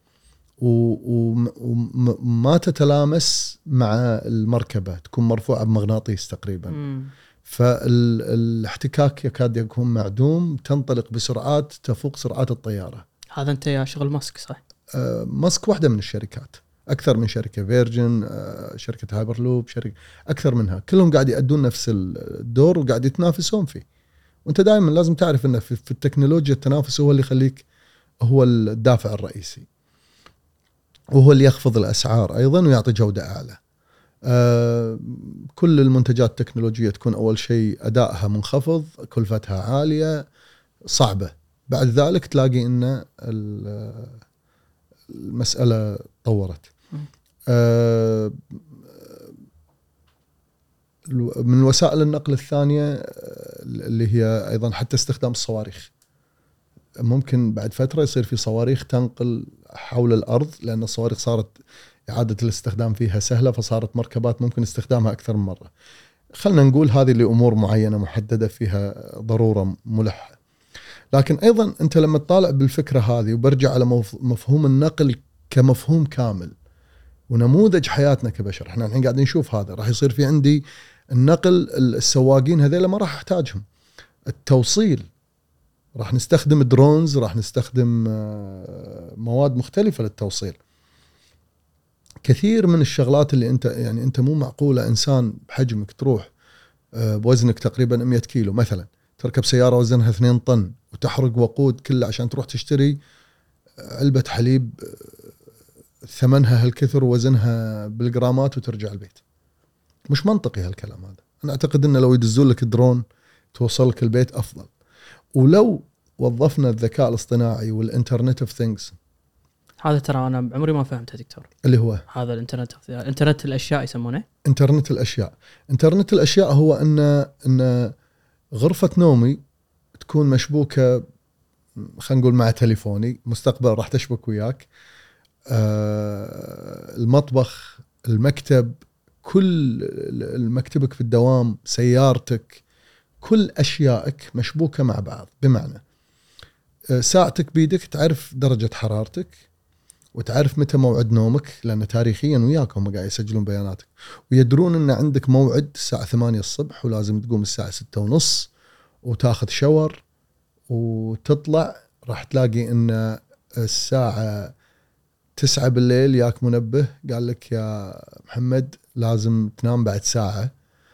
وما تتلامس مع المركبة، تكون مرفوعة بمغناطيس تقريبا. مم. فالاحتكاك يكاد يكون معدوم، تنطلق بسرعات تفوق سرعات الطيارة. هذا أنت يا شغل ماسك صح؟ آه ماسك واحدة من الشركات، أكثر من شركة، فيرجن، آه شركة هايبر لوب، شركة أكثر منها، كلهم قاعد يأدون نفس الدور وقاعد يتنافسون فيه. وأنت دائما لازم تعرف أن في التكنولوجيا التنافس هو اللي يخليك، هو الدافع الرئيسي، وهو اللي يخفض الأسعار أيضا ويعطي جودة أعلى. آه كل المنتجات التكنولوجية تكون أول شيء أدائها منخفض، كلفتها عالية صعبة، بعد ذلك تلاقي أن المسألة طورت. آه من وسائل النقل الثانية اللي هي أيضا حتى استخدام الصواريخ، ممكن بعد فترة يصير في صواريخ تنقل حول الأرض، لأن الصواريخ صارت إعادة الاستخدام فيها سهلة، فصارت مركبات ممكن استخدامها أكثر من مرة. خلنا نقول هذه لأمور معينة محددة فيها ضرورة ملحة. لكن أيضا أنت لما تطالع بالفكرة هذه وبرجع على مفهوم النقل كمفهوم كامل ونموذج حياتنا كبشر، احنا الحين قاعدين نشوف هذا، راح يصير في عندي النقل، السواقين هذيلا ما راح احتاجهم. التوصيل راح نستخدم درونز، راح نستخدم مواد مختلفة للتوصيل. كثير من الشغلات اللي انت يعني انت مو معقولة انسان بحجمك تروح بوزنك تقريبا مئة كيلو مثلا، تركب سيارة وزنها اثنين طن وتحرق وقود كله عشان تروح تشتري علبة حليب ثمنها هالكثر ووزنها بالجرامات وترجع البيت. مش منطقي هالكلام هذا. انا اعتقد انه لو يدزون لك درون توصلك البيت افضل. ولو وظفنا الذكاء الاصطناعي والانترنت اوف ثينجز، هذا ترى انا عمري ما فهمته دكتور، اللي هو هذا الانترنت انترنت الاشياء يسمونه انترنت الاشياء. انترنت الاشياء هو ان ان غرفة نومي تكون مشبوكة، خلينا نقول مع تليفوني، مستقبل راح تشبك وياك، آه المطبخ، المكتب، كل مكتبك في الدوام، سيارتك، كل أشيائك مشبوكة مع بعض. بمعنى ساعتك بيدك، تعرف درجة حرارتك وتعرف متى موعد نومك، لأن تاريخيا وياك هم قاعد يسجلون بياناتك، ويدرون أن عندك موعد الساعة ثمانية الصبح ولازم تقوم الساعة ستة ونص وتاخذ شاور وتطلع. راح تلاقي أن الساعة تسعة بالليل ياك منبه قال لك يا محمد لازم تنام بعد ساعة،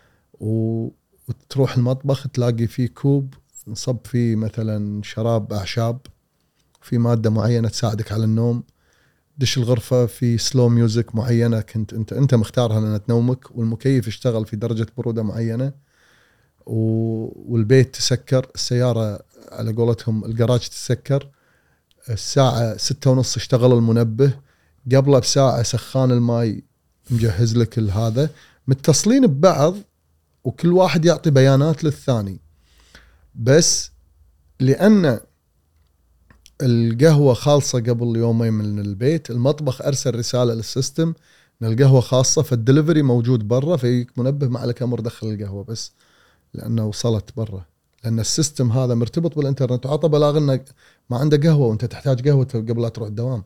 وتروح المطبخ تلاقي فيه كوب نصب فيه مثلا شراب أعشاب في مادة معينة تساعدك على النوم. دش الغرفة في سلو ميوزك معينة كنت انت انت مختارها لأن تنومك، والمكيف اشتغل في درجة برودة معينة، والبيت تسكر، السيارة على قولتهم الجراج تسكر، الساعة ستة ونص اشتغل المنبه، قبله بساعة سخان الماء مجهز لك هذا، متصلين ببعض وكل واحد يعطي بيانات للثاني. بس لأن القهوة خالصة قبل يومين من البيت، المطبخ أرسل رسالة للسيستم أن القهوة خاصة، فالدليفري موجود برا، فيك منبه ما عليك أمر دخل القهوة بس لأنه وصلت برا، لأن السيستم هذا مرتبط بالإنترنت وعطى بلاغ أنك ما عنده قهوة وأنت تحتاج قهوة قبل لا تروح الدوام.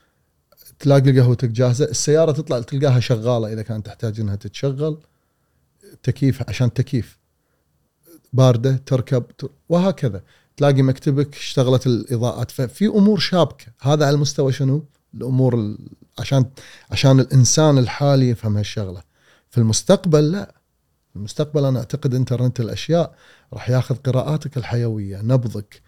تلاقي قهوتك جاهزة، السيارة تطلع تلقاها شغالة إذا كانت تحتاج أنها تتشغل، تكييف عشان تكييف باردة تركب، وهكذا. تلاقي مكتبك اشتغلت الإضاءات، ففي أمور شابكة. هذا على المستوى شنو الأمور ال... عشان عشان الإنسان الحالي يفهم هالشغلة. في المستقبل لا، في المستقبل أنا أعتقد إنترنت الأشياء راح ياخذ قراءاتك الحيوية، نبضك،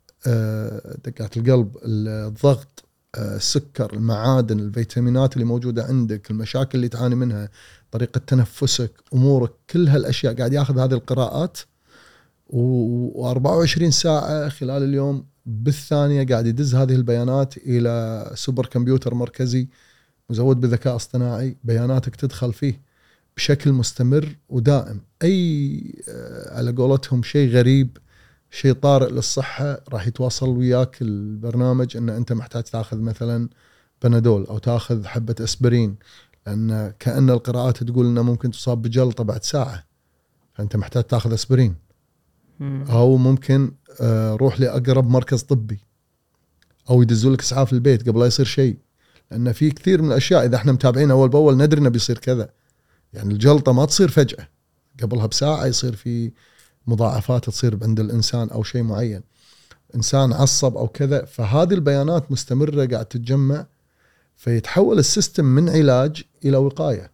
دقات القلب، الضغط، السكر، المعادن، الفيتامينات اللي موجودة عندك، المشاكل اللي تعاني منها، طريقة تنفسك، أمورك، كل هالأشياء قاعد ياخذ هذه القراءات، وأربعة وعشرين ساعة خلال اليوم بالثانية قاعد يدز هذه البيانات إلى سوبر كمبيوتر مركزي مزود بالذكاء اصطناعي، بياناتك تدخل فيه بشكل مستمر ودائم. أي على قولتهم شيء غريب، شيء طارئ للصحة، راح يتواصل وياك البرنامج أن أنت محتاج تأخذ مثلا بنادول أو تأخذ حبة أسبرين، لأن كأن القراءات تقول أنه ممكن تصاب بجلطة بعد ساعة، فأنت محتاج تأخذ أسبرين. أو ممكن روح لأقرب مركز طبي، أو يدزوا لك إسعاف البيت قبل لا يصير شيء، لأن في كثير من الأشياء إذا احنا متابعين أول بأول ندري إنه بيصير كذا. يعني الجلطة ما تصير فجأة، قبلها بساعة يصير في مضاعفات تصير عند الإنسان، أو شيء معين إنسان عصب أو كذا. فهذه البيانات مستمرة قاعد تتجمع، فيتحول السيستم من علاج إلى وقاية.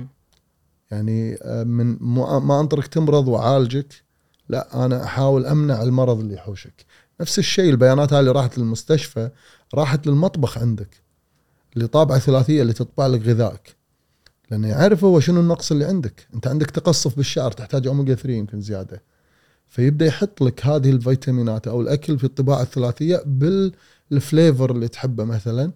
يعني من ما أنطرك تمرض وعالجك، لا، أنا أحاول أمنع المرض اللي يحوشك. نفس الشيء البيانات اللي راحت للمستشفى راحت للمطبخ عندك، اللي طابعة ثلاثية اللي تطبع لك غذائك، لأنه يعرف هو شنو النقص اللي عندك. أنت عندك تقصف بالشعر، تحتاج أوميجا ثلاثة يمكن زيادة، فيبدأ يحط لك هذه الفيتامينات أو الأكل في الطباعة الثلاثية بالفليفر اللي تحبه مثلا،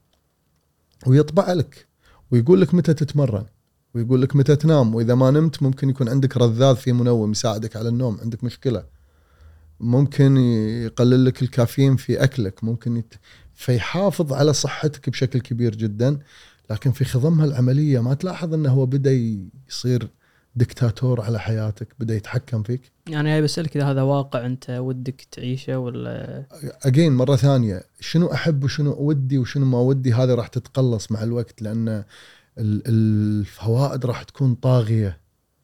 ويطبع لك ويقول لك متى تتمرن، ويقول لك متى تنام، وإذا ما نمت ممكن يكون عندك رذاذ في منوم يساعدك على النوم، عندك مشكلة، ممكن يقلل لك الكافيين في أكلك، ممكن يت... فيحافظ على صحتك بشكل كبير جدا. لكن في خضمها العملية ما تلاحظ أنه هو بدأ يصير دكتاتور على حياتك، بدأ يتحكم فيك. يعني هاي بسألك إذا هذا واقع أنت ودك تعيشه ولا أجين مرة ثانية، شنو أحب وشنو أودي وشنو ما أودي، هذا راح تتقلص مع الوقت، لأن الفوائد راح تكون طاغية.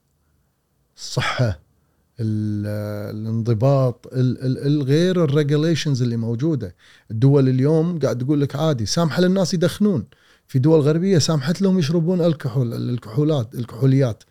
الصحة، الانضباط، الغير الريجوليشنز اللي موجودة. الدول اليوم قاعد تقول لك عادي، سامحة للناس يدخنون، في دول غربية سامحت لهم يشربون الكحول، الكحولات الكحوليات.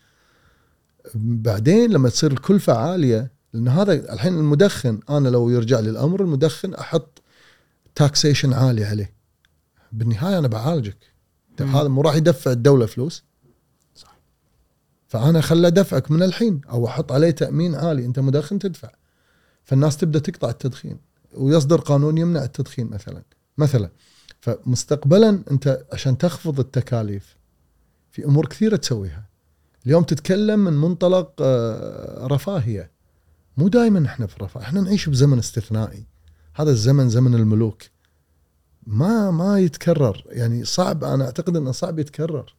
بعدين لما تصير الكلفة عالية، لأن هذا الحين المدخن، أنا لو يرجع لي الأمر المدخن أحط تاكسيشن عالي عليه، بالنهاية أنا بعالجك. هذا مو راح يدفع الدولة فلوس، صح؟ فأنا خلى دفعك من الحين، أو أحط عليه تأمين عالي، أنت مدخن تدفع، فالناس تبدأ تقطع التدخين، ويصدر قانون يمنع التدخين مثلا مثلا فمستقبلا أنت عشان تخفض التكاليف في أمور كثيرة تسويها. اليوم تتكلم من منطلق رفاهية، مو دائما احنا في رفاه، احنا نعيش بزمن استثنائي. هذا الزمن زمن الملوك، ما ما يتكرر. يعني صعب، انا اعتقد انه صعب يتكرر.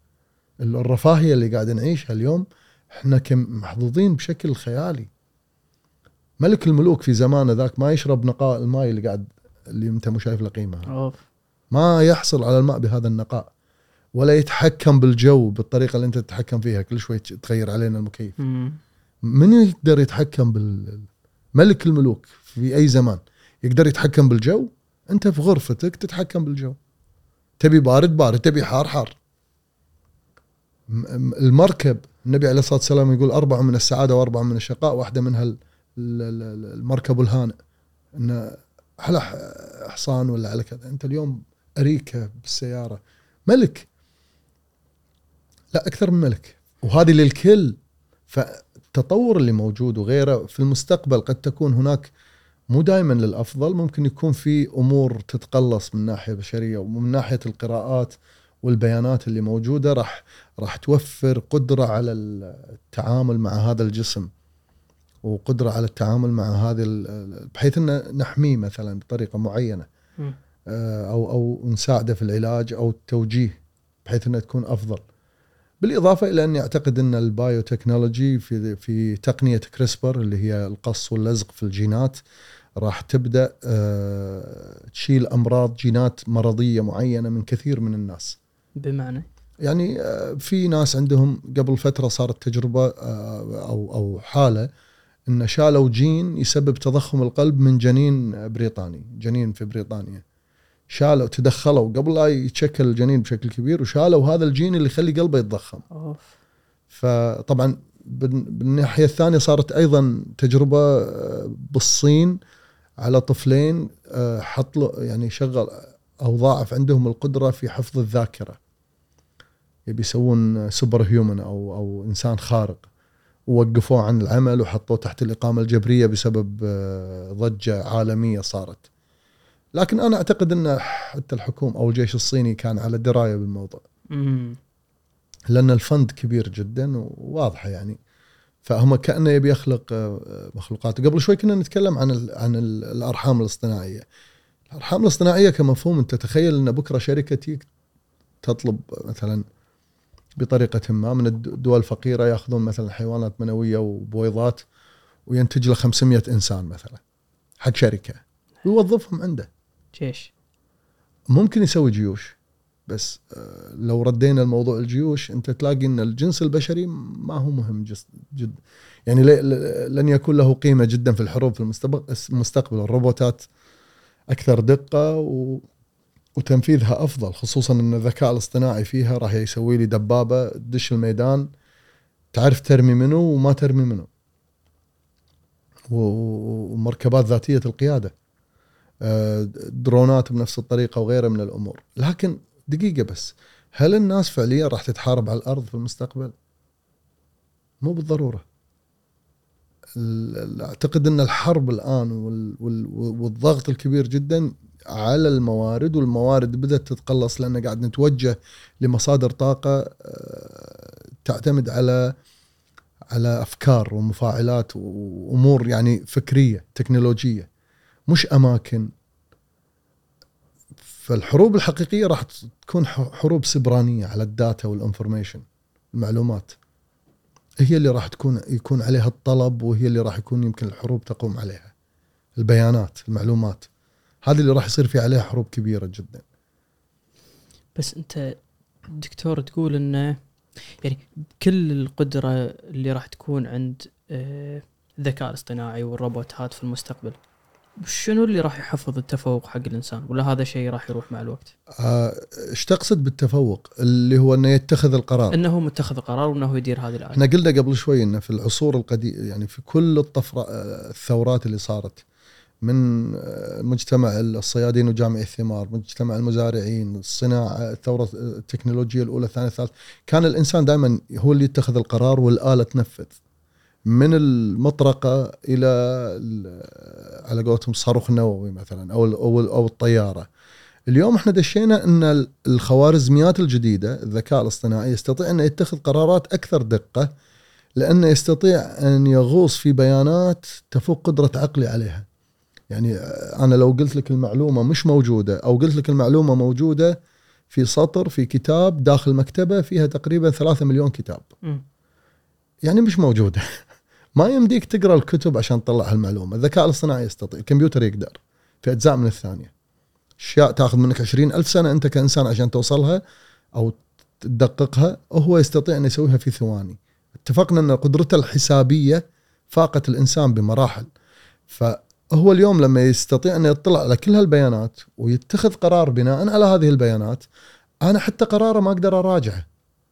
الرفاهية اللي قاعد نعيشها اليوم احنا كم محظوظين بشكل خيالي. ملك الملوك في زمانه ذاك ما يشرب نقاء الماء اللي قاعد اللي انت مو شايف له قيمه، أوف. ما يحصل على الماء بهذا النقاء، ولا يتحكم بالجو بالطريقه اللي انت تتحكم فيها، كل شوي تغير علينا المكيف. مم. من يقدر يتحكم بالملك الملوك في اي زمان؟ يقدر يتحكم بالجو. انت في غرفتك تتحكم بالجو، تبي بارد بارد، تبي حار حار. المركب النبي عليه الصلاة والسلام يقول أربع من السعادة وأربع من الشقاء، واحدة منها المركب الهانئ، إنه على حصان ولا على كذا. أنت اليوم أريكة بالسيارة، ملك، لا أكثر من ملك، وهذه للكل. فالتطور اللي موجود وغيره في المستقبل قد تكون هناك، مو دائما للأفضل، ممكن يكون في أمور تتقلص من ناحية بشرية، ومن ناحية القراءات والبيانات اللي موجودة راح راح توفر قدرة على التعامل مع هذا الجسم، وقدرة على التعامل مع هذه بحيث أن نحميه مثلا بطريقة معينة، أو أو نساعده في العلاج أو التوجيه بحيث أنها تكون أفضل. بالإضافة إلى أني أعتقد أن البايوتكنولوجي في في تقنية كريسبر اللي هي القص واللزق في الجينات راح تبدأ تشيل أمراض جينات مرضية معينة من كثير من الناس. بمعنى يعني في ناس عندهم قبل فترة صارت تجربة أو أو حالة إن شالوا جين يسبب تضخم القلب من جنين بريطاني، جنين في بريطانيا، شالوا تدخلوا قبل لا يتشكل الجنين بشكل كبير، وشالوا هذا الجين اللي يخلي قلبه يتضخم. أوف. فطبعا بالناحية الثانية صارت أيضا تجربة بالصين على طفلين حط له يعني شغل أو ضاعف عندهم القدرة في حفظ الذاكرة، يبي يسوون سوبر هيومن أو أو إنسان خارق، ووقفوه عن العمل وحطوه تحت الإقامة الجبرية بسبب ضجة عالمية صارت. لكن أنا أعتقد أن حتى الحكومة أو الجيش الصيني كان على دراية بالموضوع، مم. لأن الفند كبير جدا وواضحة يعني، فهم كأنه يبي يخلق مخلوقات. قبل شوي كنا نتكلم عن ال عن ال الأرحام الاصطناعية. الأرحام الاصطناعية كمفهوم، أنت تخيل أن بكرة شركة تيك تطلب مثلا بطريقة ما من الدول الفقيرة يأخذون مثلا حيوانات منوية وبويضات وينتج له خمسمية إنسان مثلا حق شركة ويوظفهم عنده. جيش ممكن يسوي جيوش، بس لو ردينا الموضوع الجيوش أنت تلاقي أن الجنس البشري ما هو مهم جدا، يعني لن يكون له قيمة جدا في الحروب في المستقبل. الروبوتات أكثر دقة و وتنفيذها أفضل، خصوصا أن الذكاء الاصطناعي فيها راح يسوي لي دبابة تدش الميدان تعرف ترمي منه وما ترمي منه، ومركبات ذاتية القيادة، درونات بنفس الطريقة وغيرها من الأمور. لكن دقيقة بس، هل الناس فعليا راح تتحارب على الأرض في المستقبل؟ مو بالضرورة. أعتقد أن الحرب الآن والضغط الكبير جدا على الموارد، والموارد بدأت تتقلص لأن قاعد نتوجه لمصادر طاقة تعتمد على على أفكار ومفاعلات وأمور يعني فكرية تكنولوجية، مش أماكن. فالحروب الحقيقية راح تكون حروب سبرانية على الداتا والإنفورميشن، المعلومات هي اللي راح تكون يكون عليها الطلب، وهي اللي راح يكون يمكن الحروب تقوم عليها. البيانات، المعلومات، هذه اللي راح يصير في عليها حروب كبيرة جدا. بس أنت دكتور تقول إنه يعني كل القدرة اللي راح تكون عند الذكاء الاصطناعي والروبوتات في المستقبل، شنو اللي راح يحفظ التفوق حق الإنسان؟ ولا هذا شيء راح يروح مع الوقت؟ ايش تقصد بالتفوق؟ اللي هو انه يتخذ القرار، انه متخذ القرار وانه يدير هذه الآلة. احنا قلنا قبل شوي انه في العصور القديمة، يعني في كل الطفرة الثورات اللي صارت، من مجتمع الصيادين وجامع الثمار، مجتمع المزارعين، الصناعة، الثورة التكنولوجية الأولى الثانية الثالثة، كان الإنسان دائما هو اللي يتخذ القرار والآلة تنفذ، من المطرقة إلى على قولتهم الصاروخ النووي مثلا أو أو أو الطيارة. اليوم احنا دشينا ان الخوارزميات الجديدة، الذكاء الاصطناعي يستطيع ان يتخذ قرارات أكثر دقة، لأنه يستطيع أن يغوص في بيانات تفوق قدرة عقلي عليها. يعني أنا لو قلت لك المعلومة مش موجودة، أو قلت لك المعلومة موجودة في سطر في كتاب داخل مكتبة فيها تقريبا ثلاثة مليون كتاب، م. يعني مش موجودة ما يمديك تقرأ الكتب عشان تطلع هالمعلومة. الذكاء الاصطناعي يستطيع، الكمبيوتر يقدر في أجزاء من الثانية، أشياء تأخذ منك عشرين ألف سنة أنت كإنسان عشان توصلها أو تدققها، وهو يستطيع أن يسويها في ثواني. اتفقنا أن قدرته الحسابية فاقت الإنسان بمراحل. فهو اليوم لما يستطيع أن يطلع على كل هالبيانات ويتخذ قرار بناء على هذه البيانات، أنا حتى قراره ما أقدر أراجعه.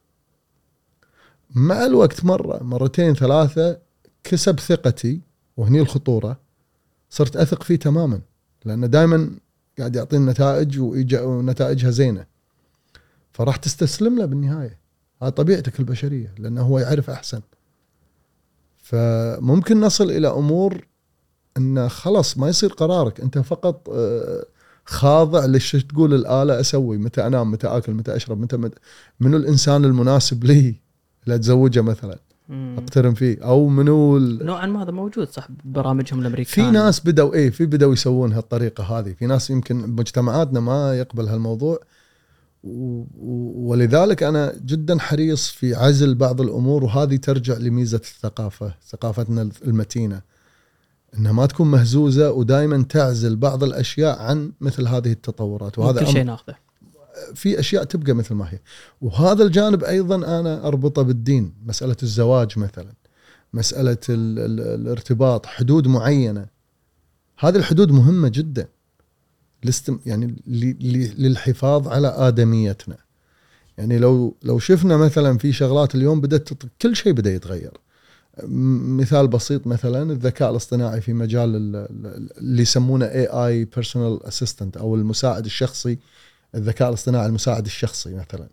مع الوقت مرة مرتين ثلاثة كسب ثقتي، وهني الخطورة، صرت أثق فيه تماما، لأنه دائما قاعد يعطيني نتائج ونتائجها زينة، فراح تستسلم له بالنهاية. هذا طبيعتك البشرية، لأنه هو يعرف أحسن. فممكن نصل إلى أمور أنه خلاص ما يصير قرارك، أنت فقط خاضع ليش تقول الآلة أسوي، متى أنام، متى أكل، متى أشرب، متى, متى منو الإنسان المناسب لي لا أتزوجه مثلا، أقترن فيه، أو منو ال... نوعا ما هذا موجود صح برامجهم الأمريكية. في ناس بدأوا إيه في بدأوا يسوون هالطريقة هذه، في ناس يمكن مجتمعاتنا ما يقبل هالموضوع، و... ولذلك أنا جدا حريص في عزل بعض الأمور، وهذه ترجع لميزة الثقافة، ثقافتنا المتينة، إنها ما تكون مهزوزة ودائما تعزل بعض الأشياء عن مثل هذه التطورات. وهذا كل شيء ناخذه، في أشياء تبقى مثل ما هي. وهذا الجانب أيضا أنا أربطه بالدين، مسألة الزواج مثلا، مسألة ال ال الارتباط، حدود معينة، هذه الحدود مهمة جدا لستم يعني للحفاظ على آدميتنا. يعني لو لو شفنا مثلا في شغلات اليوم بدأت كل شيء بدأ يتغير. مثال بسيط مثلا الذكاء الاصطناعي في مجال اللي يسمونه إيه آي Personal Assistant أو المساعد الشخصي، الذكاء الاصطناعي المساعد الشخصي مثلا.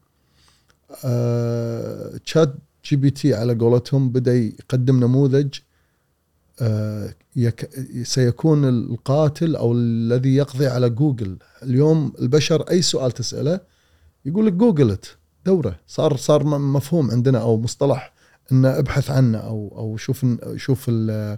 آه، تشات جي بي تي على قولتهم بدأ يقدم نموذج آه، يك سيكون القاتل أو الذي يقضي على جوجل. اليوم البشر أي سؤال تسأله يقول لك جوجلت، دوره، صار صار مفهوم عندنا أو مصطلح إن ابحث عنه أو أو شوف شوف ال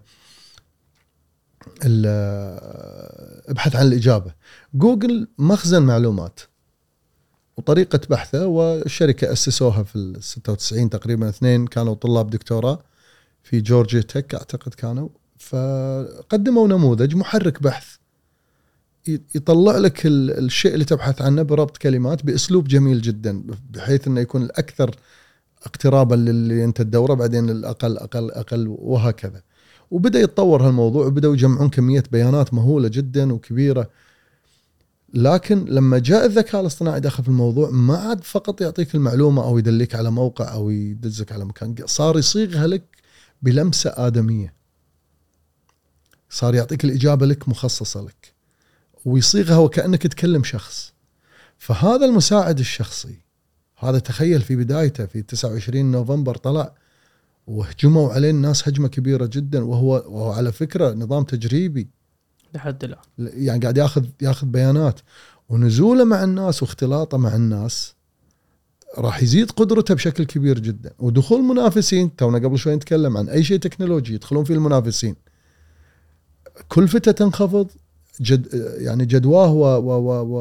ال ابحث عن الإجابة. جوجل مخزن معلومات وطريقة بحثه، والشركة أسسوها في الستة وتسعين تقريبا، اثنين كانوا طلاب دكتوراه في جورجيا تك أعتقد كانوا، فقدموا نموذج محرك بحث يطلع لك الشيء اللي تبحث عنه بربط كلمات بأسلوب جميل جدا، بحيث أنه يكون الأكثر اقترابا للي أنت تدوره، بعدين الأقل أقل أقل وهكذا. وبدأ يتطور هالموضوع، وبدأوا يجمعون كمية بيانات مهولة جدا وكبيرة. لكن لما جاء الذكاء الاصطناعي دخل في الموضوع، ما عاد فقط يعطيك المعلومة أو يدلك على موقع أو يدزك على مكان، صار يصيغها لك بلمسة آدمية، صار يعطيك الإجابة لك مخصصة لك، ويصيغها وكأنك تكلم شخص. فهذا المساعد الشخصي هذا تخيل في بدايته في تسعة وعشرين نوفمبر طلع وهجموا عليه الناس هجمة كبيرة جدا، وهو, وهو على فكرة نظام تجريبي لحد الآن، يعني قاعد ياخذ ياخذ بيانات، ونزوله مع الناس واختلاطه مع الناس راح يزيد قدرته بشكل كبير جدا. ودخول منافسين، تونا قبل شوي نتكلم عن أي شيء تكنولوجي يدخلون فيه المنافسين، كلفته تنخفض، جد يعني جدواه و, و, و,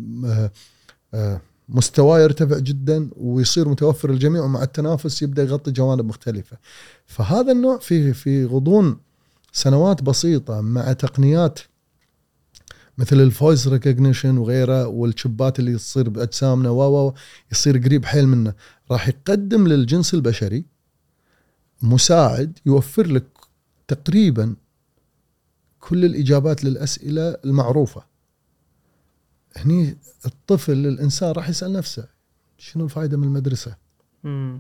و مستواه يرتفع جدا، ويصير متوفر الجميع، ومع التنافس يبدأ يغطي جوانب مختلفة. فهذا النوع في في غضون سنوات بسيطة مع تقنيات مثل الفويس ريكوجنيشن وغيره، والشبات اللي تصير بأجسامنا و يصير قريب حيل منه، راح يقدم للجنس البشري مساعد يوفر لك تقريبا كل الإجابات للأسئلة المعروفة. هني الطفل الإنسان راح يسأل نفسه شنو الفائدة من المدرسة؟ مم.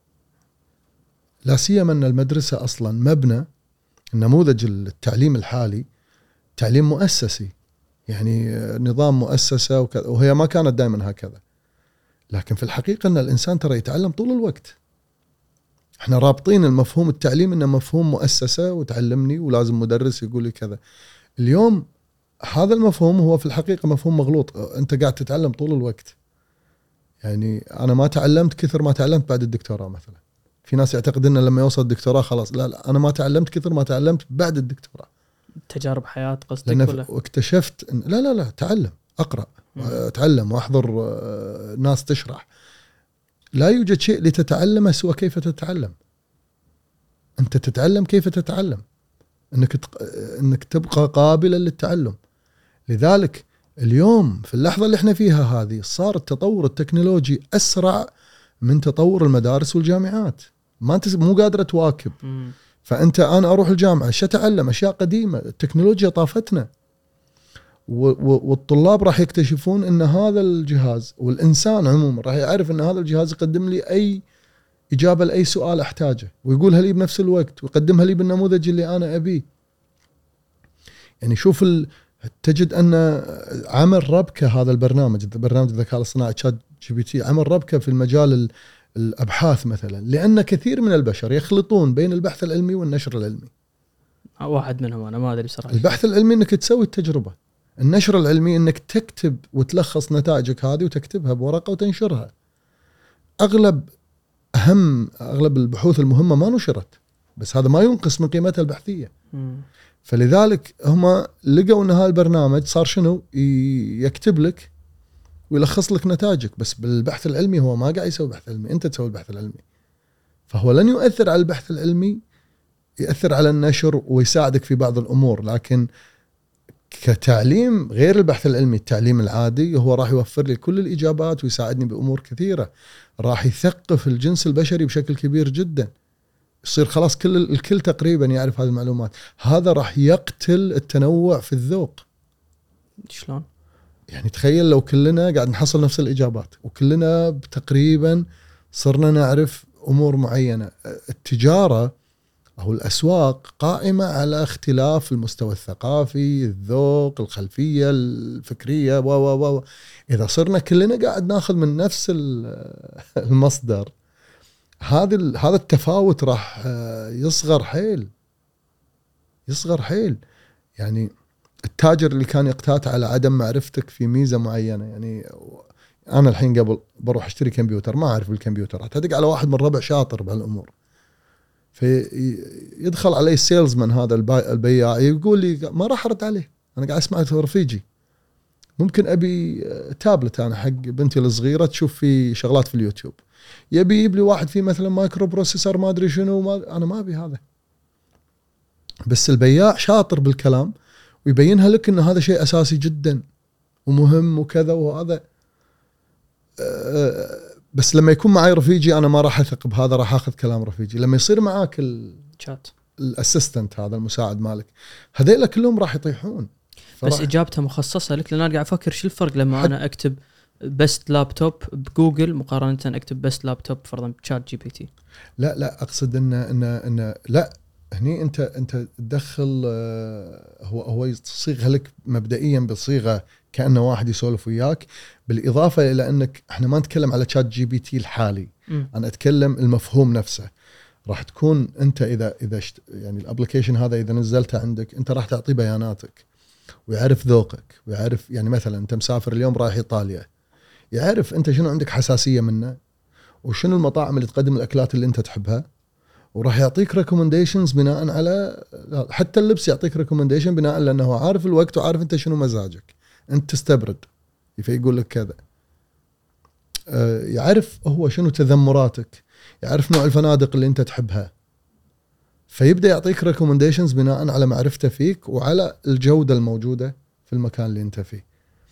لا سيما أن المدرسة أصلا مبنى، النموذج التعليم الحالي تعليم مؤسسي، يعني نظام مؤسسة وكذا، وهي ما كانت دائما هكذا. لكن في الحقيقة أن الإنسان ترى يتعلم طول الوقت. احنا رابطين المفهوم التعليم انه مفهوم مؤسسة وتعلمني ولازم مدرس يقول لي كذا. اليوم هذا المفهوم هو في الحقيقة مفهوم مغلوط، انت قاعد تتعلم طول الوقت. يعني انا ما تعلمت كثر ما تعلمت بعد الدكتوراه مثلا. في ناس يعتقد ان لما يوصل الدكتوراه خلاص، لا لا، انا ما تعلمت كثر ما تعلمت بعد الدكتوراه. تجارب حياة قصدك ولا؟ واكتشفت إن لا لا لا تعلم، اقرأ، اتعلم واحضر ناس تشرح. لا يوجد شيء لتتعلمه سوى كيف تتعلم. انت تتعلم كيف تتعلم، انك تق... انك تبقى قابلا للتعلم. لذلك اليوم في اللحظة اللي احنا فيها هذه صار التطور التكنولوجي اسرع من تطور المدارس والجامعات، ما انت مو قادر تواكب. مم. فانت انا اروح الجامعة ايش اتعلم؟ اشياء قديمة، التكنولوجيا طافتنا، و... و... والطلاب راح يكتشفون ان هذا الجهاز والانسان عموما راح يعرف ان هذا الجهاز يقدم لي اي إجابة لأي سؤال أحتاجه ويقولها لي بنفس الوقت ويقدمها لي بالنموذج اللي أنا أبيه. يعني شوف ال... تجد أن عمل ربكة هذا البرنامج برنامج الذكاء الاصطناعي تشات جي بي تي عمل ربكة في المجال ال... الأبحاث مثلا، لأن كثير من البشر يخلطون بين البحث العلمي والنشر العلمي. واحد منهم أنا ما أدري بصراحة. البحث العلمي أنك تسوي التجربة، النشر العلمي أنك تكتب وتلخص نتائجك هذه وتكتبها بورقة وتنشرها. أغلب أهم أغلب البحوث المهمة ما نشرت، بس هذا ما ينقص من قيمتها البحثية. مم. فلذلك هم لقوا أن هذا البرنامج صار شنو يكتب لك ويلخص لك نتائجك، بس بالبحث العلمي هو ما قاعد يسوي بحث علمي، أنت تسوي البحث العلمي. فهو لن يؤثر على البحث العلمي، يأثر على النشر ويساعدك في بعض الأمور، لكن كتعليم غير البحث العلمي التعليم العادي هو راح يوفر لي كل الإجابات ويساعدني بأمور كثيرة، راح يثقف الجنس البشري بشكل كبير جدا، يصير خلاص كل الكل تقريبا يعرف هذه المعلومات. هذا راح يقتل التنوع في الذوق. شلون؟ يعني تخيل لو كلنا قاعد نحصل نفس الإجابات وكلنا تقريبا صرنا نعرف أمور معينة. التجارة أو الأسواق قائمة على اختلاف المستوى الثقافي، الذوق، الخلفية الفكرية و و و إذا صرنا كلنا قاعد ناخذ من نفس المصدر، هذا هذا التفاوت راح يصغر حيل يصغر حيل. يعني التاجر اللي كان يقتات على عدم معرفتك في ميزة معينة، يعني أنا الحين قبل بروح أشتري كمبيوتر ما أعرف بالكمبيوتر، أتدق على واحد من ربع شاطر بهالأمور، فيدخل علي السيلزمان هذا البياع يقول لي ما راح أرد عليه، أنا قاعد أسمع رفيجي، ممكن أبي تابلت أنا حق بنتي الصغيرة تشوف في شغلات في اليوتيوب، يبي يجيب لي واحد فيه مثلا مايكرو بروسيسور ما أدري شنو، ما أنا ما أبي هذا. بس البياع شاطر بالكلام ويبينها لك إن هذا شيء أساسي جدا ومهم وكذا وهذا. أه بس لما يكون معي رفيجي أنا ما راح أثق بهذا، راح أخذ كلام رفيجي. لما يصير معاك الشات الأسيستنت هذا المساعد مالك، هذيلا كلهم راح يطيحون. بس إجابتها مخصصة لك، لأن أنا قاعد أفكر شو الفرق لما حد... أنا أكتب بست لابتوب بجوجل مقارنة أكتب بست لابتوب فرضاً بشات جي بي تي. لا لا أقصد إن إن إن لا هني أنت أنت تدخل، هو هو يصيغها لك مبدئيا بصيغة كأنه واحد يسولف وياك، بالإضافة إلى أنك إحنا ما نتكلم على شات جي بي تي الحالي، م. أنا أتكلم المفهوم نفسه. راح تكون أنت إذا إذا شت يعني الأبليكيشن هذا إذا نزلته عندك أنت راح تعطيه بياناتك ويعرف ذوقك ويعرف، يعني مثلا أنت مسافر اليوم رايح إيطاليا، يعرف أنت شنو عندك حساسية منه وشنو المطاعم اللي تقدم الأكلات اللي أنت تحبها، وراح يعطيك ريكومنديشنز بناء على، حتى اللبس يعطيك ريكومنديشن بناء على أنه عارف الوقت وعارف أنت شنو مزاجك، أنت تستبرد فيقول لك كذا. أه يعرف هو شنو تذمراتك، يعرف نوع الفنادق اللي أنت تحبها، فيبدأ يعطيك ريكومنديشنز بناء على معرفته فيك وعلى الجودة الموجودة في المكان اللي أنت فيه.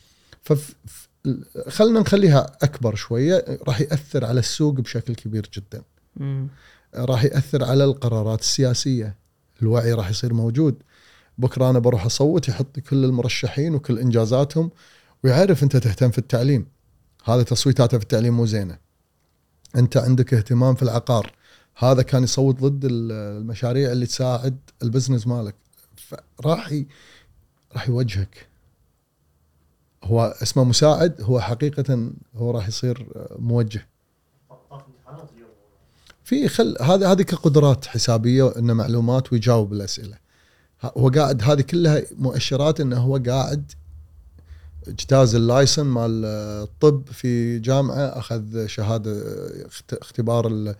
فخلنا نخليها أكبر شوية، راح يأثر على السوق بشكل كبير جدا. م. راح يأثر على القرارات السياسية، الوعي راح يصير موجود. بكرة أنا بروح أصوت يحط كل المرشحين وكل إنجازاتهم ويعرف أنت تهتم في التعليم، هذا تصويتاته في التعليم مو زينة. أنت عندك اهتمام في العقار، هذا كان يصوت ضد المشاريع اللي تساعد البزنس مالك، فراح ي... راح يوجهك. هو اسمه مساعد، هو حقيقة هو راح يصير موجه. في خل هذا هذه كقدرات حسابية إنه معلومات ويجاوب الأسئلة. هو قاعد هذه كلها مؤشرات إنه هو قاعد اجتاز اللايسن مال الطب في جامعة، أخذ شهادة اختبار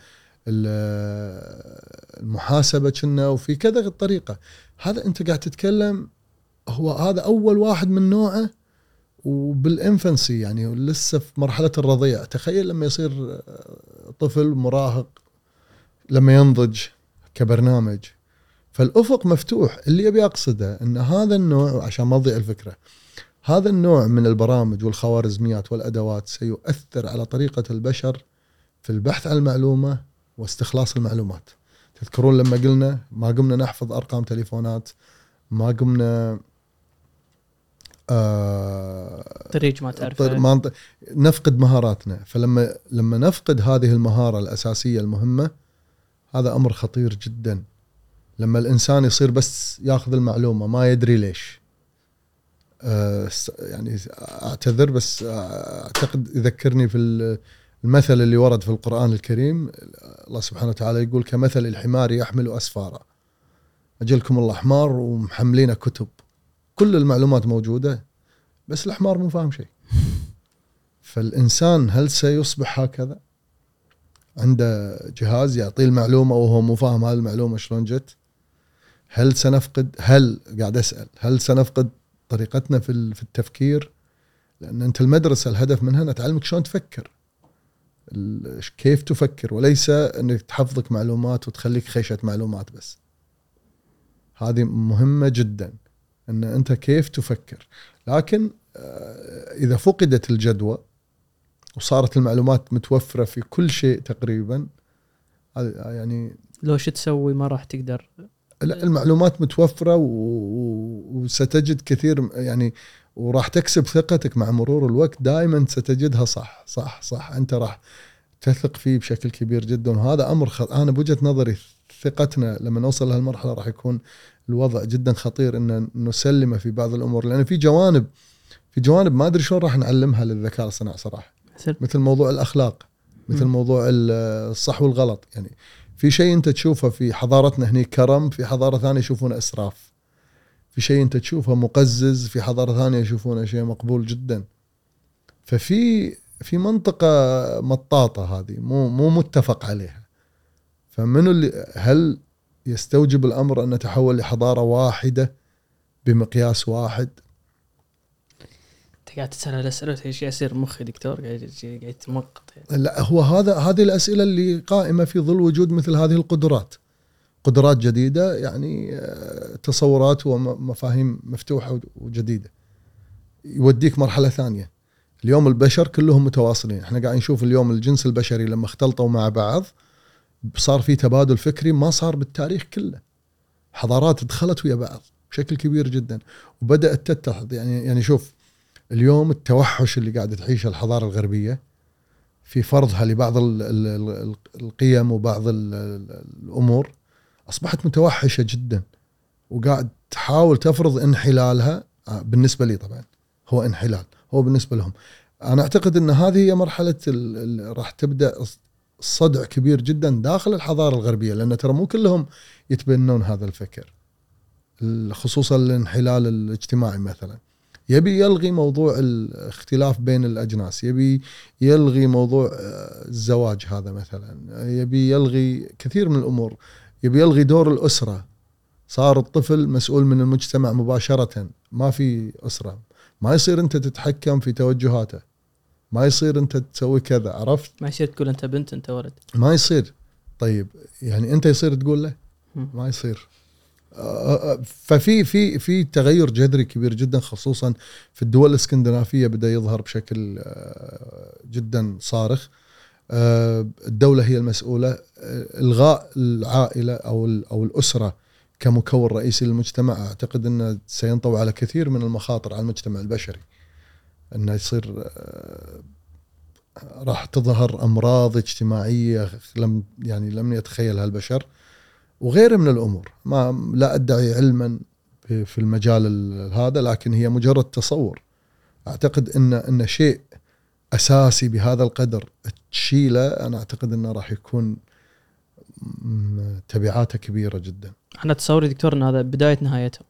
المحاسبة كنا، وفي كذا الطريقة. هذا أنت قاعد تتكلم، هو هذا أول واحد من نوعه وبالإنفنسي، يعني لسه في مرحلة الرضيع. تخيل لما يصير طفل مراهق، لما ينضج كبرنامج. فالأفق مفتوح. اللي يبي أقصده أن هذا النوع، عشان ما تضيع الفكرة، هذا النوع من البرامج والخوارزميات والأدوات سيؤثر على طريقة البشر في البحث عن المعلومة واستخلاص المعلومات. تذكرون لما قلنا ما قمنا نحفظ أرقام تليفونات، ما قمنا آه طريق ما تعرفه، ما نفقد مهاراتنا. فلما لما نفقد هذه المهارة الأساسية المهمة، هذا أمر خطير جدا. لما الإنسان يصير بس يأخذ المعلومة ما يدري ليش. آه يعني أعتذر بس أعتقد يذكرني في المثل اللي ورد في القرآن الكريم. الله سبحانه وتعالى يقول كمثل الحمار يحمل أسفارا. أجلكم الله حمار ومحملين كتب، كل المعلومات موجودة بس الحمار مو فاهم شيء. فالإنسان هل سيصبح هكذا؟ عنده جهاز يعطيه المعلومة وهو مو فاهم هذه المعلومة شلون جت؟ هل سنفقد هل قاعد أسأل هل سنفقد طريقتنا في في التفكير؟ لأن أنت المدرسة الهدف منها أن تعلمك شلون تفكر، كيف تفكر، وليس أنك تحفظك معلومات وتخليك خيشة معلومات بس. هذه مهمة جدا، أن أنت كيف تفكر. لكن إذا فقدت الجدوى وصارت المعلومات متوفرة في كل شيء تقريبا، يعني لو شو تسوي ما راح تقدر. لا، المعلومات متوفرة وستجد كثير يعني، وراح تكسب ثقتك مع مرور الوقت. دائما ستجدها صح صح صح، أنت راح تثق فيه بشكل كبير جدا. وهذا أمر خ... أنا بوجهة نظري ثقتنا لما نوصل لهالمرحلة راح يكون الوضع جدا خطير إن نسلمه في بعض الأمور، لأن في جوانب في جوانب ما أدري شلون راح نعلمها للذكاء الصناعي صراحة. مثل موضوع الأخلاق، مثل م. موضوع الصح والغلط. يعني في شيء أنت تشوفه في حضارتنا هني كرم، في حضارة ثانية يشوفونه إسراف. في شيء أنت تشوفه مقزز، في حضارة ثانية يشوفونه شيء مقبول جدا. ففي في منطقة مطاطة هذه مو مو متفق عليها. فمنو اللي هل يستوجب الأمر أن نتحول لحضارة واحدة بمقياس واحد؟ أنت قاعد تسأل الأسئلة ايش يصير مخي دكتور قاعد قاعد تمقط يعني. لا، هو هذا هذه الأسئلة اللي قائمة في ظل وجود مثل هذه القدرات، قدرات جديدة، يعني تصورات ومفاهيم مفتوحة وجديدة يوديك مرحلة ثانية. اليوم البشر كلهم متواصلين. احنا قاعدين نشوف اليوم الجنس البشري لما اختلطوا مع بعض صار في تبادل فكري ما صار بالتاريخ كله. حضارات دخلت ويا بعض بشكل كبير جدا وبدأت تتحد. يعني يعني شوف اليوم التوحش اللي قاعدة تعيشه الحضارة الغربية في فرضها لبعض القيم وبعض الأمور أصبحت متوحشة جدا، وقاعد تحاول تفرض انحلالها. بالنسبة لي طبعا هو انحلال، هو بالنسبة لهم. أنا أعتقد أن هذه هي مرحلة راح تبدأ صدع كبير جدا داخل الحضارة الغربية، لأن ترى مو كلهم يتبنون هذا الفكر، خصوصا الانحلال الاجتماعي. مثلا يبي يلغي موضوع الاختلاف بين الأجناس، يبي يلغي موضوع الزواج هذا مثلا، يبي يلغي كثير من الأمور، يبي يلغي دور الأسرة. صار الطفل مسؤول من المجتمع مباشرة، ما في أسرة، ما يصير أنت تتحكم في توجهاته، ما يصير أنت تسوي كذا، عرفت؟ ما يصير تقول أنت بنت أنت ولد، ما يصير. طيب يعني أنت يصير تقول له؟ ما يصير. ففي في في تغير جذري كبير جدا، خصوصا في الدول الاسكندنافية بدأ يظهر بشكل جدا صارخ. الدولة هي المسؤولة. إلغاء العائلة أو أو الأسرة كمكون رئيسي للمجتمع أعتقد أنه سينطوي على كثير من المخاطر على المجتمع البشري. أنه يصير راح تظهر أمراض اجتماعية لم يعني لم يتخيلها البشر وغيره من الأمور. ما لا أدعي علما في المجال هذا، لكن هي مجرد تصور. أعتقد أن أن شيء أساسي بهذا القدر تشيله، أنا أعتقد أنه راح يكون تبعاته كبيرة جدا. أنا تصوري دكتور أن هذا بداية نهايته.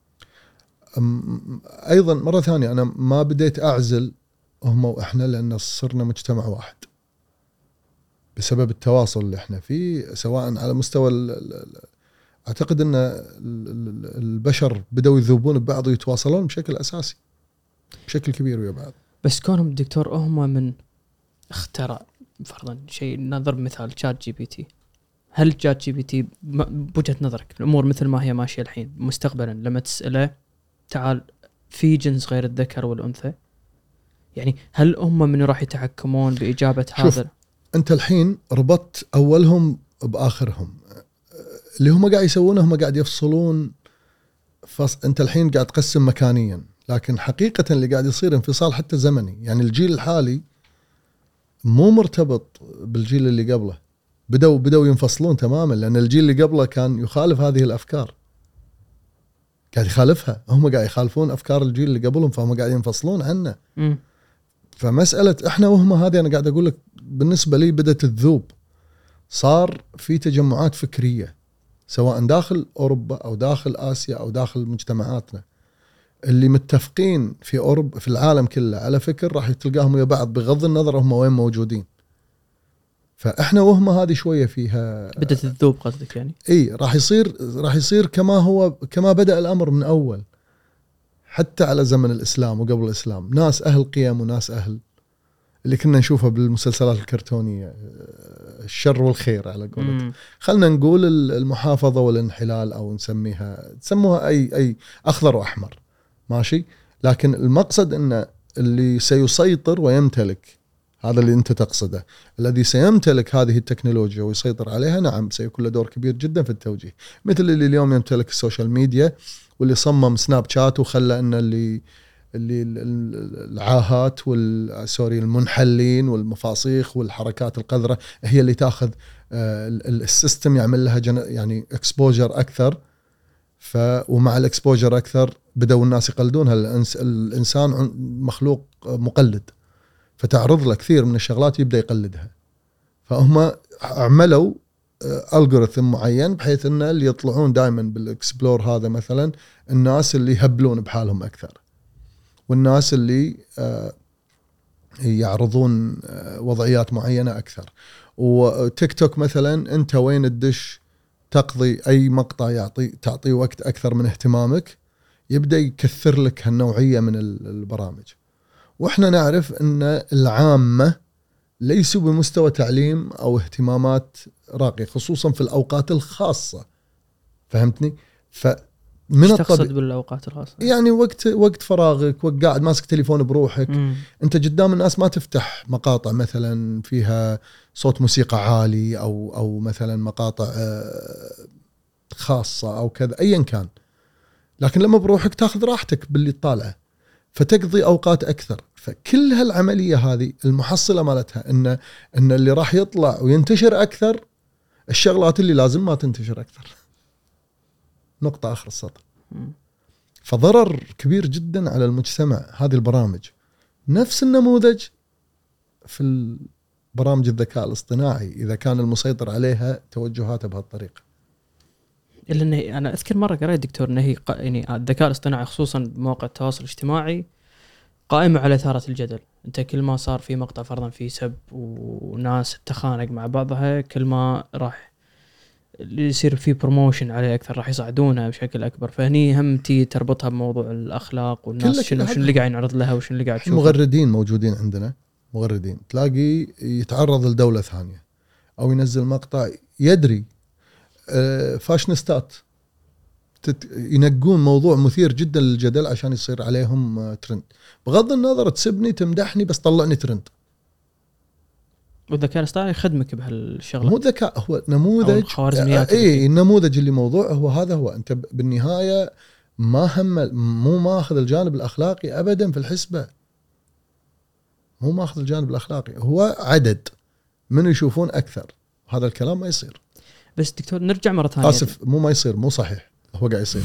أيضا مرة ثانية أنا ما بديت أعزل هم وإحنا، لأن صرنا مجتمع واحد بسبب التواصل اللي إحنا فيه، سواء على مستوى ال ال أعتقد أن البشر بدأوا يذوبون ببعض ويتواصلون بشكل أساسي بشكل كبير ويا بعض. بس كونهم دكتور هم من اخترع فرضا شيء، نضرب مثال شات جي بي تي، هل جات جي بي تي بوجهة نظرك الامور مثل ما هي ماشيه الحين مستقبلا لما تساله تعال في جنس غير الذكر والانثى، يعني هل هم من راح يتحكمون باجابه هذا؟ انت الحين ربطت اولهم باخرهم، اللي هم قاعد يسوونه هم قاعد يفصلون فص... انت الحين قاعد تقسم مكانيا، لكن حقيقه اللي قاعد يصير انفصال حتى زمني. يعني الجيل الحالي مو مرتبط بالجيل اللي قبله، بدأوا بدأوا ينفصلون تماما، لأن الجيل اللي قبله كان يخالف هذه الأفكار، قاعد يخالفها، هم قاعد يخالفون أفكار الجيل اللي قبلهم، فهم قاعد ينفصلون عنه. م. فمسألة إحنا وهم هذه أنا قاعد أقول لك بالنسبة لي بدأت تذوب، صار في تجمعات فكرية سواء داخل أوروبا أو داخل آسيا أو داخل مجتمعاتنا، اللي متفقين في أوروبا في العالم كله على فكر راح تلقاهم ويا بعض بغض النظر هم وين موجودين. فاحنا وهم هذه شويه فيها بدت الذوب قصدك يعني؟ اي راح يصير راح يصير كما هو كما بدأ الامر من اول، حتى على زمن الاسلام وقبل الاسلام، ناس اهل قيم وناس اهل اللي كنا نشوفها بالمسلسلات الكرتونيه، الشر والخير على قولتهم. خلنا نقول المحافظه والانحلال او نسميها تسموها اي اي اخضر واحمر، ماشي. لكن المقصد ان اللي سيسيطر ويمتلك، هذا اللي أنت تقصده، الذي سيمتلك هذه التكنولوجيا ويسيطر عليها، نعم سيكون له دور كبير جدا في التوجيه، مثل اللي اليوم يمتلك السوشيال ميديا واللي صمم سناب شات وخلى أن اللي اللي العاهات والسوري المنحلين والمفاصيخ والحركات القذرة هي اللي تأخذ السيستم يعمل لها يعني اكسبوجر أكثر. ف ومع الاكسبوجر أكثر بدأوا الناس يقلدونها، الإنسان مخلوق مقلد، فتعرض له كثير من الشغلات يبدأ يقلدها. فهم عملوا ألغوريثم معين بحيث أن اللي يطلعون دائما بالإكسبلور هذا مثلا الناس اللي يهبلون بحالهم أكثر، والناس اللي يعرضون وضعيات معينة أكثر. وتيك توك مثلا أنت وين الدش تقضي أي مقطع يعطي تعطي وقت أكثر من اهتمامك، يبدأ يكثر لك هالنوعية من البرامج. وإحنا نعرف أن العامة ليسوا بمستوى تعليم أو اهتمامات راقية، خصوصا في الأوقات الخاصة، فهمتني؟ فمن تقصد بالأوقات الخاصة يعني وقت وقت فراغك، وقت قاعد ماسك تليفون بروحك، مم. أنت قدام الناس ما تفتح مقاطع مثلا فيها صوت موسيقى عالي أو أو مثلا مقاطع خاصة أو كذا أيا كان، لكن لما بروحك تاخذ راحتك باللي تطالعه، فتقضي أوقات أكثر. فكل هالعملية هذه المحصلة مالتها إن إن اللي راح يطلع وينتشر أكثر الشغلات اللي لازم ما تنتشر أكثر. نقطة آخر السطر. فضرر كبير جدا على المجتمع هذه البرامج. نفس النموذج في برامج الذكاء الاصطناعي إذا كان المسيطر عليها توجهاته بهالطريقة. إلا إنه أنا أذكر مرة قرأت دكتور إنه هي يعني الذكاء الاصطناعي خصوصا بمواقع التواصل الاجتماعي قائمة على إثارة الجدل. أنت كل ما صار في مقطع فرضا في سب وناس تخانق مع بعضها، كل ما راح يصير في بروموشن عليه أكثر، راح يصعدونها بشكل أكبر. فهني هم تي تربطها بموضوع الأخلاق والناس شنو شنو اللي قاعد ينعرض لها وشنو اللي قاعد تشوفه. مغردين موجودين عندنا، مغردين تلاقي يتعرض لدولة ثانية أو ينزل مقطع يدري فاشنستات ينقون موضوع مثير جدا للجدل عشان يصير عليهم ترند، بغض النظر تسبني تمدحني بس طلعني ترند. والذكاء الاصطناعي يخدمك بهالشغله، مو ذكاء، هو نموذج خوارزميات. اي النموذج اللي موضوع هو هذا، هو انت بالنهايه ما هم مو ماخذ الجانب الاخلاقي ابدا في الحسبه، مو ماخذ الجانب الاخلاقي، هو عدد من يشوفون اكثر. هذا الكلام ما يصير. بس دكتور نرجع مره ثانيه، اسف مو ما يصير، مو صحيح، هو قاعد يصير.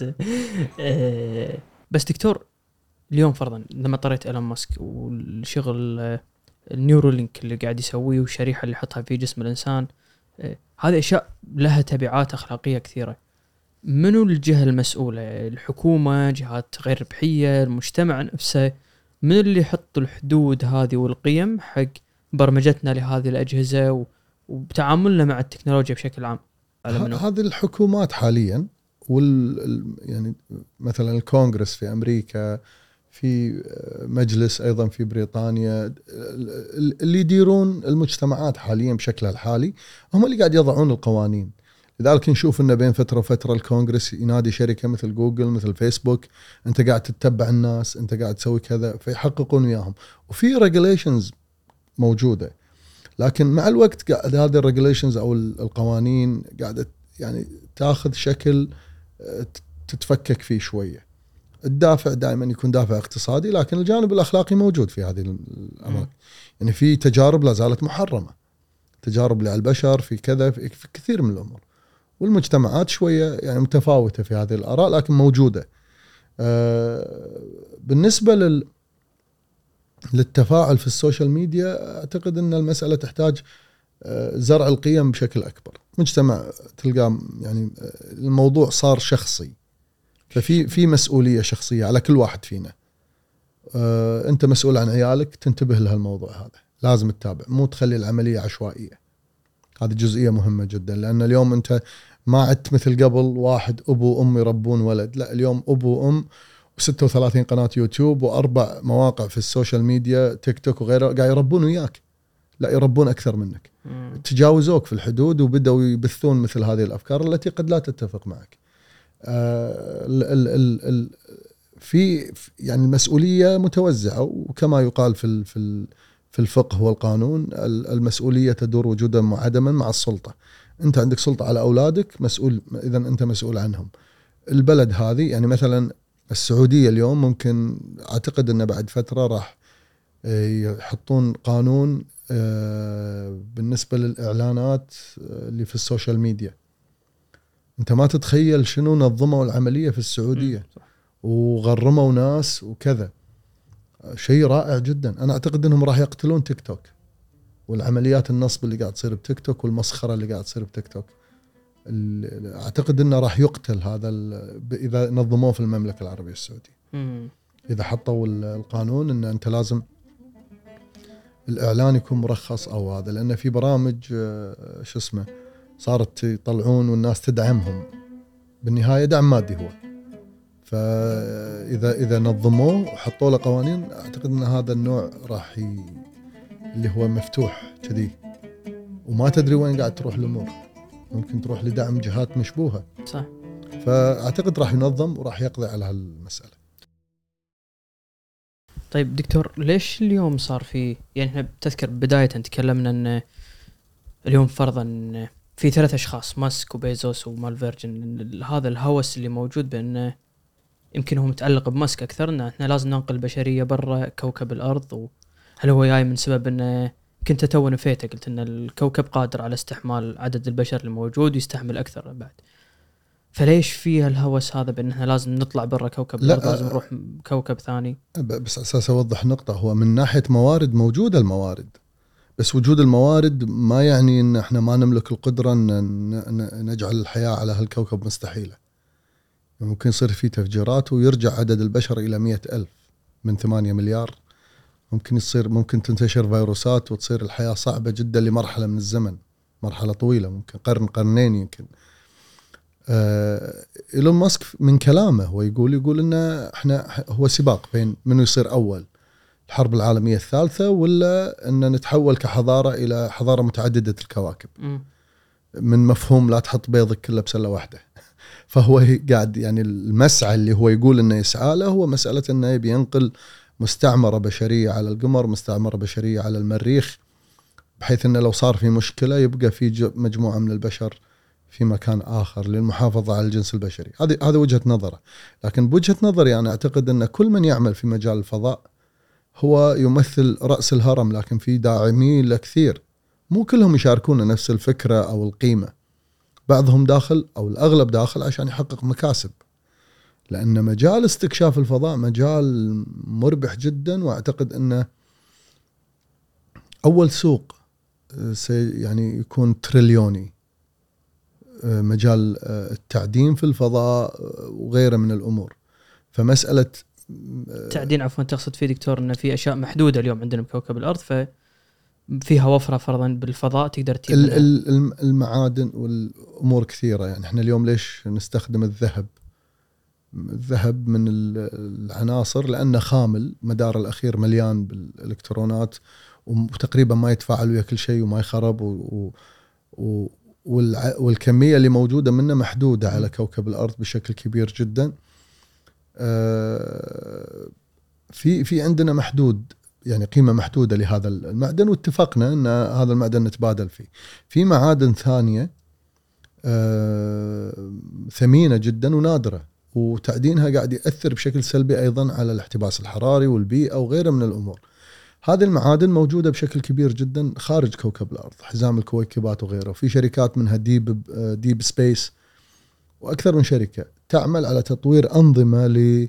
بس دكتور اليوم فرضا لما طريت إيلون ماسك والشغل النيورولينك اللي قاعد يسويه والشريحة اللي حطها في جسم الإنسان، هذه أشياء لها تبعات أخلاقية كثيرة. منو الجهة المسؤولة؟ الحكومة، جهات غير ربحية، المجتمع نفسه؟ من اللي يحط الحدود هذه والقيم حق برمجتنا لهذه الأجهزة وبتعاملنا مع التكنولوجيا بشكل عام؟ هذه الحكومات حاليا وال يعني مثلا الكونغرس في أمريكا، في مجلس أيضا في بريطانيا، اللي يديرون المجتمعات حاليا بشكلها الحالي هم اللي قاعد يضعون القوانين. لذلك نشوف أنه بين فترة وفترة الكونغرس ينادي شركة مثل جوجل مثل فيسبوك، أنت قاعد تتبع الناس، أنت قاعد تسوي كذا، فيحققون وياهم. وفي regulations موجودة، لكن مع الوقت قاعد هذه الريجوليشنز او القوانين قاعده يعني تاخذ شكل تتفكك فيه شويه. الدافع دائما يكون دافع اقتصادي، لكن الجانب الاخلاقي موجود في هذه الاماكن. يعني في تجارب لا زالت محرمه، تجارب على البشر في كذا في كثير من الامور، والمجتمعات شويه يعني متفاوته في هذه الاراء لكن موجوده. بالنسبه لل للتفاعل في السوشيال ميديا، أعتقد أن المسألة تحتاج زرع القيم بشكل أكبر. مجتمع تلقى يعني الموضوع صار شخصي، ففي في مسؤولية شخصية على كل واحد فينا. أنت مسؤول عن عيالك، تنتبه لهالموضوع هذا، لازم تتابع، مو تخلي العملية عشوائية. هذه جزئية مهمة جدا، لأن اليوم أنت ما عدت مثل قبل واحد أبو وأم يربون ولد، لا اليوم أبو وأم وستة وثلاثين قناة يوتيوب وأربع مواقع في السوشيال ميديا تيك توك وغيره قاعد يربون وياك، لا يربون أكثر منك. مم. تجاوزوك في الحدود وبدأوا يبثون مثل هذه الأفكار التي قد لا تتفق معك. آه ال ال ال ال في يعني المسؤولية متوزعة، وكما يقال في في في الفقه والقانون المسؤولية تدور وجودا وعدما مع السلطة. أنت عندك سلطة على أولادك، مسؤول، إذا أنت مسؤول عنهم. البلد هذه يعني مثلا السعودية اليوم ممكن أعتقد أن بعد فترة راح يحطون قانون بالنسبة للإعلانات اللي في السوشيال ميديا. أنت ما تتخيل شنو نظموا العملية في السعودية وغرموا ناس وكذا، شيء رائع جدا. أنا أعتقد أنهم راح يقتلون تيك توك والعمليات النصب اللي قاعد تصير بتيك توك والمسخرة اللي قاعد تصير بتيك توك. أعتقد أنه راح يقتل هذا إذا نظموه في المملكة العربية السعودية. مم. إذا حطوا القانون أن أنت لازم الإعلان يكون مرخص أو هذا، لأن في برامج شو اسمه صارت يطلعون والناس تدعمهم، بالنهاية دعم مادي هو. فإذا إذا نظموه وحطوا له قوانين، أعتقد أن هذا النوع راح ي... اللي هو مفتوح كذي وما تدري وين قاعد تروح الأمور، ممكن تروح لدعم جهات مشبوهة. صح. فأعتقد راح ينظم وراح يقضي على هالمسألة. طيب دكتور، ليش اليوم صار في يعني احنا تذكر بداية تكلمنا أن اليوم فرضا أن في ثلاث أشخاص، ماسك وبيزوس ومال فيرجن، هذا الهوس اللي موجود بأنه يمكن هو متعلق بماسك أكثر، أنه احنا لازم ننقل البشرية برا كوكب الأرض. وهل هو جاي من سبب أنه كنت تو نفيته قلت أن الكوكب قادر على استحمال عدد البشر الموجود ويستحمل أكثر بعد، فليش فيها الهوس هذا بأن احنا لازم نطلع برا كوكب الأرض، لازم نروح كوكب ثاني؟ بس أساس أوضح نقطة، هو من ناحية موارد موجودة الموارد، بس وجود الموارد ما يعني أن احنا ما نملك القدرة أن نجعل الحياة على هالكوكب مستحيلة. ممكن يصير فيه تفجيرات ويرجع عدد البشر إلى مئة ألف من ثمانية مليار. ممكن يصير ممكن تنتشر فيروسات وتصير الحياة صعبة جدا لمرحلة من الزمن، مرحلة طويلة ممكن قرن قرنين يمكن. آه إيلون ماسك من كلامه هو يقول يقول إنه إحنا هو سباق بين منو يصير أول، الحرب العالمية الثالثة ولا إن نتحول كحضارة إلى حضارة متعددة الكواكب. م. من مفهوم لا تحط بيضك كله بسلة واحدة. فهو قاعد يعني المسعى اللي هو يقول إنه يسعى له هو مسألة إنه يبي ينقل مستعمرة بشرية على القمر، مستعمرة بشرية على المريخ، بحيث إنه لو صار في مشكلة يبقى في مجموعة من البشر في مكان آخر للمحافظة على الجنس البشري. هذه هذه وجهة نظره. لكن بوجهة نظري أنا يعني أعتقد أن كل من يعمل في مجال الفضاء هو يمثل رأس الهرم، لكن في داعمين لكثير، مو كلهم يشاركون نفس الفكرة أو القيمة. بعضهم داخل أو الأغلب داخل عشان يحقق مكاسب، لأن مجال استكشاف الفضاء مجال مربح جدا، وأعتقد أنه أول سوق سي يعني يكون تريليوني. مجال التعدين في الفضاء وغيره من الأمور. فمسألة تعدين عفوا تقصد فيه دكتور أن في أشياء محدودة اليوم عندنا بكوكب الأرض ففيها وفرة فرضا بالفضاء تقدر تجيب المعادن والأمور كثيرة. يعني احنا اليوم ليش نستخدم الذهب الذهب من العناصر لأنه خامل، مدار الأخير مليان بالإلكترونات وتقريبا ما يتفاعل ويا كل شيء وما يخرب، و... و... والكمية اللي موجودة منه محدودة على كوكب الأرض بشكل كبير جدا. في في عندنا محدود، يعني قيمة محدودة لهذا المعدن، واتفقنا أن هذا المعدن نتبادل فيه. في معادن ثانية ثمينة جدا ونادرة، وتعدينها قاعد يأثر بشكل سلبي أيضا على الاحتباس الحراري والبيئة وغيره من الأمور. هذه المعادن موجودة بشكل كبير جدا خارج كوكب الأرض، حزام الكويكبات وغيره. في شركات منها ديب ديب سبيس وأكثر من شركة تعمل على تطوير أنظمة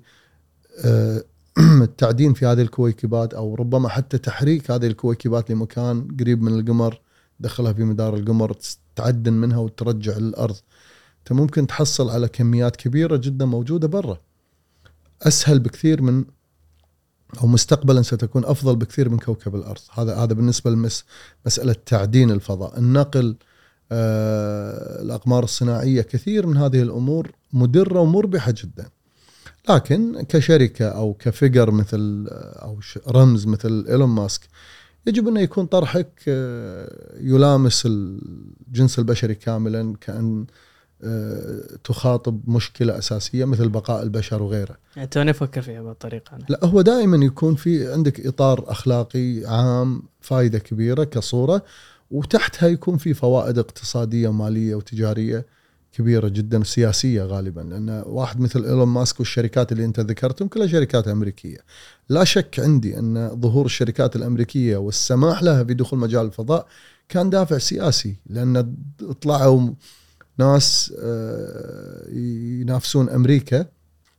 للتعدين في هذه الكويكبات، أو ربما حتى تحريك هذه الكويكبات لمكان قريب من القمر، دخلها في مدار القمر، تعدن منها وترجع للأرض. أنت ممكن تحصل على كميات كبيرة جدا موجودة برا، أسهل بكثير من، أو مستقبلا ستكون أفضل بكثير من كوكب الأرض. هذا هذا بالنسبة لمسألة تعدين الفضاء. النقل، آه، الأقمار الصناعية، كثير من هذه الأمور مدرة ومربحة جدا. لكن كشركة أو كفيجر مثل أو رمز مثل إيلون ماسك، يجب أن يكون طرحك آه، يلامس الجنس البشري كاملا، كأن تخاطب مشكلة أساسية مثل بقاء البشر وغيره. يعني توني أفكر فيها بالطريقة أنا. لا، هو دائما يكون في عندك إطار أخلاقي عام، فائدة كبيرة كصورة، وتحتها يكون في فوائد اقتصادية ومالية وتجارية كبيرة جدا، سياسية غالبا، لأن واحد مثل إيلون ماسك والشركات اللي أنت ذكرتهم كلها شركات أمريكية. لا شك عندي أن ظهور الشركات الأمريكية والسماح لها بدخول مجال الفضاء كان دافع سياسي، لأن طلعوا ناس ينافسون أمريكا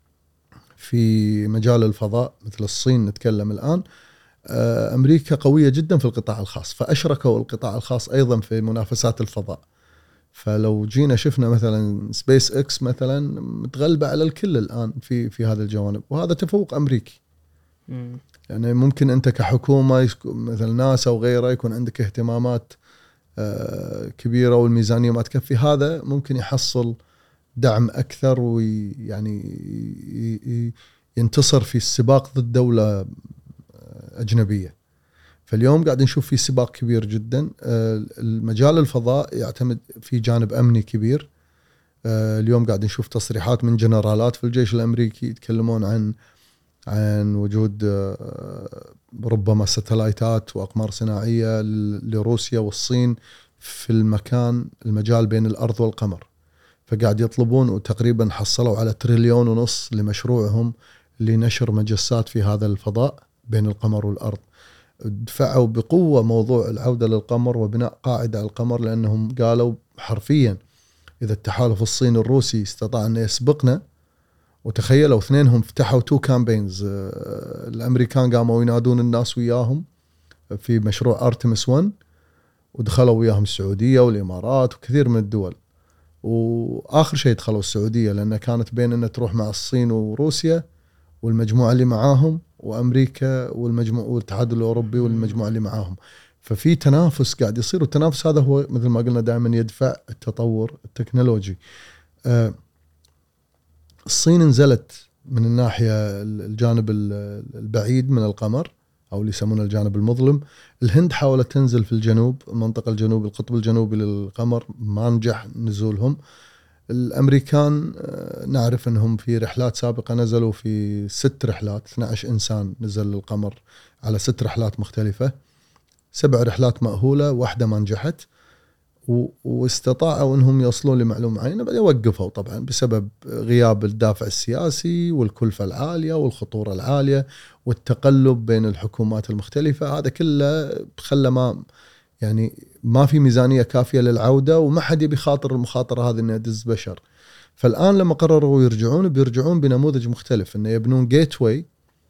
في مجال الفضاء مثل الصين. نتكلم الآن أمريكا قوية جدا في القطاع الخاص، فأشركوا القطاع الخاص أيضا في منافسات الفضاء. فلو جينا شفنا مثلا سبيس إكس مثلا متغلبة على الكل الآن في في هذا الجوانب، وهذا تفوق أمريكي. يعني ممكن أنت كحكومة مثل ناسا وغيره يكون عندك اهتمامات كبيرة والميزانية ما تكفي، هذا ممكن يحصل دعم أكثر ويعني ينتصر في السباق ضد دولة أجنبية. فاليوم قاعد نشوف في سباق كبير جدا. المجال الفضاء يعتمد في جانب أمني كبير. اليوم قاعد نشوف تصريحات من جنرالات في الجيش الأمريكي يتكلمون عن عن وجود ربما ستلايتات وأقمار صناعية لروسيا والصين في المكان المجال بين الأرض والقمر. فقاعد يطلبون، وتقريبا حصلوا على تريليون ونص لمشروعهم لنشر مجسات في هذا الفضاء بين القمر والأرض. دفعوا بقوة موضوع العودة للقمر وبناء قاعدة على القمر، لأنهم قالوا حرفيا إذا التحالف الصيني الروسي استطاع أن يسبقنا، وتخيلوا اثنينهم فتحوا تو كامبينز، الأمريكان قاموا ينادون الناس وياهم في مشروع أرتمس واحد، ودخلوا وياهم السعودية والإمارات وكثير من الدول، وآخر شيء دخلوا السعودية لأنها كانت بين أن تروح مع الصين وروسيا والمجموعة اللي معاهم، وأمريكا والمجموعة والاتحاد الأوروبي والمجموعة اللي معاهم. ففي تنافس قاعد يصير، والتنافس هذا هو مثل ما قلنا دائما يدفع التطور التكنولوجي. أه الصين نزلت من الناحية الجانب البعيد من القمر، أو اللي يسمونه الجانب المظلم. الهند حاولت تنزل في الجنوب، المنطقة الجنوب القطب الجنوبي للقمر، ما نجح نزولهم. الأمريكان نعرف أنهم في رحلات سابقة نزلوا في ست رحلات، اثني عشر إنسان نزل للقمر على ست رحلات مختلفة، سبع رحلات مأهولة، واحدة ما نجحت، واستطاعوا أنهم يوصلون لمعلومة معينة، بعدين وقفوا طبعا بسبب غياب الدافع السياسي والكلفة العالية والخطورة العالية والتقلب بين الحكومات المختلفة. هذا كله خلى ما يعني ما في ميزانية كافية للعودة، وما حد يبي خاطر المخاطرة هذه إنه يدز بشر. فالآن لما قرروا يرجعون بيرجعون بنموذج مختلف، إنه يبنون جيت واي،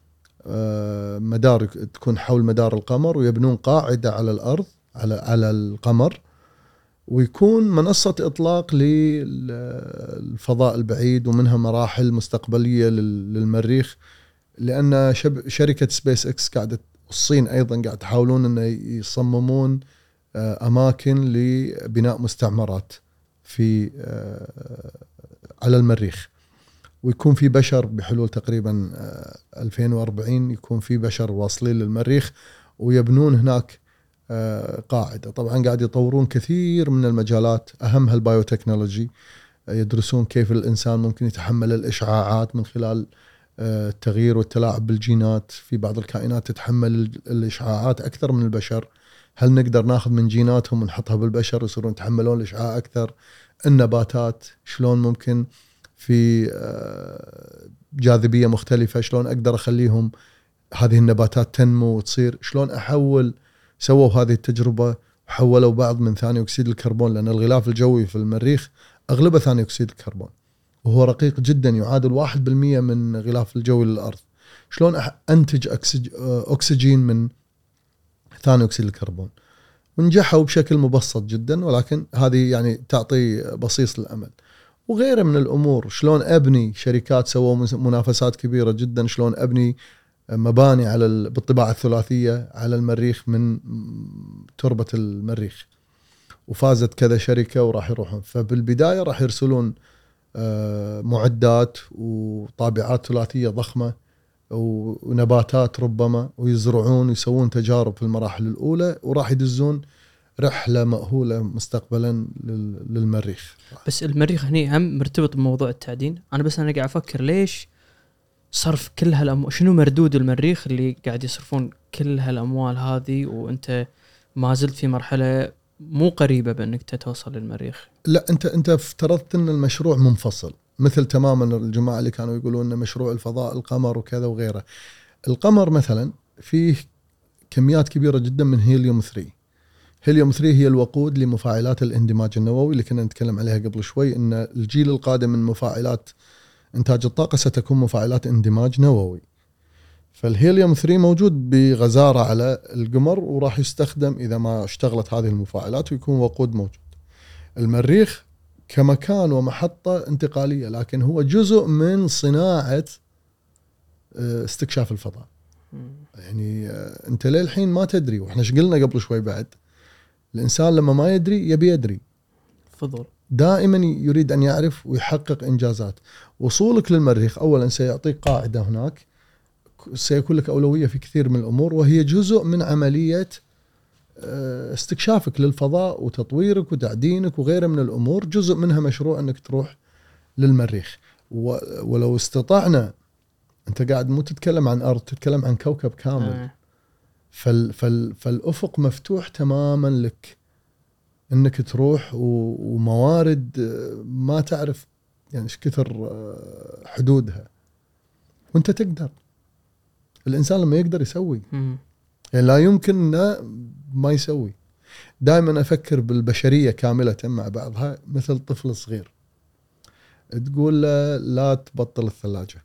مدار تكون حول مدار القمر، ويبنون قاعدة على الأرض على على القمر، ويكون منصة إطلاق للفضاء البعيد، ومنها مراحل مستقبلية للمريخ. لأن شركة سبيس إكس قاعدة، الصين أيضا قاعد يحاولون أن يصممون أماكن لبناء مستعمرات في على المريخ. ويكون في بشر بحلول تقريبا ألفين وأربعين يكون في بشر واصلين للمريخ ويبنون هناك قاعدة. طبعا قاعد يطورون كثير من المجالات أهمها البايوتكنولوجي، يدرسون كيف الإنسان ممكن يتحمل الإشعاعات من خلال التغيير والتلاعب بالجينات. في بعض الكائنات تتحمل الإشعاعات أكثر من البشر، هل نقدر ناخذ من جيناتهم ونحطها بالبشر يصيرون يتحملون الإشعاع أكثر؟ النباتات شلون ممكن في جاذبية مختلفة شلون أقدر أخليهم هذه النباتات تنمو وتصير، شلون أحول. سووا هذه التجربة وحولوا بعض من ثاني أكسيد الكربون، لأن الغلاف الجوي في المريخ أغلبه ثاني أكسيد الكربون وهو رقيق جدا يعادل واحد بالمية من غلاف الجوي للأرض. شلون أنتج أكسجين من ثاني أكسيد الكربون؟ ونجحوا بشكل مبسط جدا، ولكن هذه يعني تعطي بصيص للأمل. وغيره من الأمور، شلون أبني شركات سووا منافسات كبيرة جدا، شلون أبني مباني على بالطباعة الثلاثية على المريخ من تربة المريخ، وفازت كذا شركة وراح يروحون. فبالبداية راح يرسلون معدات وطابعات ثلاثية ضخمة ونباتات ربما، ويزرعون ويسوون تجارب في المراحل الأولى، وراح يدزون رحلة مأهولة مستقبلا للمريخ. بس المريخ هني هم مرتبط بموضوع التعدين. أنا بس أنا قاعد أفكر ليش صرف كل هالأموال، شنو مردود المريخ اللي قاعد يصرفون كل هالأموال هذه وأنت ما زلت في مرحلة مو قريبة بأنك تتوصل للمريخ؟ لا، أنت أنت افترضت أن المشروع منفصل، مثل تماما الجماعة اللي كانوا يقولون أن مشروع الفضاء القمر وكذا وغيره. القمر مثلا فيه كميات كبيرة جدا من هيليوم ثلاثة. هيليوم ثلاثة هي الوقود لمفاعلات الاندماج النووي اللي كنا نتكلم عليها قبل شوي، أن الجيل القادم من مفاعلات إنتاج الطاقة ستكون مفاعلات اندماج نووي. فالهيليوم ثلاثة موجود بغزارة على القمر وراح يستخدم إذا ما اشتغلت هذه المفاعلات ويكون وقود موجود. المريخ كمكان ومحطة انتقالية، لكن هو جزء من صناعة استكشاف الفضاء. يعني أنت للحين ما تدري، وإحنا شقلنا قبل شوي بعد، الإنسان لما ما يدري يبي يدري، فضل دائما يريد أن يعرف ويحقق إنجازات. وصولك للمريخ أولا سيعطيك قاعدة هناك، سيكون لك أولوية في كثير من الأمور، وهي جزء من عملية استكشافك للفضاء وتطويرك وتعدينك وغيره من الأمور. جزء منها مشروع أنك تروح للمريخ. ولو استطعنا، أنت قاعد مو تتكلم عن أرض، تتكلم عن كوكب كامل. آه. فال فال فالأفق مفتوح تماما لك أنك تروح، وموارد ما تعرف يعني إيش كثر حدودها، وأنت تقدر. الإنسان لما يقدر يسوي، يعني لا يمكن ما يسوي. دائما أفكر بالبشرية كاملة مع بعضها مثل طفل صغير تقول له لا تبطل الثلاجة،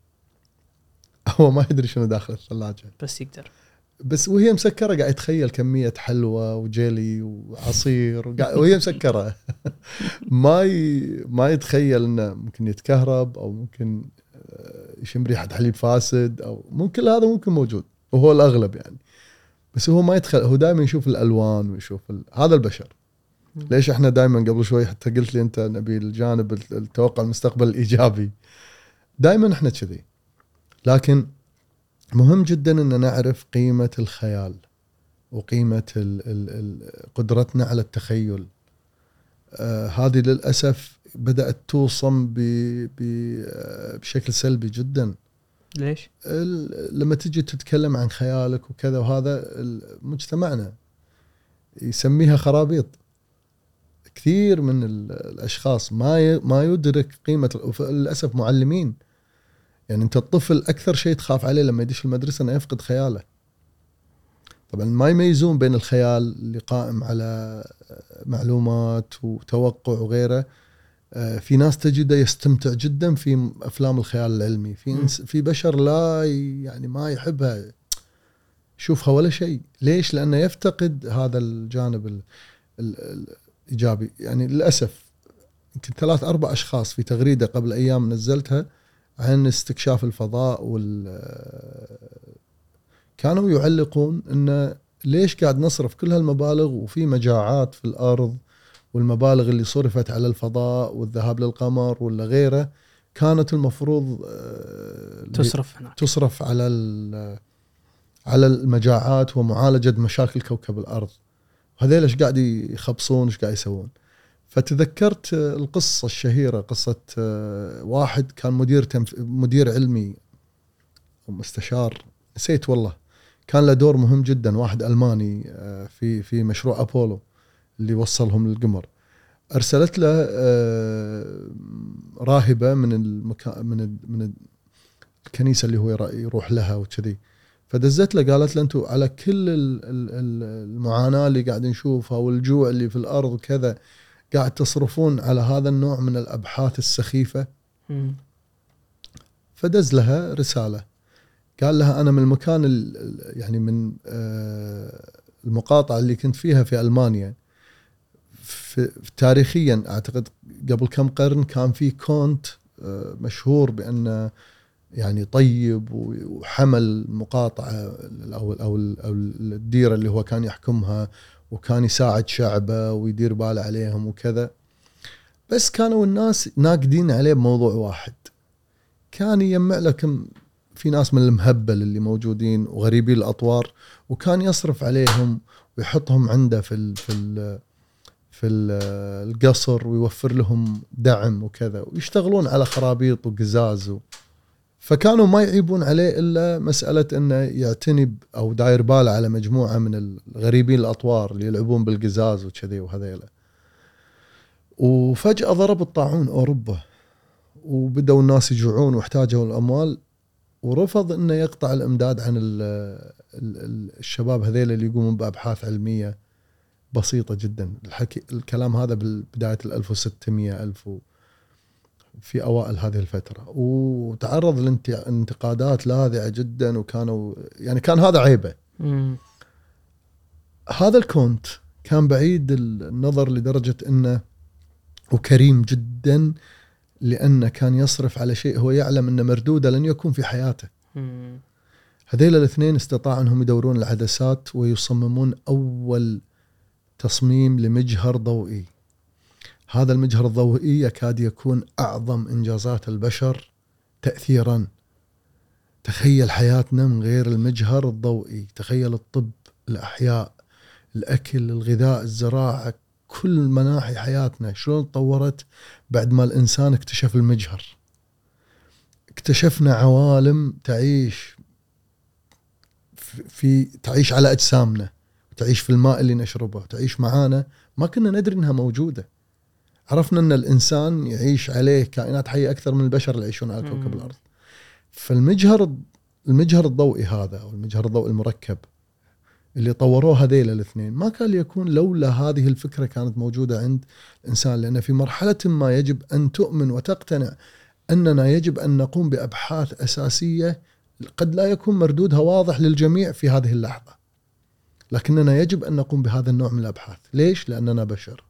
هو ما يدري شنو داخل الثلاجة بس يقدر، بس وهي مسكرة قاعد يتخيل كمية حلوى وجيلي وعصير وهي مسكرة ما ي... ما يتخيل إنه ممكن يتكهرب أو ممكن يشم ريحة حليب فاسد، أو ممكن هذا ممكن موجود وهو الأغلب يعني. بس هو ما يتخيل، هو دائما يشوف الألوان ويشوف ال... هذا البشر. ليش احنا دائما قبل شوي حتى قلت لي انت نبي الجانب التوقع المستقبل الإيجابي، دائما احنا كذي. لكن مهم جدا ان نعرف قيمة الخيال وقيمة ال ال ال قدرتنا على التخيل. آه هذه للأسف بدأت توصم ب ب بشكل سلبي جدا. ليش؟ لما تجي تتكلم عن خيالك وكذا، وهذا مجتمعنا يسميها خرابيط. كثير من الأشخاص ما ما يدرك قيمة، للأسف معلمين. يعني أنت الطفل أكثر شيء تخاف عليه لما يدش المدرسة أنه يفقد خياله. طبعا ما يميزون بين الخيال اللي قائم على معلومات وتوقع وغيره. في ناس تجده يستمتع جدا في أفلام الخيال العلمي، في في بشر لا يعني ما يحبها، شوفها ولا شيء. ليش؟ لأنه يفتقد هذا الجانب ال ال الإيجابي. يعني للأسف يمكن ثلاث أربع أشخاص في تغريدة قبل أيام نزلتها عن استكشاف الفضاء، وال كانوا يعلقون إنه ليش قاعد نصرف كل هالمبالغ وفي مجاعات في الأرض، والمبالغ اللي صرفت على الفضاء والذهاب للقمر ولا غيره كانت المفروض تصرف هناك تصرف على على المجاعات ومعالجة مشاكل كوكب الأرض. هذول ايش قاعد يخبصون، ايش قاعد يسوون. فتذكرت القصة الشهيرة، قصة واحد كان مدير تنف... مدير علمي أو مستشار، نسيت والله، كان له دور مهم جدا، واحد ألماني في في مشروع أبولو اللي وصلهم للقمر. أرسلت له راهبة من المكان من من الكنيسة اللي هو يروح لها وكذي، فدزت له قالت له أنتوا على كل المعاناة اللي قاعد نشوفها والجوع اللي في الأرض وكذا قاعد تصرفون على هذا النوع من الأبحاث السخيفة. فدز لها رسالة قال لها أنا من المكان يعني من المقاطعة اللي كنت فيها في ألمانيا، في تاريخيا أعتقد قبل كم قرن كان في كونت مشهور بأنه يعني طيب وحمل مقاطعة أو أو الديرة اللي هو كان يحكمها، وكان يساعد شعبه ويدير باله عليهم وكذا. بس كانوا الناس ناقدين عليه بموضوع واحد، كان يجمع لكم في ناس من المهبل اللي موجودين وغريبين الأطوار، وكان يصرف عليهم ويحطهم عنده في ال في ال في القصر ويوفر لهم دعم وكذا، ويشتغلون على خرابيط وقزاز و... فكانوا ما يعيبون عليه إلا مسألة أنه يعتني أو داير باله على مجموعة من الغريبين الأطوار اللي يلعبون بالقزاز وكذي وهذيلا. وفجأة ضرب الطاعون أوروبا وبدأوا الناس يجوعون واحتاجوا الأموال، ورفض أنه يقطع الإمداد عن ال ال الشباب هذيلا اللي يقومون بأبحاث علمية بسيطة جدا. الحكي الكلام هذا بالبداية الألف وستمية ألف و في أوائل هذه الفترة، وتعرض لانتقادات لاذعة جدا، وكانوا يعني كان هذا عيبه. مم. هذا الكونت كان بعيد النظر لدرجة أنه وكريم جدا، لأنه كان يصرف على شيء هو يعلم أن مردوده لن يكون في حياته. هذيل الاثنين استطاعوا أنهم يدورون العدسات ويصممون أول تصميم لمجهر ضوئي. هذا المجهر الضوئي يكاد يكون أعظم إنجازات البشر تأثيرا. تخيل حياتنا من غير المجهر الضوئي، تخيل الطب، الأحياء، الأكل، الغذاء، الزراعة، كل مناحي حياتنا شلون تطورت بعد ما الإنسان اكتشف المجهر. اكتشفنا عوالم تعيش في تعيش على أجسامنا، وتعيش في الماء اللي نشربه، وتعيش معانا ما كنا ندري أنها موجودة. عرفنا أن الإنسان يعيش عليه كائنات حية أكثر من البشر اللي يعيشون على كوكب الأرض. فالمجهر المجهر الضوئي هذا أو المجهر الضوئي المركب اللي طوروه هذيل الاثنين ما كان ليكون لولا هذه الفكرة كانت موجودة عند الإنسان. لأن في مرحلة ما يجب أن تؤمن وتقتنع أننا يجب أن نقوم بأبحاث أساسية قد لا يكون مردودها واضح للجميع في هذه اللحظة، لكننا يجب أن نقوم بهذا النوع من الأبحاث. ليش؟ لأننا بشر.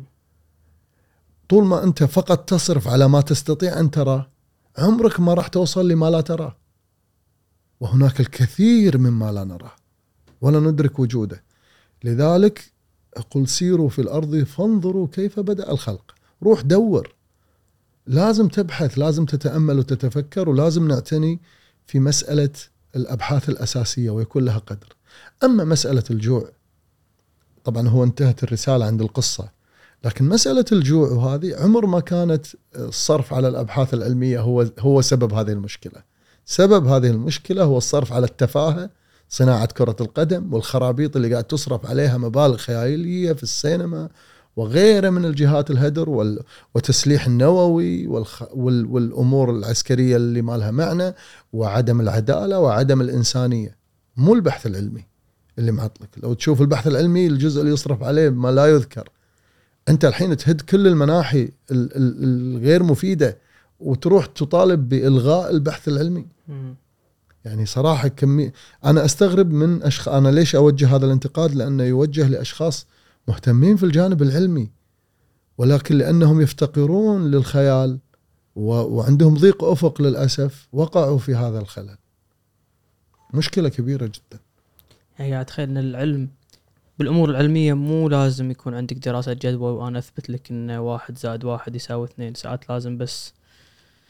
طول ما أنت فقط تصرف على ما تستطيع أن ترى، عمرك ما راح توصل لما لا ترى، وهناك الكثير مما لا نراه ولا ندرك وجوده. لذلك أقول سيروا في الأرض فانظروا كيف بدأ الخلق. روح دور، لازم تبحث، لازم تتأمل وتتفكر، ولازم نعتني في مسألة الأبحاث الأساسية ويكون لها قدر. أما مسألة الجوع طبعا هو انتهت الرسالة عند القصة، لكن مسألة الجوع وهذه عمر ما كانت الصرف على الأبحاث العلمية هو هو سبب هذه المشكلة. سبب هذه المشكلة هو الصرف على التفاهة، صناعة كرة القدم والخرابيط اللي قاعد تصرف عليها مبالغ خيالية في السينما وغيره من الجهات الهدر والتسليح النووي والأمور العسكرية اللي ما لها معنى، وعدم العدالة وعدم الإنسانية. مو البحث العلمي اللي معطلك. لو تشوف البحث العلمي الجزء اللي يصرف عليه ما لا يذكر. أنت الحين تهد كل المناحي الغير مفيدة وتروح تطالب بإلغاء البحث العلمي. يعني صراحة كمي أنا أستغرب من أشخ... أنا ليش أوجه هذا الانتقاد؟ لأنه يوجه لأشخاص مهتمين في الجانب العلمي، ولكن لأنهم يفتقرون للخيال و... وعندهم ضيق أفق للأسف وقعوا في هذا الخلل. مشكلة كبيرة جدا. يعني أتخيل أن العلم بالأمور العلمية مو لازم يكون عندك دراسة جدوى وأنا أثبت لك أن واحد زائد واحد يساوي اثنين. ساعات لازم بس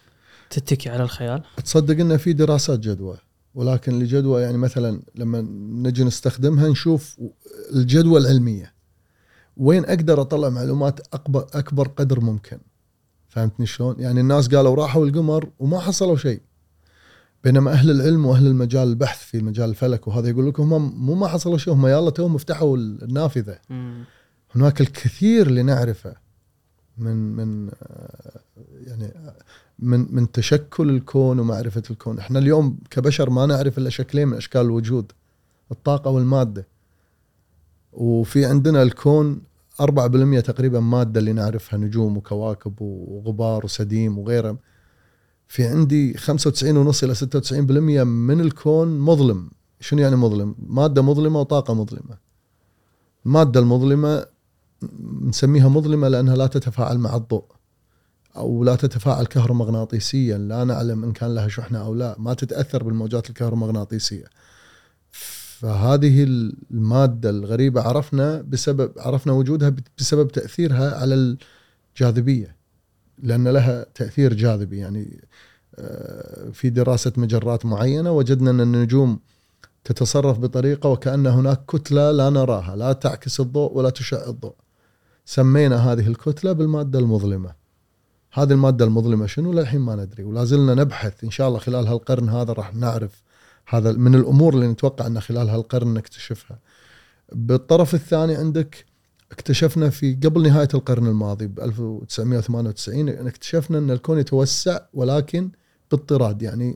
تتكي على الخيال. تصدق ان في دراسات جدوى، ولكن الجدوى يعني مثلا لما نجي نستخدمها نشوف الجدوى العلميه وين اقدر اطلع معلومات اكبر اكبر قدر ممكن. فهمتني شلون؟ يعني الناس قالوا راحوا القمر وما حصلوا شيء، بينما اهل العلم واهل المجال البحث في مجال الفلك وهذا يقول لكم هم مو ما حصلوا شيء، هم يلا توهم افتحوا النافذه. مم. هناك الكثير اللي نعرفه من من يعني من من تشكل الكون ومعرفه الكون. احنا اليوم كبشر ما نعرف الا شكلين من اشكال الوجود، الطاقه والماده. وفي عندنا الكون أربعة بالمئة تقريبا ماده اللي نعرفها، نجوم وكواكب وغبار وسديم وغيره. في عندي خمسة وتسعين ونص الى ستة وتسعين بالمئة من الكون مظلم. شنو يعني مظلم؟ ماده مظلمه وطاقه مظلمه. الماده المظلمه نسميها مظلمه لانها لا تتفاعل مع الضوء او لا تتفاعل كهرومغناطيسيا، لا نعلم ان كان لها شحنه او لا، ما تتاثر بالموجات الكهرومغناطيسيه. فهذه الماده الغريبه عرفنا بسبب عرفنا وجودها بسبب تاثيرها على الجاذبيه، لان لها تاثير جاذبي. يعني في دراسه مجرات معينه وجدنا ان النجوم تتصرف بطريقه وكأن هناك كتله لا نراها، لا تعكس الضوء ولا تشع الضوء. سمينا هذه الكتله بالماده المظلمه. هذه الماده المظلمه شنو للحين ما ندري، ولا زلنا نبحث. ان شاء الله خلال هالقرن هذا راح نعرف. هذا من الامور اللي نتوقع ان خلال هالقرن نكتشفها. بالطرف الثاني عندك اكتشفنا في قبل نهايه القرن الماضي ب ألف وتسعمئة وثمانية وتسعين اكتشفنا ان الكون يتوسع ولكن باضطراد، يعني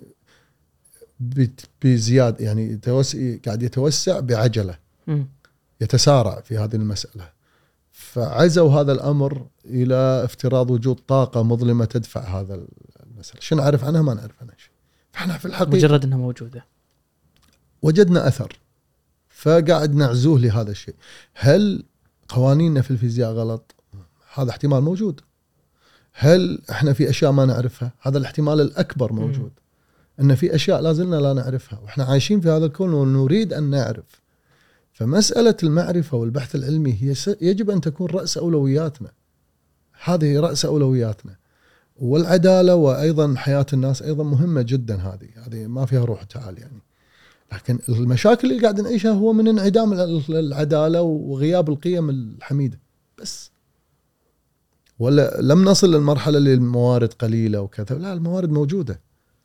بزياده، يعني يتوسع قاعد يتوسع بعجله، م. يتسارع في هذه المساله. فعزوا هذا الامر الى افتراض وجود طاقه مظلمه تدفع هذا المساله. شو نعرف عنها؟ ما نعرف عنها شيء. فاحنا في الحقيقه مجرد انها موجوده وجدنا اثر، فقاعد نعزوه لهذا الشيء. هل قوانيننا في الفيزياء غلط؟ هذا احتمال موجود. هل احنا في اشياء ما نعرفها؟ هذا الاحتمال الاكبر موجود. م. ان في اشياء لازلنا لا نعرفها، واحنا عايشين في هذا الكون ونريد ان نعرف. فمساله المعرفه والبحث العلمي هي يجب ان تكون راس اولوياتنا. هذه راس اولوياتنا. والعداله وايضا حياه الناس ايضا مهمه جدا. هذه هذه ما فيها روح تعال يعني. لكن المشاكل اللي قاعد نعيشها هو من انعدام العداله وغياب القيم الحميده بس. ولا لم نصل للمرحله اللي الموارد قليله وكذا، لا، الموارد موجوده.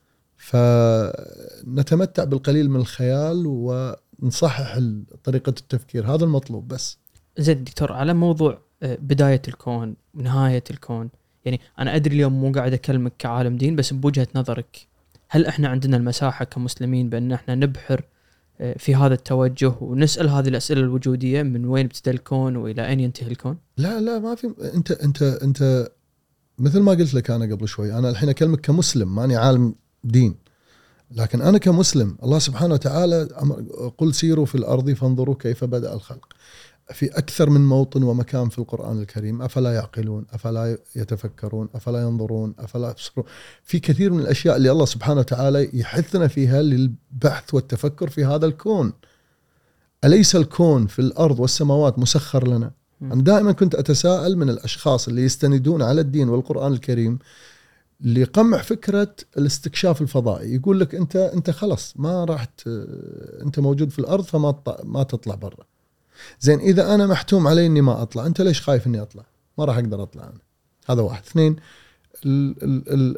فنتمتع بالقليل من الخيال ونصحح طريقه التفكير، هذا المطلوب بس. زين دكتور، على موضوع بدايه الكون ونهايه الكون، يعني انا ادري اليوم مو قاعد اكلمك كعالم دين، بس بوجهه نظرك هل احنا عندنا المساحه كمسلمين بان احنا نبحر في هذا التوجه ونسال هذه الاسئله الوجوديه، من وين ابتدى الكون والى اين ينتهي الكون؟ لا لا ما في. انت انت انت مثل ما قلت لك انا قبل شوي، انا الحين اكلمك كمسلم، ماني عالم دين. لكن انا كمسلم الله سبحانه وتعالى قل سيروا في الارض فانظروا كيف بدأ الخلق، في اكثر من موطن ومكان في القرآن الكريم. افلا يعقلون، افلا يتفكرون، افلا ينظرون، افلا يبصرون. في كثير من الاشياء اللي الله سبحانه وتعالى يحثنا فيها للبحث والتفكر في هذا الكون. أليس الكون في الارض والسماوات مسخر لنا؟ انا دائما كنت اتساءل من الاشخاص اللي يستندون على الدين والقرآن الكريم لقمع فكرة الاستكشاف الفضائي. يقول لك انت انت خلص ما راح انت موجود في الارض فما ما تطلع برا. زين، اذا انا محتوم علي اني ما اطلع، انت ليش خايف اني اطلع؟ ما راح اقدر اطلع انا. هذا واحد. اثنين، ال ال ال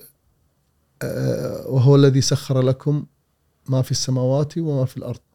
آه وهو الذي سخر لكم ما في السماوات وما في الارض.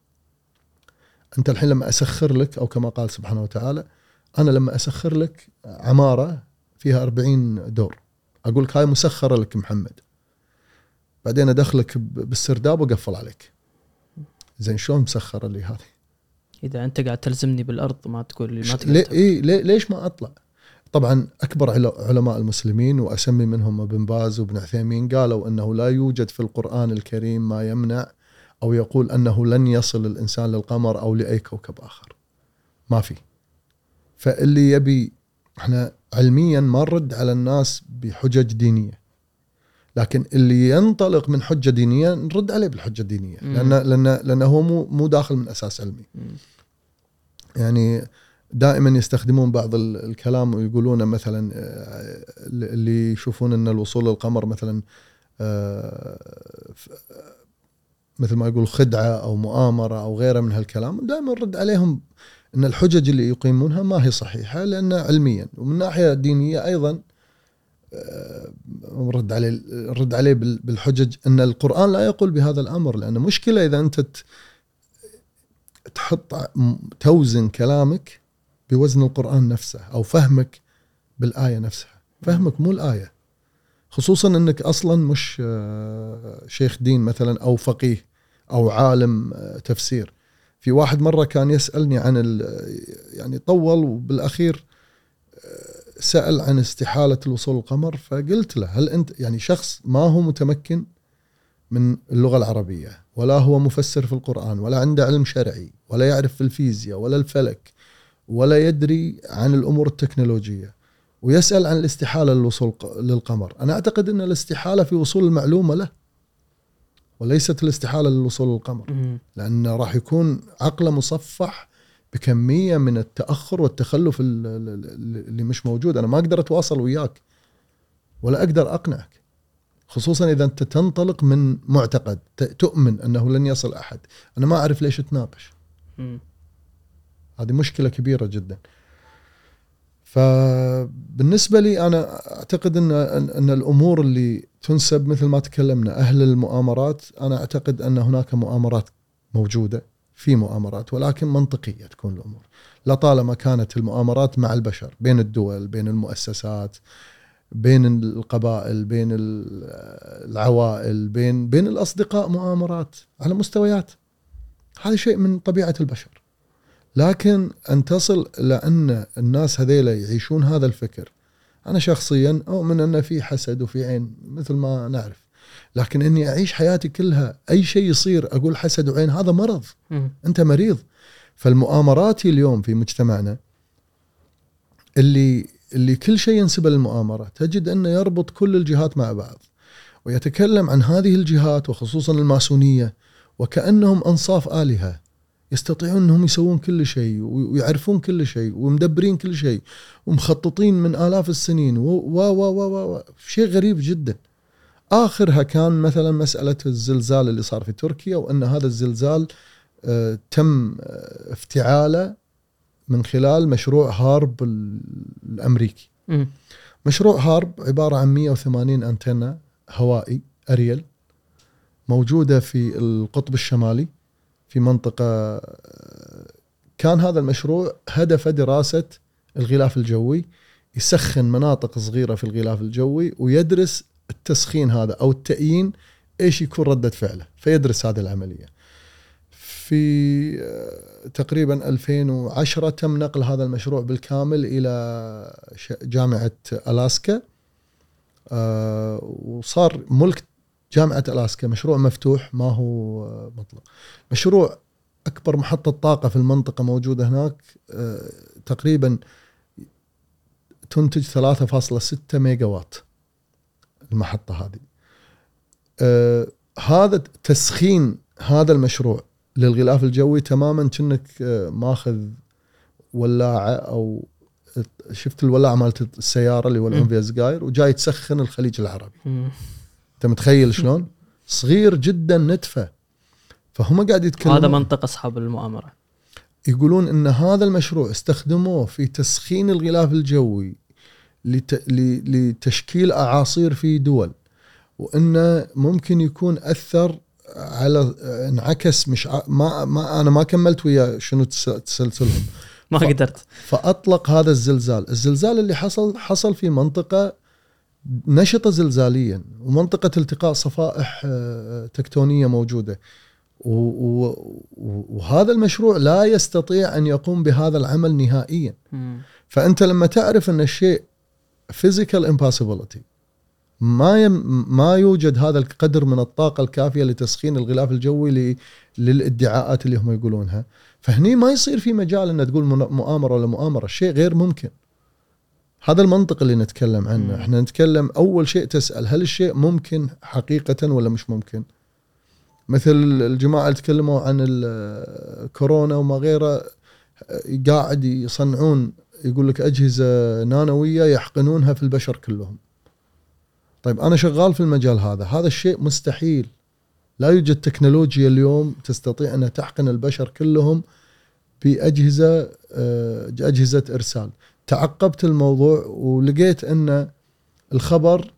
انت الحين لما اسخر لك، او كما قال سبحانه وتعالى، انا لما اسخر لك عمارة فيها أربعين دور، اقول لك هاي مسخرة لك محمد، بعدين ادخلك بالسرداب وقفل عليك. زين، شلون مسخرة لي هذه؟ اذا انت قاعد تلزمني بالارض ما تقول لي ما تقدر. ليه إيه ليه ليش ما اطلع؟ طبعا اكبر علماء المسلمين واسمي منهم ابن باز وابن عثيمين قالوا انه لا يوجد في القرآن الكريم ما يمنع او يقول انه لن يصل الانسان للقمر او لاي كوكب اخر. ما في. فاللي يبي، احنا علميا ما نرد على الناس بحجج دينية، لكن اللي ينطلق من حجة دينية نرد عليه بالحجة الدينية، لأن لأن لأنه هو مو مو داخل من أساس علمي. مم. يعني دائما يستخدمون بعض الكلام ويقولون مثلا اللي يشوفون أن الوصول للقمر مثلا مثل ما يقول خدعة أو مؤامرة أو غيره من هالكلام، دائما نرد عليهم أن الحجج اللي يقيمونها ما هي صحيحة لأنها علميا. ومن ناحية دينية أيضا نرد عليه نرد عليه بالحجج أن القرآن لا يقول بهذا الأمر. لأن مشكلة إذا أنت تحط توزن كلامك بوزن القرآن نفسه أو فهمك بالآية نفسها. فهمك مو الآية، خصوصا أنك أصلا مش شيخ دين مثلا أو فقيه أو عالم تفسير. في واحد مرة كان يسألني عن يعني طول، وبالأخير سأل عن استحالة الوصول للقمر. فقلت له هل أنت يعني شخص ما هو متمكن من اللغة العربية، ولا هو مفسر في القرآن، ولا عنده علم شرعي، ولا يعرف في الفيزياء ولا الفلك، ولا يدري عن الأمور التكنولوجية، ويسأل عن الاستحالة للوصول للقمر؟ أنا أعتقد أن الاستحالة في وصول المعلومة له، وليست الاستحالة للوصول للقمر، لأن راح يكون عقله مصفح بكمية من التأخر والتخلف اللي مش موجود. أنا ما أقدر أتواصل وياك ولا أقدر أقنعك، خصوصا إذا أنت تنطلق من معتقد تؤمن أنه لن يصل أحد. أنا ما أعرف ليش تناقش. هذه مشكلة كبيرة جدا. فبالنسبة لي أنا أعتقد أن, أن الأمور اللي تنسب مثل ما تكلمنا أهل المؤامرات، أنا أعتقد أن هناك مؤامرات موجودة، في مؤامرات، ولكن منطقية تكون الأمور. لطالما كانت المؤامرات مع البشر بين الدول، بين المؤسسات، بين القبائل، بين العوائل، بين بين الأصدقاء، مؤامرات على مستويات. هذا شيء من طبيعة البشر. لكن أن تصل لأن الناس هذيلا يعيشون هذا الفكر، أنا شخصيا أؤمن أن في حسد وفي عين مثل ما نعرف، لكن أني أعيش حياتي كلها أي شيء يصير أقول حسد وعين، هذا مرض. م. أنت مريض. فالمؤامرات اليوم في مجتمعنا اللي اللي كل شيء ينسب للمؤامرة، تجد أنه يربط كل الجهات مع بعض ويتكلم عن هذه الجهات وخصوصا الماسونية وكأنهم أنصاف آلهة يستطيعون أنهم يسوون كل شيء ويعرفون كل شيء ومدبرين كل شيء ومخططين من آلاف السنين و و و و شيء غريب جدا. آخرها كان مثلا مسألة الزلزال اللي صار في تركيا، وأن هذا الزلزال آه تم آه افتعاله من خلال مشروع هارب الأمريكي. م. مشروع هارب عبارة عن مئة وثمانين أنتنة هوائي أريل موجودة في القطب الشمالي في منطقة. كان هذا المشروع هدف دراسة الغلاف الجوي، يسخن مناطق صغيرة في الغلاف الجوي ويدرس التسخين هذا أو التأيين إيش يكون ردة فعله، فيدرس هذه العملية. في تقريبا ألفين وعشرة تم نقل هذا المشروع بالكامل إلى جامعة ألاسكا، وصار ملك جامعة ألاسكا. مشروع مفتوح ما هو مطلق. مشروع أكبر محطة طاقة في المنطقة موجودة هناك، تقريبا تنتج ثلاثة فاصلة ستة ميجا وات المحطة هذه. هذا تسخين هذا المشروع للغلاف الجوي تماما كأنك ماخذ ولاعة أو شفت الولاعة مالت السيارة اللي يولعون فيها سجاير وجاي تسخن الخليج العربي. انت متخيل شلون صغير جدا نتفه. فهم قاعد يتكلمون، هذا منطق أصحاب المؤامرة يقولون ان هذا المشروع استخدموه في تسخين الغلاف الجوي لت... لتشكيل أعاصير في دول، وانه ممكن يكون أثر على انعكس مش ع... ما... ما انا ما كملت ويا شنو تسلسلهم ما ف... قدرت. فأطلق هذا الزلزال. الزلزال اللي حصل حصل في منطقة نشطة زلزاليا ومنطقة التقاء صفائح تكتونية موجودة، وهذا المشروع لا يستطيع أن يقوم بهذا العمل نهائيا. فأنت لما تعرف أن الشيء physical impossibility، ما يم ما يوجد هذا القدر من الطاقة الكافية لتسخين الغلاف الجوي للادعاءات اللي هم يقولونها، فهني ما يصير في مجال أن تقول مؤامرة ولا مؤامرة. شيء غير ممكن. هذا المنطق اللي نتكلم عنه. م. احنا نتكلم أول شيء تسأل هل الشيء ممكن حقيقة ولا مش ممكن. مثل الجماعة اللي تكلموا عن الكورونا وما غيره، قاعد يصنعون يقول لك أجهزة نانوية يحقنونها في البشر كلهم. طيب أنا شغال في المجال هذا، هذا الشيء مستحيل. لا يوجد تكنولوجيا اليوم تستطيع أن تحقن البشر كلهم بأجهزة أجهزة إرسال. تعقبت الموضوع ولقيت أن الخبر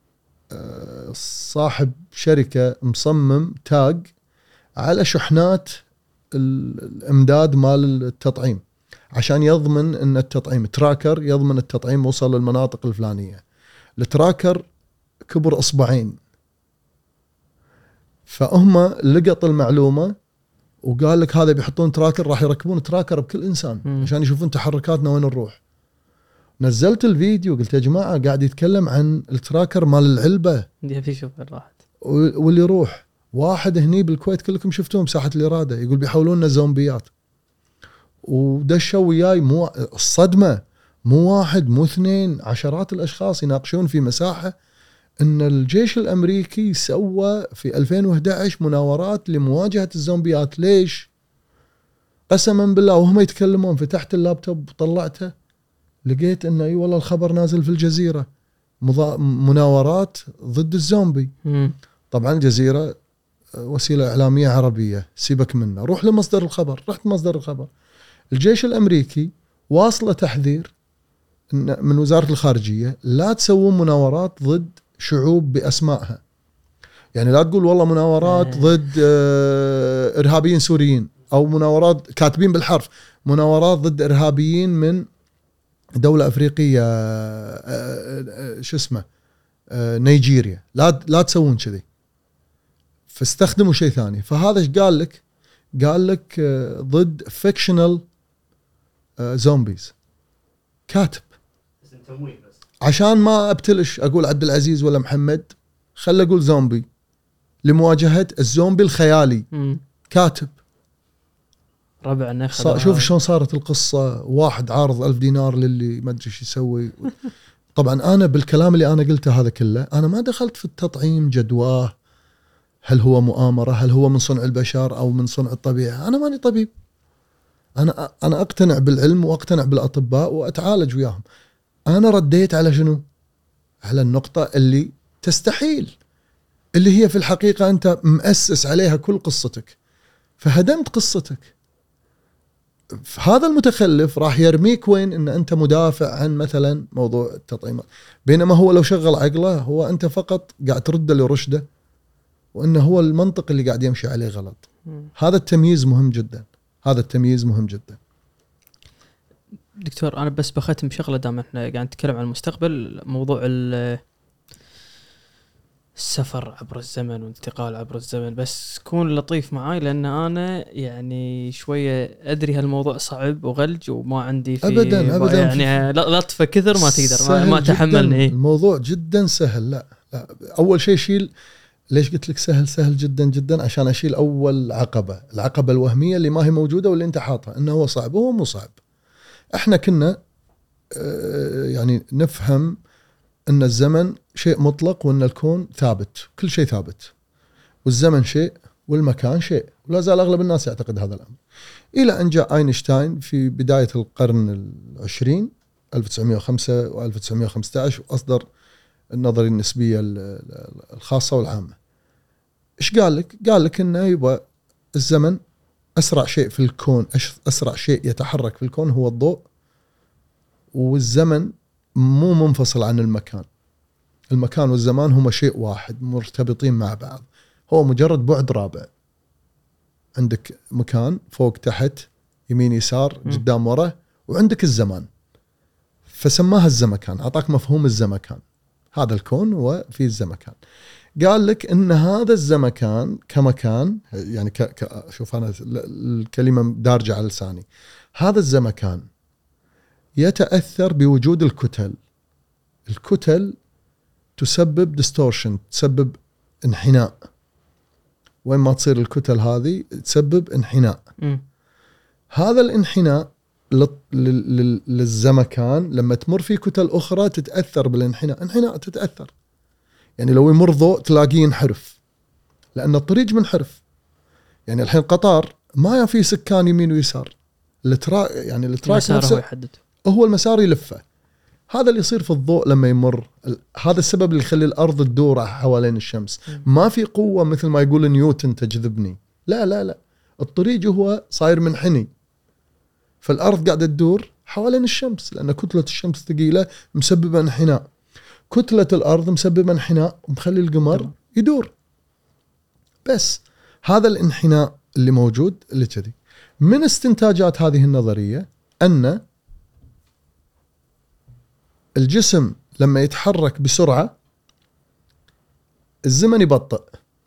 صاحب شركة مصمم تاج على شحنات الإمداد مال التطعيم عشان يضمن أن التطعيم تراكر يضمن التطعيم وصل للمناطق الفلانية. التراكر كبر أصبعين، فهم لقط المعلومة وقال لك هذا بيحطون تراكر، راح يركبون تراكر بكل إنسان م. عشان يشوفون تحركاتنا وين نروح. نزلت الفيديو قلت يا جماعة قاعد يتكلم عن التراكر مال العلبة في شوف راحت واللي يروح. واحد هني بالكويت كلكم شفتوه مساحة الإرادة يقول بيحولوننا زومبيات، ودشوا وياي مو الصدمة مو واحد مو اثنين، عشرات الأشخاص يناقشون في مساحة ان الجيش الامريكي سوى في ألفين وإحدى عشر مناورات لمواجهة الزومبيات. ليش؟ قسما بالله وهم يتكلمون فتحت اللابتوب وطلعته لقيت انه اي والله الخبر نازل في الجزيرة مناورات ضد الزومبي. م. طبعا الجزيرة وسيلة اعلامية عربية سيبك منها، روح لمصدر الخبر. رحت مصدر الخبر الجيش الامريكي واصله تحذير من وزارة الخارجية لا تسوون مناورات ضد شعوب بأسمائها. يعني لا تقول والله مناورات ضد إرهابيين سوريين أو مناورات كاتبين بالحرف مناورات ضد إرهابيين من دولة أفريقية شو اسمه نيجيريا. لا لا تسوون كذي، فاستخدموا شيء ثاني. فهذا ايش قال لك؟ قال لك ضد فيكشنال زومبيز. كاتب عشان ما ابتلش اقول عبد العزيز ولا محمد، خل اقول زومبي لمواجهة الزومبي الخيالي. م. كاتب ربعنا صار. شوف شلون صارت القصة. واحد عارض ألف دينار للي ما ادري ايش يسوي. طبعا انا بالكلام اللي انا قلته هذا كله انا ما دخلت في التطعيم جدواه، هل هو مؤامرة، هل هو من صنع البشر او من صنع الطبيعة. انا ماني طبيب، انا انا اقتنع بالعلم واقتنع بالاطباء واتعالج وياهم. أنا رديت على شنو؟ على النقطة اللي تستحيل، اللي هي في الحقيقة أنت مؤسس عليها كل قصتك، فهدمت قصتك. هذا المتخلف راح يرميك وين؟ إن أنت مدافع عن مثلا موضوع التطعيمات، بينما هو لو شغل عقله هو أنت فقط قاعد ترد لرشده، وإنه هو المنطق اللي قاعد يمشي عليه غلط. هذا التمييز مهم جدا، هذا التمييز مهم جدا. دكتور أنا بس بختم بشغلة دام إحنا قاعد نتكلم عن المستقبل، موضوع السفر عبر الزمن وانتقال عبر الزمن، بس كون لطيف معاي لأن أنا يعني شوية أدري هالموضوع صعب وغلج وما عندي فيه أبداً أبداً يعني لطفة كثر ما تقدر ما, ما تحملني. الموضوع جدا سهل. لا, لا أول شيء شيل. ليش قلت لك سهل؟ سهل جدا جدا عشان أشيل أول عقبة، العقبة الوهمية اللي ما هي موجودة واللي أنت حاطها إنه هو صعب. هو مو صعب. احنا كنا يعني نفهم ان الزمن شيء مطلق وان الكون ثابت، كل شيء ثابت، والزمن شيء والمكان شيء، ولا زال اغلب الناس يعتقد هذا الامر. الى ان جاء اينشتاين في بداية القرن العشرين ألف وتسعمائة وخمسة وألف وتسعمائة وخمسة عشر واصدر النظرية النسبية الخاصة والعامة. ايش قال لك؟ قال لك انه يبقى الزمن اسرع شيء في الكون، اسرع شيء يتحرك في الكون هو الضوء، والزمن مو منفصل عن المكان. المكان والزمان هما شيء واحد مرتبطين مع بعض، هو مجرد بعد رابع. عندك مكان فوق تحت يمين يسار قدام ورا، وعندك الزمان فسماها الزمكان، أعطاك مفهوم الزمكان. هذا الكون وفي الزمكان. قال لك إن هذا الزمكان كمكان، يعني ك... ك... شوف أنا الكلمة دارجة على لساني، هذا الزمكان يتأثر بوجود الكتل. الكتل تسبب ديستورشن، تسبب انحناء. وين ما تصير الكتل هذه تسبب انحناء. م. هذا الانحناء للزمكان لما تمر في كتل أخرى تتأثر بالانحناء. انحناء تتأثر، يعني لو يمر ضوء تلاقيه ينحرف لأن الطريق منحرف. يعني الحين قطار ما في سكان يمين ويسار، التراك يعني التراك نفسه هو, يحدد. هو المسار يلفه. هذا اللي يصير في الضوء لما يمر. هذا السبب اللي يخلي الأرض تدور حوالين الشمس. ما في قوة مثل ما يقول نيوتن تجذبني، لا لا لا، الطريق هو صاير منحني، فالأرض قاعدة تدور حوالين الشمس لأن كتلة الشمس ثقيلة مسببة انحناء، كتلة الأرض مسببة انحناء ومخلي القمر يدور. بس هذا الانحناء اللي موجود اللي كذي. من استنتاجات هذه النظرية أن الجسم لما يتحرك بسرعة الزمن يبطئ،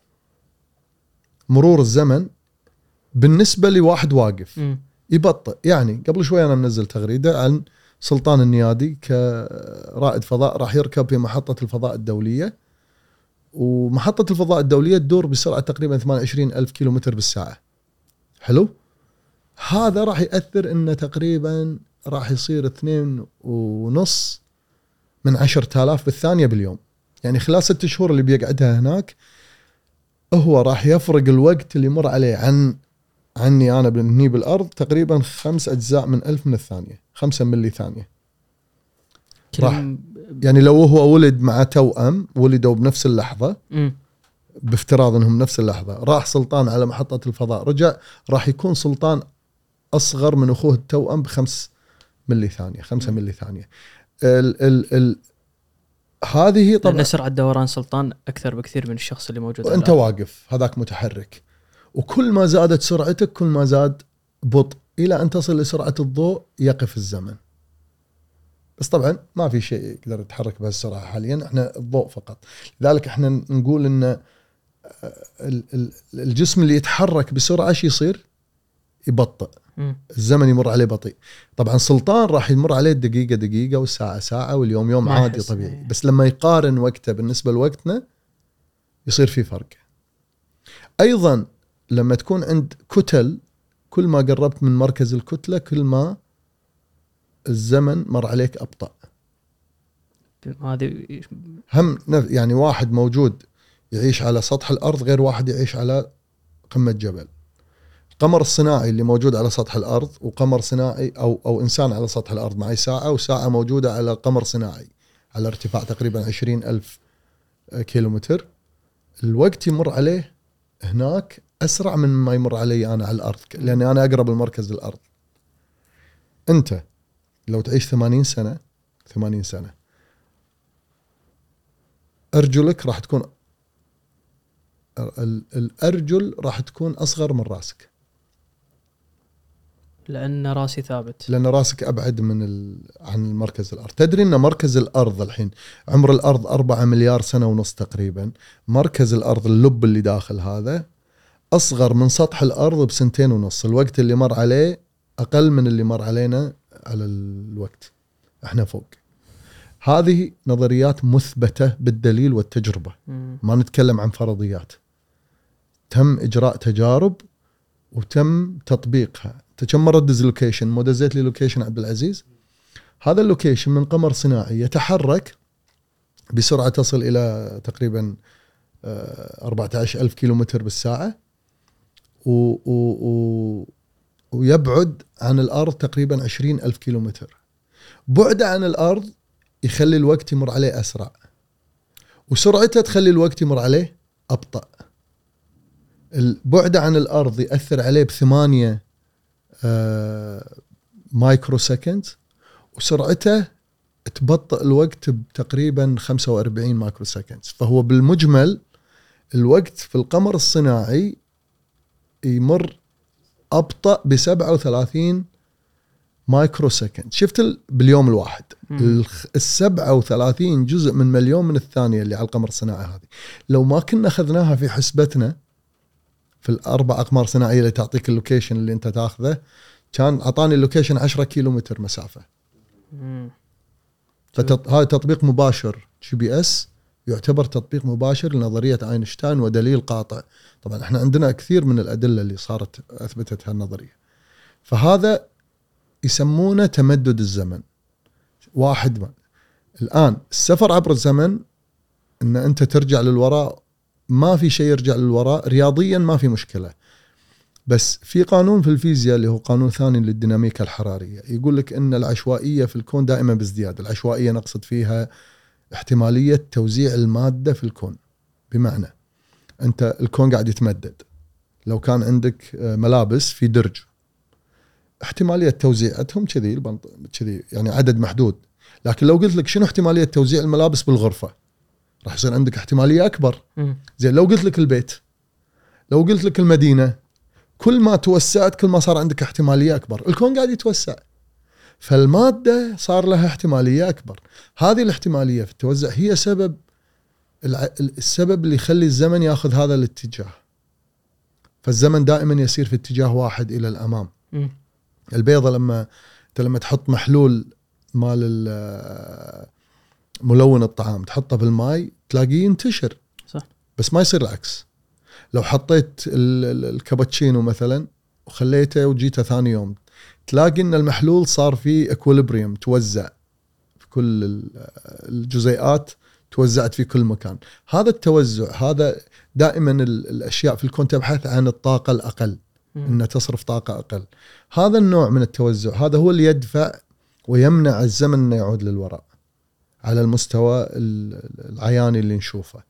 مرور الزمن بالنسبة لواحد واقف م. يبطئ. يعني قبل شوي أنا منزل تغريدة عن سلطان النيادي كرائد فضاء راح يركب في محطة الفضاء الدولية، ومحطة الفضاء الدولية تدور بسرعة تقريبا ثمانية وعشرين ألف كيلومتر بالساعة. حلو؟ هذا راح يأثر إنه تقريبا راح يصير اثنين ونص من عشرة آلاف بالثانية باليوم. يعني خلال ست شهور اللي بيقعدها هناك هو راح يفرق الوقت اللي مر عليه عن عني أنا بنهني بالأرض تقريبا خمس أجزاء من ألف من الثانية، خمسة ملي ثانية. راح يعني لو هو ولد مع توأم ولدوا بنفس اللحظة م. بافتراض انهم نفس اللحظة، راح سلطان على محطة الفضاء رجع، راح يكون سلطان أصغر من أخوه التوأم بخمس ملي ثانية، خمسة ملي ثانية. ال ال ال هذه طبعا سرعة دوران سلطان أكثر بكثير من الشخص اللي موجود وأنت الآن. واقف هذاك متحرك، وكل ما زادت سرعتك كل ما زاد بطء إلى أن تصل لسرعة الضوء يقف الزمن. بس طبعا ما في شيء يقدر يتحرك بهالسرعة حاليا، احنا الضوء فقط. لذلك احنا نقول ان الجسم اللي يتحرك بسرعة شي يصير يبطئ، الزمن يمر عليه بطيء. طبعا سلطان راح يمر عليه دقيقة دقيقة والساعة ساعة واليوم يوم عادي طبيعي، بس لما يقارن وقته بالنسبة لوقتنا يصير في فرق. ايضا لما تكون عند كتل، كل ما قربت من مركز الكتلة كل ما الزمن مر عليك أبطأ. هذه هم يعني واحد موجود يعيش على سطح الأرض غير واحد يعيش على قمة جبل. القمر الصناعي اللي موجود على سطح الأرض وقمر صناعي أو أو إنسان على سطح الأرض معي ساعة، وساعة موجودة على قمر صناعي على ارتفاع تقريبا عشرين ألف كيلومتر، الوقت يمر عليه هناك أسرع من ما يمر علي أنا على الأرض، لأني أنا أقرب المركز للأرض. أنت لو تعيش ثمانين سنة ثمانين سنة أرجلك راح تكون الأرجل راح تكون أصغر من راسك، لأن راسي ثابت، لأن راسك أبعد من ال... عن المركز الأرض. تدري أن مركز الأرض الحين عمر الأرض أربعة مليار سنة ونص تقريبا. مركز الأرض اللب اللي داخل هذا أصغر من سطح الأرض بسنتين ونص. الوقت اللي مر عليه أقل من اللي مر علينا على الوقت، احنا فوق. هذه نظريات مثبتة بالدليل والتجربة، ما نتكلم عن فرضيات. تم إجراء تجارب وتم تطبيقها. كم مرة دز لوكيشن، مو دزيت لي لوكيشن عبد العزيز؟ هذا اللوكيشن من قمر صناعي يتحرك بسرعة تصل إلى تقريبا أربعة عشر ألف كيلومتر بالساعة، و, و, و ويبعد عن الأرض تقريبا عشرين ألف كيلومتر. بعد عن الأرض يخلي الوقت يمر عليه أسرع، وسرعته تخلي الوقت يمر عليه أبطأ. البعد عن الأرض يأثر عليه بثمانية آه مايكرو سكند، وسرعته تبطئ الوقت بتقريبا خمسة وأربعين مايكرو سكند. فهو بالمجمل الوقت في القمر الصناعي يمر أبطأ بسبعة وثلاثين مايكرو سكند. شفت باليوم الواحد السبعة وثلاثين جزء من مليون من الثانية اللي على القمر الصناعي هذه، لو ما كنا أخذناها في حسبتنا في الأربع أقمار صناعية اللي تعطيك اللوكيشن اللي أنت تأخذه، كان عطاني اللوكيشن عشرة كيلومتر مسافة. فهذا تطبيق مباشر جي بي اس، يعتبر تطبيق مباشر لنظرية أينشتاين ودليل قاطع. طبعا احنا عندنا كثير من الأدلة اللي صارت أثبتت هالنظرية. فهذا يسمونه تمدد الزمن. واحد ما. الآن السفر عبر الزمن ان انت ترجع للوراء، ما في شيء يرجع للوراء رياضيا، ما في مشكلة، بس في قانون في الفيزياء اللي هو قانون ثاني للديناميكا الحرارية، يقول لك ان العشوائية في الكون دائما بازدياد. العشوائية نقصد فيها احتمالية توزيع المادة في الكون. بمعنى انت الكون قاعد يتمدد، لو كان عندك ملابس في درج، احتمالية توزيعتهم كذي كذي يعني عدد محدود. لكن لو قلت لك شنو احتمالية توزيع الملابس بالغرفة، راح يصير عندك احتمالية أكبر. زين لو قلت لك البيت، لو قلت لك المدينة، كل ما توسعت كل ما صار عندك احتمالية أكبر. الكون قاعد يتوسع، فالمادة صار لها احتمالية أكبر. هذه الاحتمالية في التوزع هي سبب السبب اللي يخلي الزمن ياخذ هذا الاتجاه. فالزمن دائما يسير في اتجاه واحد إلى الأمام. م. البيضة لما لما تحط محلول مال ملون الطعام تحطه في الماء تلاقيه ينتشر، صح. بس ما يصير العكس. لو حطيت الكابتشينو مثلا وخليته وجيته ثاني يوم، تلاقي ان المحلول صار فيه اكويليبريم، توزع في كل الجزيئات، توزعت في كل مكان. هذا التوزع هذا دائما الاشياء في الكون تبحث عن الطاقه الاقل، ان تصرف طاقه اقل. هذا النوع من التوزع هذا هو اللي يدفع ويمنع الزمن انه يعود للوراء على المستوى العياني اللي نشوفه.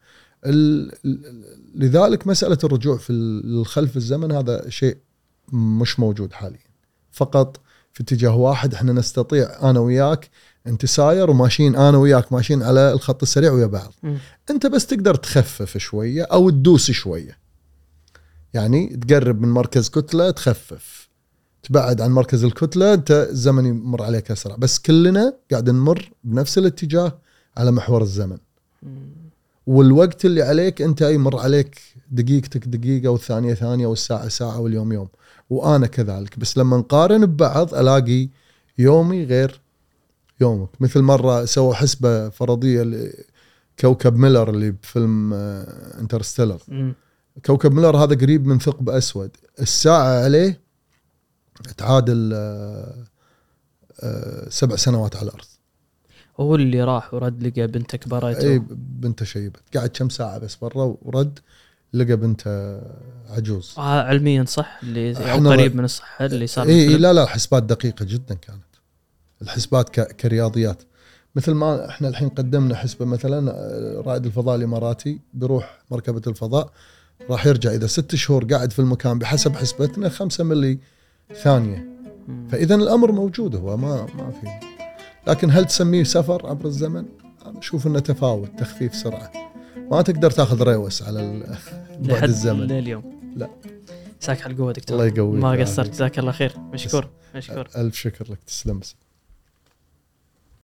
لذلك مساله الرجوع في الخلف الزمن هذا شيء مش موجود حاليا، فقط في اتجاه واحد. احنا نستطيع انا وياك انت ساير وماشيين، انا وياك ماشيين على الخط السريع ويا بعض. م. انت بس تقدر تخفف شويه او تدوس شويه، يعني تقرب من مركز كتله تخفف، تبعد عن مركز الكتله انت الزمن يمر عليك اسرع. بس كلنا قاعد نمر بنفس الاتجاه على محور الزمن. م. والوقت اللي عليك انت يمر عليك دقيقتك دقيقه والثانيه ثانيه والساعه ساعه واليوم يوم، وانا كذلك. بس لما نقارن ببعض الاقي يومي غير يومك. مثل مرة سووا حسبة فرضية لكوكب ميلر اللي بفيلم انترستيلر. م. كوكب ميلر هذا قريب من ثقب أسود، الساعة عليه تعادل سبع سنوات على الأرض. هو اللي راح ورد لقى بنته كبرت. اي بنته شيبت، قاعد كم ساعة بس برا ورد لقى بنته عجوز. آه علميا صح اللي قريب من الصحة اللي صار. اي لا لا الحسبات دقيقة جدا كانت، الحسبات كرياضيات. مثل ما احنا الحين قدمنا حسبة مثلا رائد الفضاء الاماراتي بيروح مركبة الفضاء راح يرجع اذا ست شهور قاعد في المكان بحسب حسبتنا خمسة ملي ثانية. فاذا الامر موجود، هو ما ما في. لكن هل تسميه سفر عبر الزمن؟ انا اشوف انه تفاوت، تخفيف سرعة. ما تقدر تاخذ ريوس على بعد الزمن اليوم. لا. ساك على القوة دكتور. الله يقويك. ما قصرت، جزاك الله خير. مشكور مشكور. ألف شكر لك، تسلم.